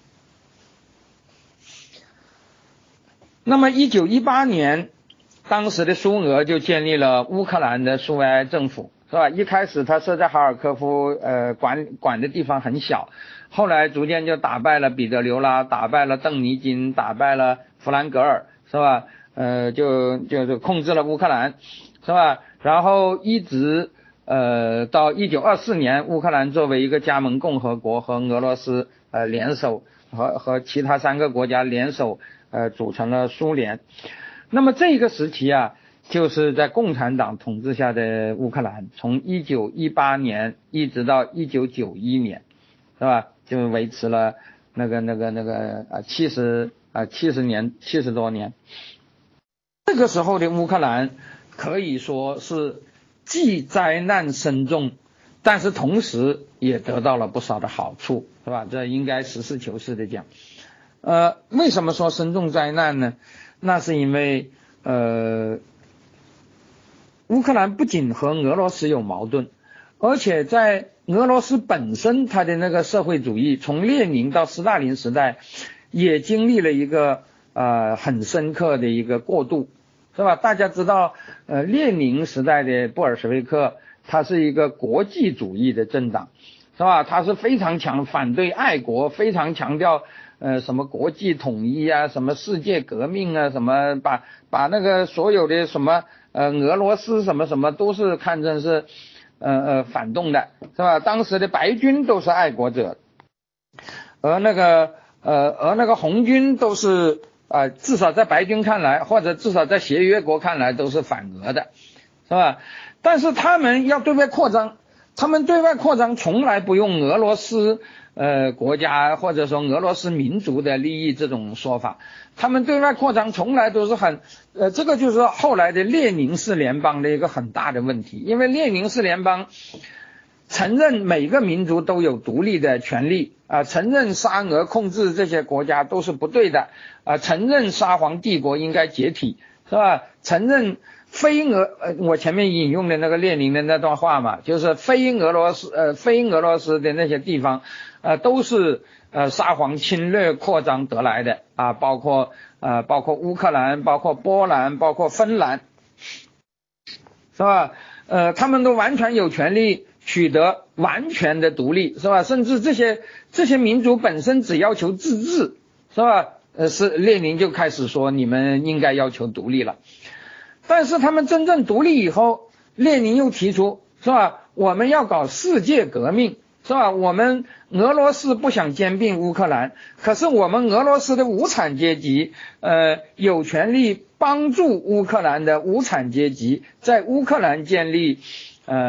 那么一九一八年当时的苏俄就建立了乌克兰的苏维埃政府，是吧？一开始他设在哈尔科夫，呃，管管的地方很小，后来逐渐就打败了彼得留拉，打败了邓尼金，打败了弗兰格尔，是吧？呃，就就是控制了乌克兰，是吧？然后一直呃到一九二四年，乌克兰作为一个加盟共和国和俄罗斯呃联手，和和其他三个国家联手，呃组成了苏联。那么这个时期啊，就是在共产党统治下的乌克兰，从一九一八年一直到一九九一年，是吧？就维持了那个那个那个啊七十啊七十年七十多年。这个时候的乌克兰可以说是既灾难深重，但是同时也得到了不少的好处，是吧？这应该实事求是的讲。呃，为什么说深重灾难呢？那是因为呃，乌克兰不仅和俄罗斯有矛盾，而且在俄罗斯本身它的那个社会主义，从列宁到斯大林时代，也经历了一个呃很深刻的一个过渡，是吧？大家知道，呃，列宁时代的布尔什维克，它是一个国际主义的政党，是吧？它是非常强反对爱国，非常强调呃，什么国际统一啊，什么世界革命啊，什么把把那个所有的什么呃俄罗斯什么什么都是看成是呃呃反动的，是吧？当时的白军都是爱国者，而那个呃而那个红军都是啊、呃，至少在白军看来，或者至少在协约国看来都是反俄的，是吧？但是他们要对外扩张，他们对外扩张从来不用俄罗斯呃，国家或者说俄罗斯民族的利益这种说法，他们对外扩张从来都是很，呃，这个就是后来的列宁式联邦的一个很大的问题，因为列宁式联邦承认每个民族都有独立的权利啊、呃，承认沙俄控制这些国家都是不对的啊、呃，承认沙皇帝国应该解体，是吧？承认非俄呃，我前面引用的那个列宁的那段话嘛，就是非俄罗斯呃非俄罗斯的那些地方。呃，都是呃沙皇侵略扩张得来的啊，包括呃包括乌克兰，包括波兰，包括芬兰，是吧？呃，他们都完全有权利取得完全的独立，是吧？甚至这些这些民族本身只要求自治，是吧？呃，是列宁就开始说你们应该要求独立了，但是他们真正独立以后，列宁又提出，是吧？我们要搞世界革命。是吧？我们俄罗斯不想兼并乌克兰，可是我们俄罗斯的无产阶级，呃，有权利帮助乌克兰的无产阶级在乌克兰建立，呃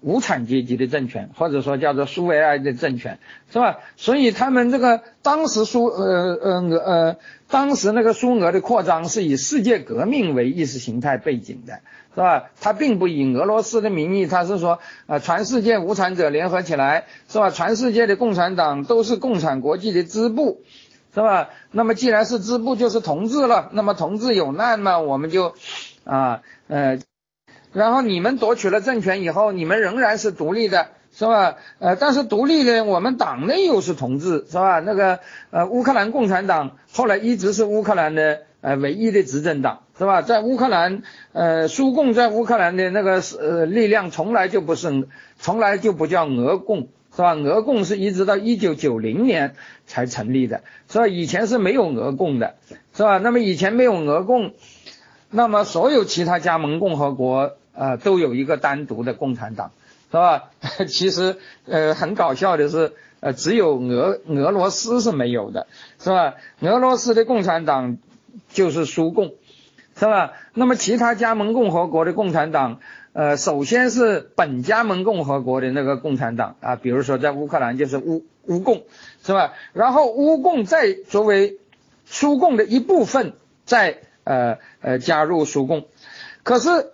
无产阶级的政权，或者说叫做苏维埃的政权，是吧？所以他们这个当时苏呃呃呃当时那个苏俄的扩张是以世界革命为意识形态背景的，是吧？他并不以俄罗斯的名义，他是说呃全世界无产者联合起来，是吧？全世界的共产党都是共产国际的支部，是吧？那么既然是支部，就是同志了，那么同志有难嘛，我们就啊呃。然后你们夺取了政权以后，你们仍然是独立的，是吧？呃，但是独立的我们党内又是同志，是吧？那个呃乌克兰共产党后来一直是乌克兰的呃唯一的执政党，是吧？在乌克兰呃苏共在乌克兰的那个呃力量从来就不是，从来就不叫俄共，是吧？俄共是一直到一九九零年才成立的，是吧？以前是没有俄共的，是吧？那么以前没有俄共，那么所有其他加盟共和国呃，都有一个单独的共产党，是吧？其实，呃，很搞笑的是，呃，只有俄俄罗斯是没有的，是吧？俄罗斯的共产党就是苏共，是吧？那么其他加盟共和国的共产党，呃，首先是本加盟共和国的那个共产党啊，比如说在乌克兰就是乌乌共，是吧？然后乌共再作为苏共的一部分，再呃呃加入苏共，可是。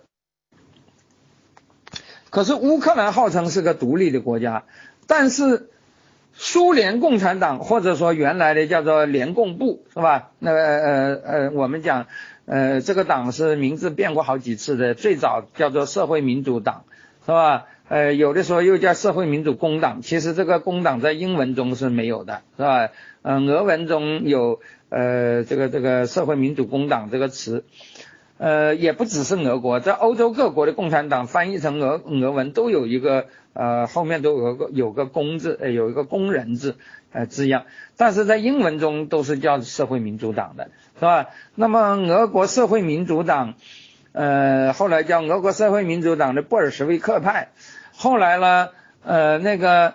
可是乌克兰号称是个独立的国家，但是苏联共产党或者说原来的叫做联共部，是吧？那个呃呃我们讲呃这个党是名字变过好几次的，最早叫做社会民主党，是吧？呃有的时候又叫社会民主工党，其实这个工党在英文中是没有的，是吧？嗯、呃、俄文中有呃这个这个社会民主工党这个词。呃，也不只是俄国，在欧洲各国的共产党翻译成俄俄文都有一个呃后面都有个有个工字，呃有一个工人字呃字样，但是在英文中都是叫社会民主党的，是吧？那么俄国社会民主党，呃后来叫俄国社会民主党的布尔什维克派，后来呢呃那个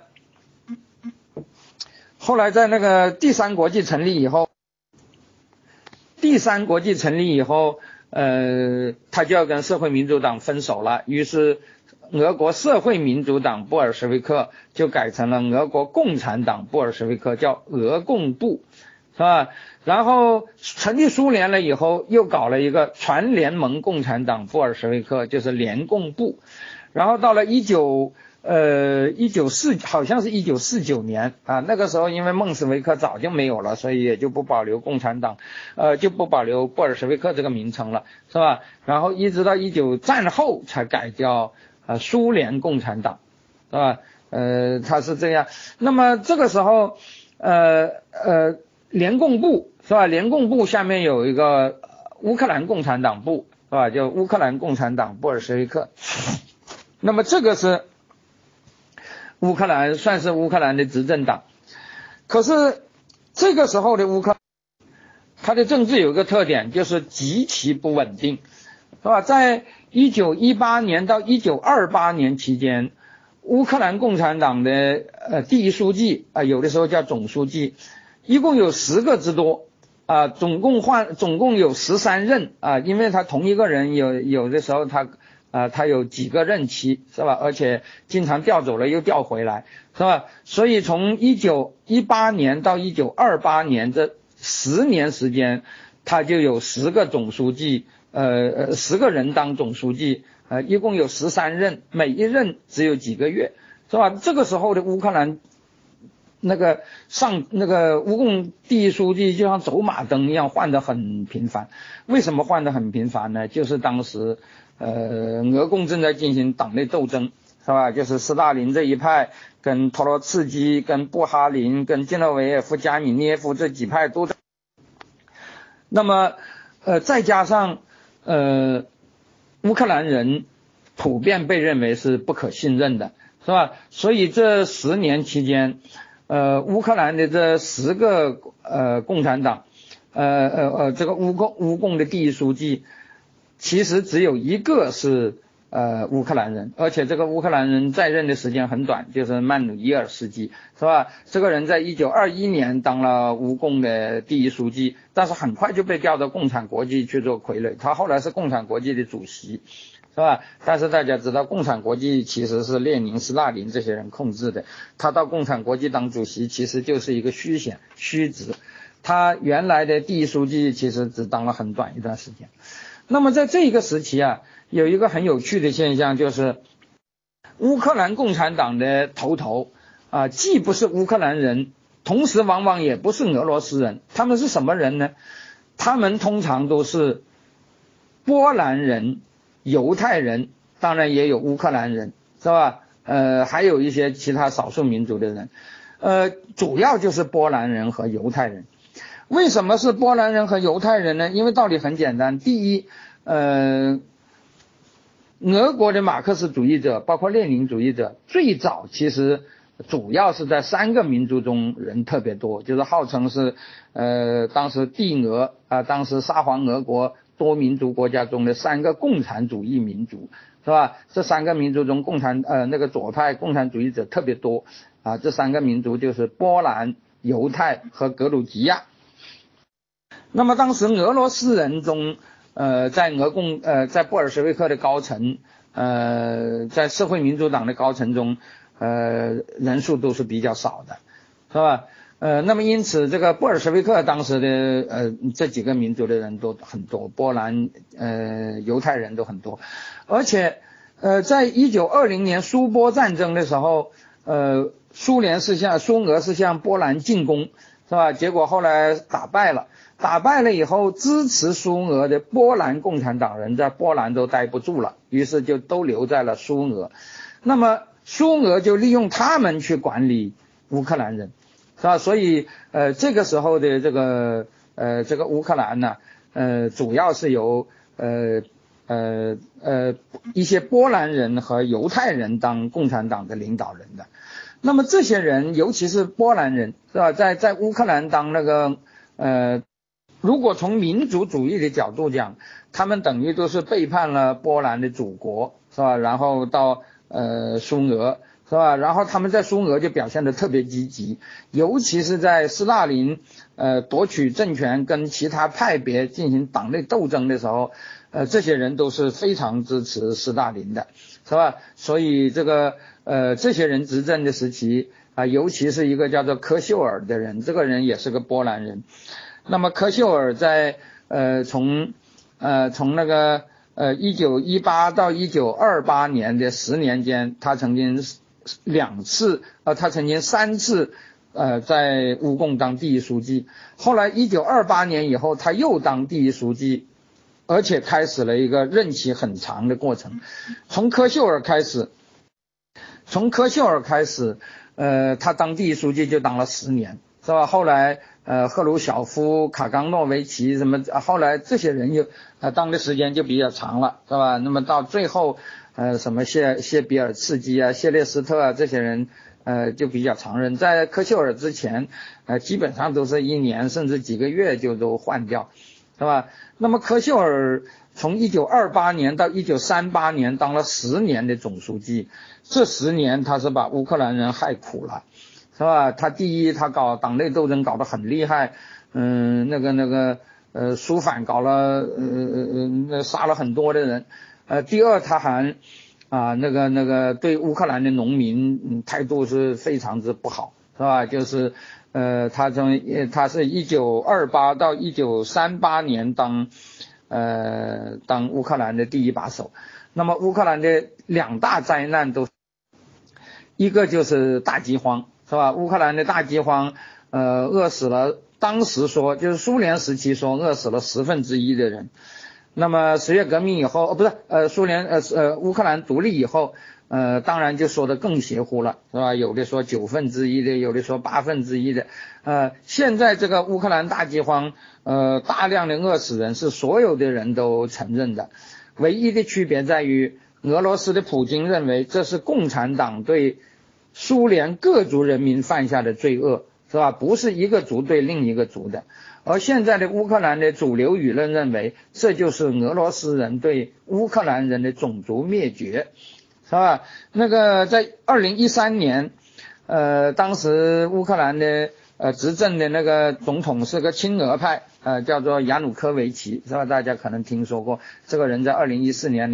后来在那个第三国际成立以后，第三国际成立以后。呃，他就要跟社会民主党分手了，于是俄国社会民主党布尔什维克就改成了俄国共产党布尔什维克，叫俄共部，是吧？然后成立苏联了以后，又搞了一个全联盟共产党布尔什维克，就是联共部。然后到了一九呃一九四好像是一九四九年啊，那个时候因为孟什维克早就没有了，所以也就不保留共产党，呃就不保留布尔什维克这个名称了，是吧？然后一直到一九战后才改叫呃苏联共产党，是吧？呃它是这样。那么这个时候呃呃联共部，是吧？联共部下面有一个乌克兰共产党部，是吧？叫乌克兰共产党布尔什维克。那么这个是乌克兰，算是乌克兰的执政党。可是这个时候的乌克兰，它的政治有一个特点，就是极其不稳定，是吧？在一九一八年到一九二八年期间，乌克兰共产党的呃第一书记啊、呃，有的时候叫总书记，一共有十个之多啊、呃，总共换总共有十三任啊、呃，因为他同一个人有有的时候他。啊、呃，他有几个任期，是吧？而且经常调走了又调回来，是吧？所以从一九一八年到一九二八年这十年时间，他就有十个总书记，呃呃，十个人当总书记，呃，一共有十三任，每一任只有几个月，是吧？这个时候的乌克兰，那个上那个乌共第一书记就像走马灯一样换得很频繁，为什么换得很频繁呢？就是当时。呃，俄共正在进行党内斗争，是吧？就是斯大林这一派跟托洛茨基、跟布哈林、跟季诺维耶夫、加米涅夫这几派都在。那么，呃，再加上呃，乌克兰人普遍被认为是不可信任的，是吧？所以这十年期间，呃，乌克兰的这十个呃共产党，呃呃呃，这个乌共乌共的第一书记。其实只有一个是呃乌克兰人，而且这个乌克兰人在任的时间很短，就是曼努伊尔斯基，是吧？这个人在一九二一年当了乌共的第一书记，但是很快就被调到共产国际去做傀儡，他后来是共产国际的主席， 是吧？但是大家知道，共产国际其实是列宁、斯大林这些人控制的，他到共产国际当主席其实就是一个虚衔、虚职。他原来的第一书记其实只当了很短一段时间。那么在这一个时期啊，有一个很有趣的现象，就是乌克兰共产党的头头啊，既不是乌克兰人，同时往往也不是俄罗斯人，他们是什么人呢？他们通常都是波兰人、犹太人，当然也有乌克兰人，是吧？呃，还有一些其他少数民族的人，呃，主要就是波兰人和犹太人。为什么是波兰人和犹太人呢？因为道理很简单，第一，呃，俄国的马克思主义者，包括列宁主义者，最早其实主要是在三个民族中人特别多，就是号称是呃当时帝俄啊、呃，当时沙皇俄国多民族国家中的三个共产主义民族，是吧？这三个民族中共产呃那个左派共产主义者特别多啊，这三个民族就是波兰、犹太和格鲁吉亚。那么当时俄罗斯人中，呃，在俄共呃在布尔什维克的高层，呃，在社会民主党的高层中，呃，人数都是比较少的，是吧？呃，那么因此这个布尔什维克当时的呃这几个民族的人都很多，波兰呃犹太人都很多，而且呃在一九二零年苏波战争的时候，呃苏联是向苏俄是向波兰进攻，是吧？结果后来打败了。打败了以后，支持苏俄的波兰共产党人在波兰都待不住了，于是就都留在了苏俄。那么苏俄就利用他们去管理乌克兰人，是吧？所以呃这个时候的这个呃这个乌克兰呢，呃主要是由呃呃呃一些波兰人和犹太人当共产党的领导人的。那么这些人，尤其是波兰人，是吧？在在乌克兰当那个呃。如果从民族主义的角度讲，他们等于都是背叛了波兰的祖国，是吧？然后到呃苏俄，是吧？然后他们在苏俄就表现得特别积极，尤其是在斯大林呃夺取政权跟其他派别进行党内斗争的时候，呃这些人都是非常支持斯大林的，是吧？所以这个呃这些人执政的时期啊、呃，尤其是一个叫做科秀尔的人，这个人也是个波兰人。那么科秀尔在呃从呃从那个呃一九一八到一九二八年的十年间，他曾经两次呃他曾经三次呃在乌共当第一书记，后来一九二八年以后他又当第一书记，而且开始了一个任期很长的过程。从科秀尔开始，从科秀尔开始，呃他当第一书记就当了十年，是吧？后来呃，赫鲁晓夫、卡冈诺维奇什么，后来这些人就呃当的时间就比较长了，是吧？那么到最后，呃，什么谢谢比尔茨基啊、谢列斯特啊这些人，呃，就比较长任。在科秀尔之前，呃，基本上都是一年甚至几个月就都换掉，是吧？那么科秀尔从一九二八年到一九三八年当了十年的总书记，这十年他是把乌克兰人害苦了。是吧？他第一，他搞党内斗争搞得很厉害，嗯，那个那个呃，肃反搞了，呃呃呃，杀了很多的人。呃，第二，他还啊那个那个对乌克兰的农民、嗯、态度是非常之不好，是吧？就是呃，他从他是一九二八到一九三八年当呃当乌克兰的第一把手。那么乌克兰的两大灾难都，一个就是大饥荒。是吧？乌克兰的大饥荒，呃，饿死了，当时说就是苏联时期说饿死了十分之一的人。那么十月革命以后，哦，不是，呃，苏联呃呃乌克兰独立以后，呃，当然就说的更邪乎了，是吧？有的说九分之一的，有的说八分之一的。呃，现在这个乌克兰大饥荒，呃，大量的饿死人是所有的人都承认的，唯一的区别在于俄罗斯的普京认为这是共产党对苏联各族人民犯下的罪恶，是吧？不是一个族对另一个族的。而现在的乌克兰的主流舆论认为，这就是俄罗斯人对乌克兰人的种族灭绝，是吧？那个在二零一三年，呃，当时乌克兰的呃执政的那个总统是个亲俄派，呃，叫做亚努科维奇，是吧？大家可能听说过，这个人在二零一四年的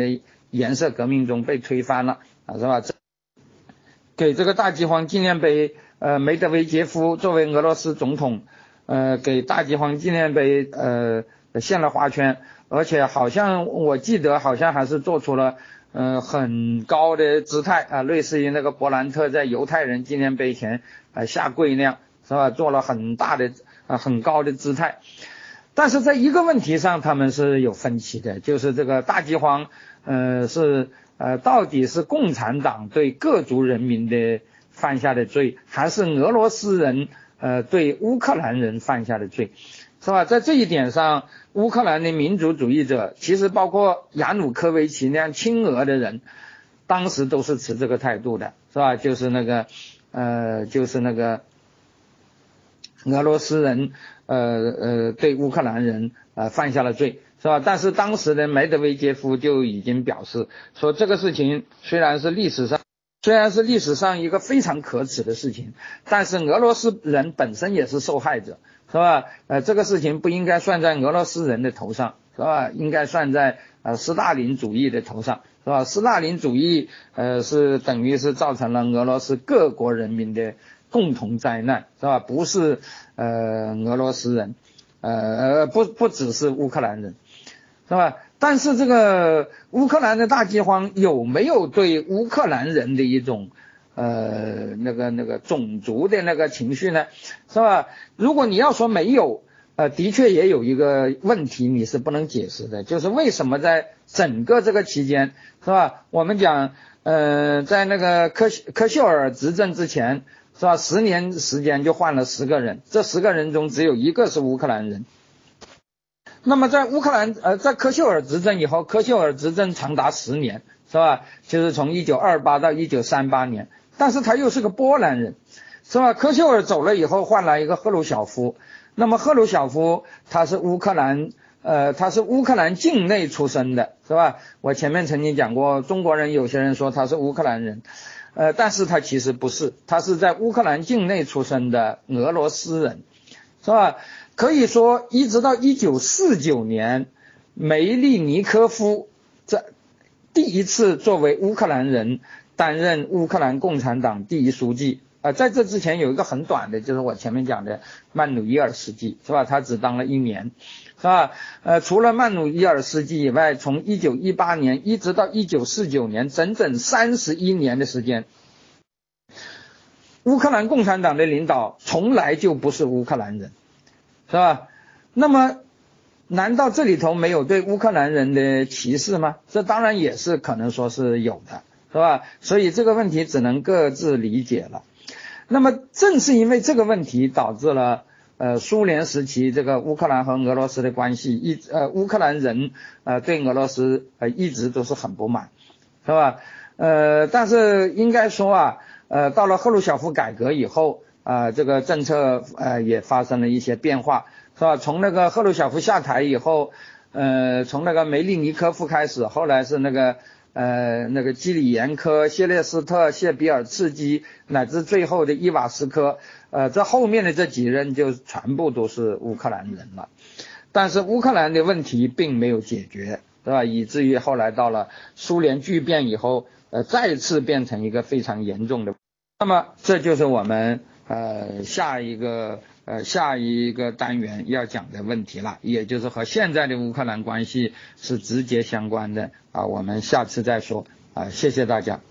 颜色革命中被推翻了啊，是吧？给这个大饥荒纪念碑，呃，梅德韦杰夫作为俄罗斯总统，呃，给大饥荒纪念碑呃献了花圈，而且好像我记得好像还是做出了呃很高的姿态啊，类似于那个勃兰特在犹太人纪念碑前呃下跪那样，是吧？做了很大的啊、呃、很高的姿态。但是在一个问题上他们是有分歧的，就是这个大饥荒呃是呃到底是共产党对各族人民的犯下的罪，还是俄罗斯人呃对乌克兰人犯下的罪，是吧？在这一点上，乌克兰的民族主义者，其实包括亚努科维奇那样亲俄的人，当时都是持这个态度的，是吧？就是那个呃就是那个俄罗斯人呃呃对乌克兰人呃犯下了罪，是吧？但是当时的梅德韦杰夫就已经表示说，这个事情虽然是历史上虽然是历史上一个非常可耻的事情，但是俄罗斯人本身也是受害者，是吧？呃这个事情不应该算在俄罗斯人的头上，是吧？应该算在呃斯大林主义的头上，是吧？斯大林主义呃是等于是造成了俄罗斯各国人民的共同灾难，是吧？不是呃俄罗斯人，呃呃不不只是乌克兰人，是吧？但是这个乌克兰的大饥荒有没有对乌克兰人的一种呃那个那个种族的那个情绪呢？是吧？如果你要说没有，呃的确也有一个问题你是不能解释的，就是为什么在整个这个期间，是吧？我们讲呃在那个科科秀尔执政之前，是吧？十年时间就换了十个人，这十个人中只有一个是乌克兰人。那么在乌克兰呃在科秀尔执政以后，科秀尔执政长达十年，是吧？就是从一九二八到一九三八年，但是他又是个波兰人，是吧？科秀尔走了以后换来一个赫鲁晓夫，那么赫鲁晓夫他是乌克兰呃他是乌克兰境内出生的，是吧？我前面曾经讲过，中国人有些人说他是乌克兰人，呃但是他其实不是，他是在乌克兰境内出生的俄罗斯人，是吧？可以说一直到一九四九年，梅利尼科夫这第一次作为乌克兰人担任乌克兰共产党第一书记。呃，在这之前有一个很短的，就是我前面讲的曼努伊尔斯基，是吧？他只当了一年，是吧？呃，除了曼努伊尔斯基以外，从一九一八年一直到一九四九年，整整三十一年的时间，乌克兰共产党的领导从来就不是乌克兰人，是吧？那么难道这里头没有对乌克兰人的歧视吗？这当然也是可能说是有的，是吧？所以这个问题只能各自理解了。那么正是因为这个问题导致了呃苏联时期这个乌克兰和俄罗斯的关系一呃乌克兰人呃对俄罗斯呃一直都是很不满，是吧？呃但是应该说啊呃到了赫鲁晓夫改革以后啊、呃、这个政策呃也发生了一些变化，是吧？从那个赫鲁晓夫下台以后，呃从那个梅利尼科夫开始，后来是那个呃，那个基里延科、谢列斯特、谢比尔茨基，乃至最后的伊瓦斯科，呃，这后面的这几任就全部都是乌克兰人了。但是乌克兰的问题并没有解决，对吧？以至于后来到了苏联剧变以后，呃，再次变成一个非常严重的。那么这就是我们呃下一个呃下一个单元要讲的问题了，也就是和现在的乌克兰关系是直接相关的啊，我们下次再说啊，谢谢大家。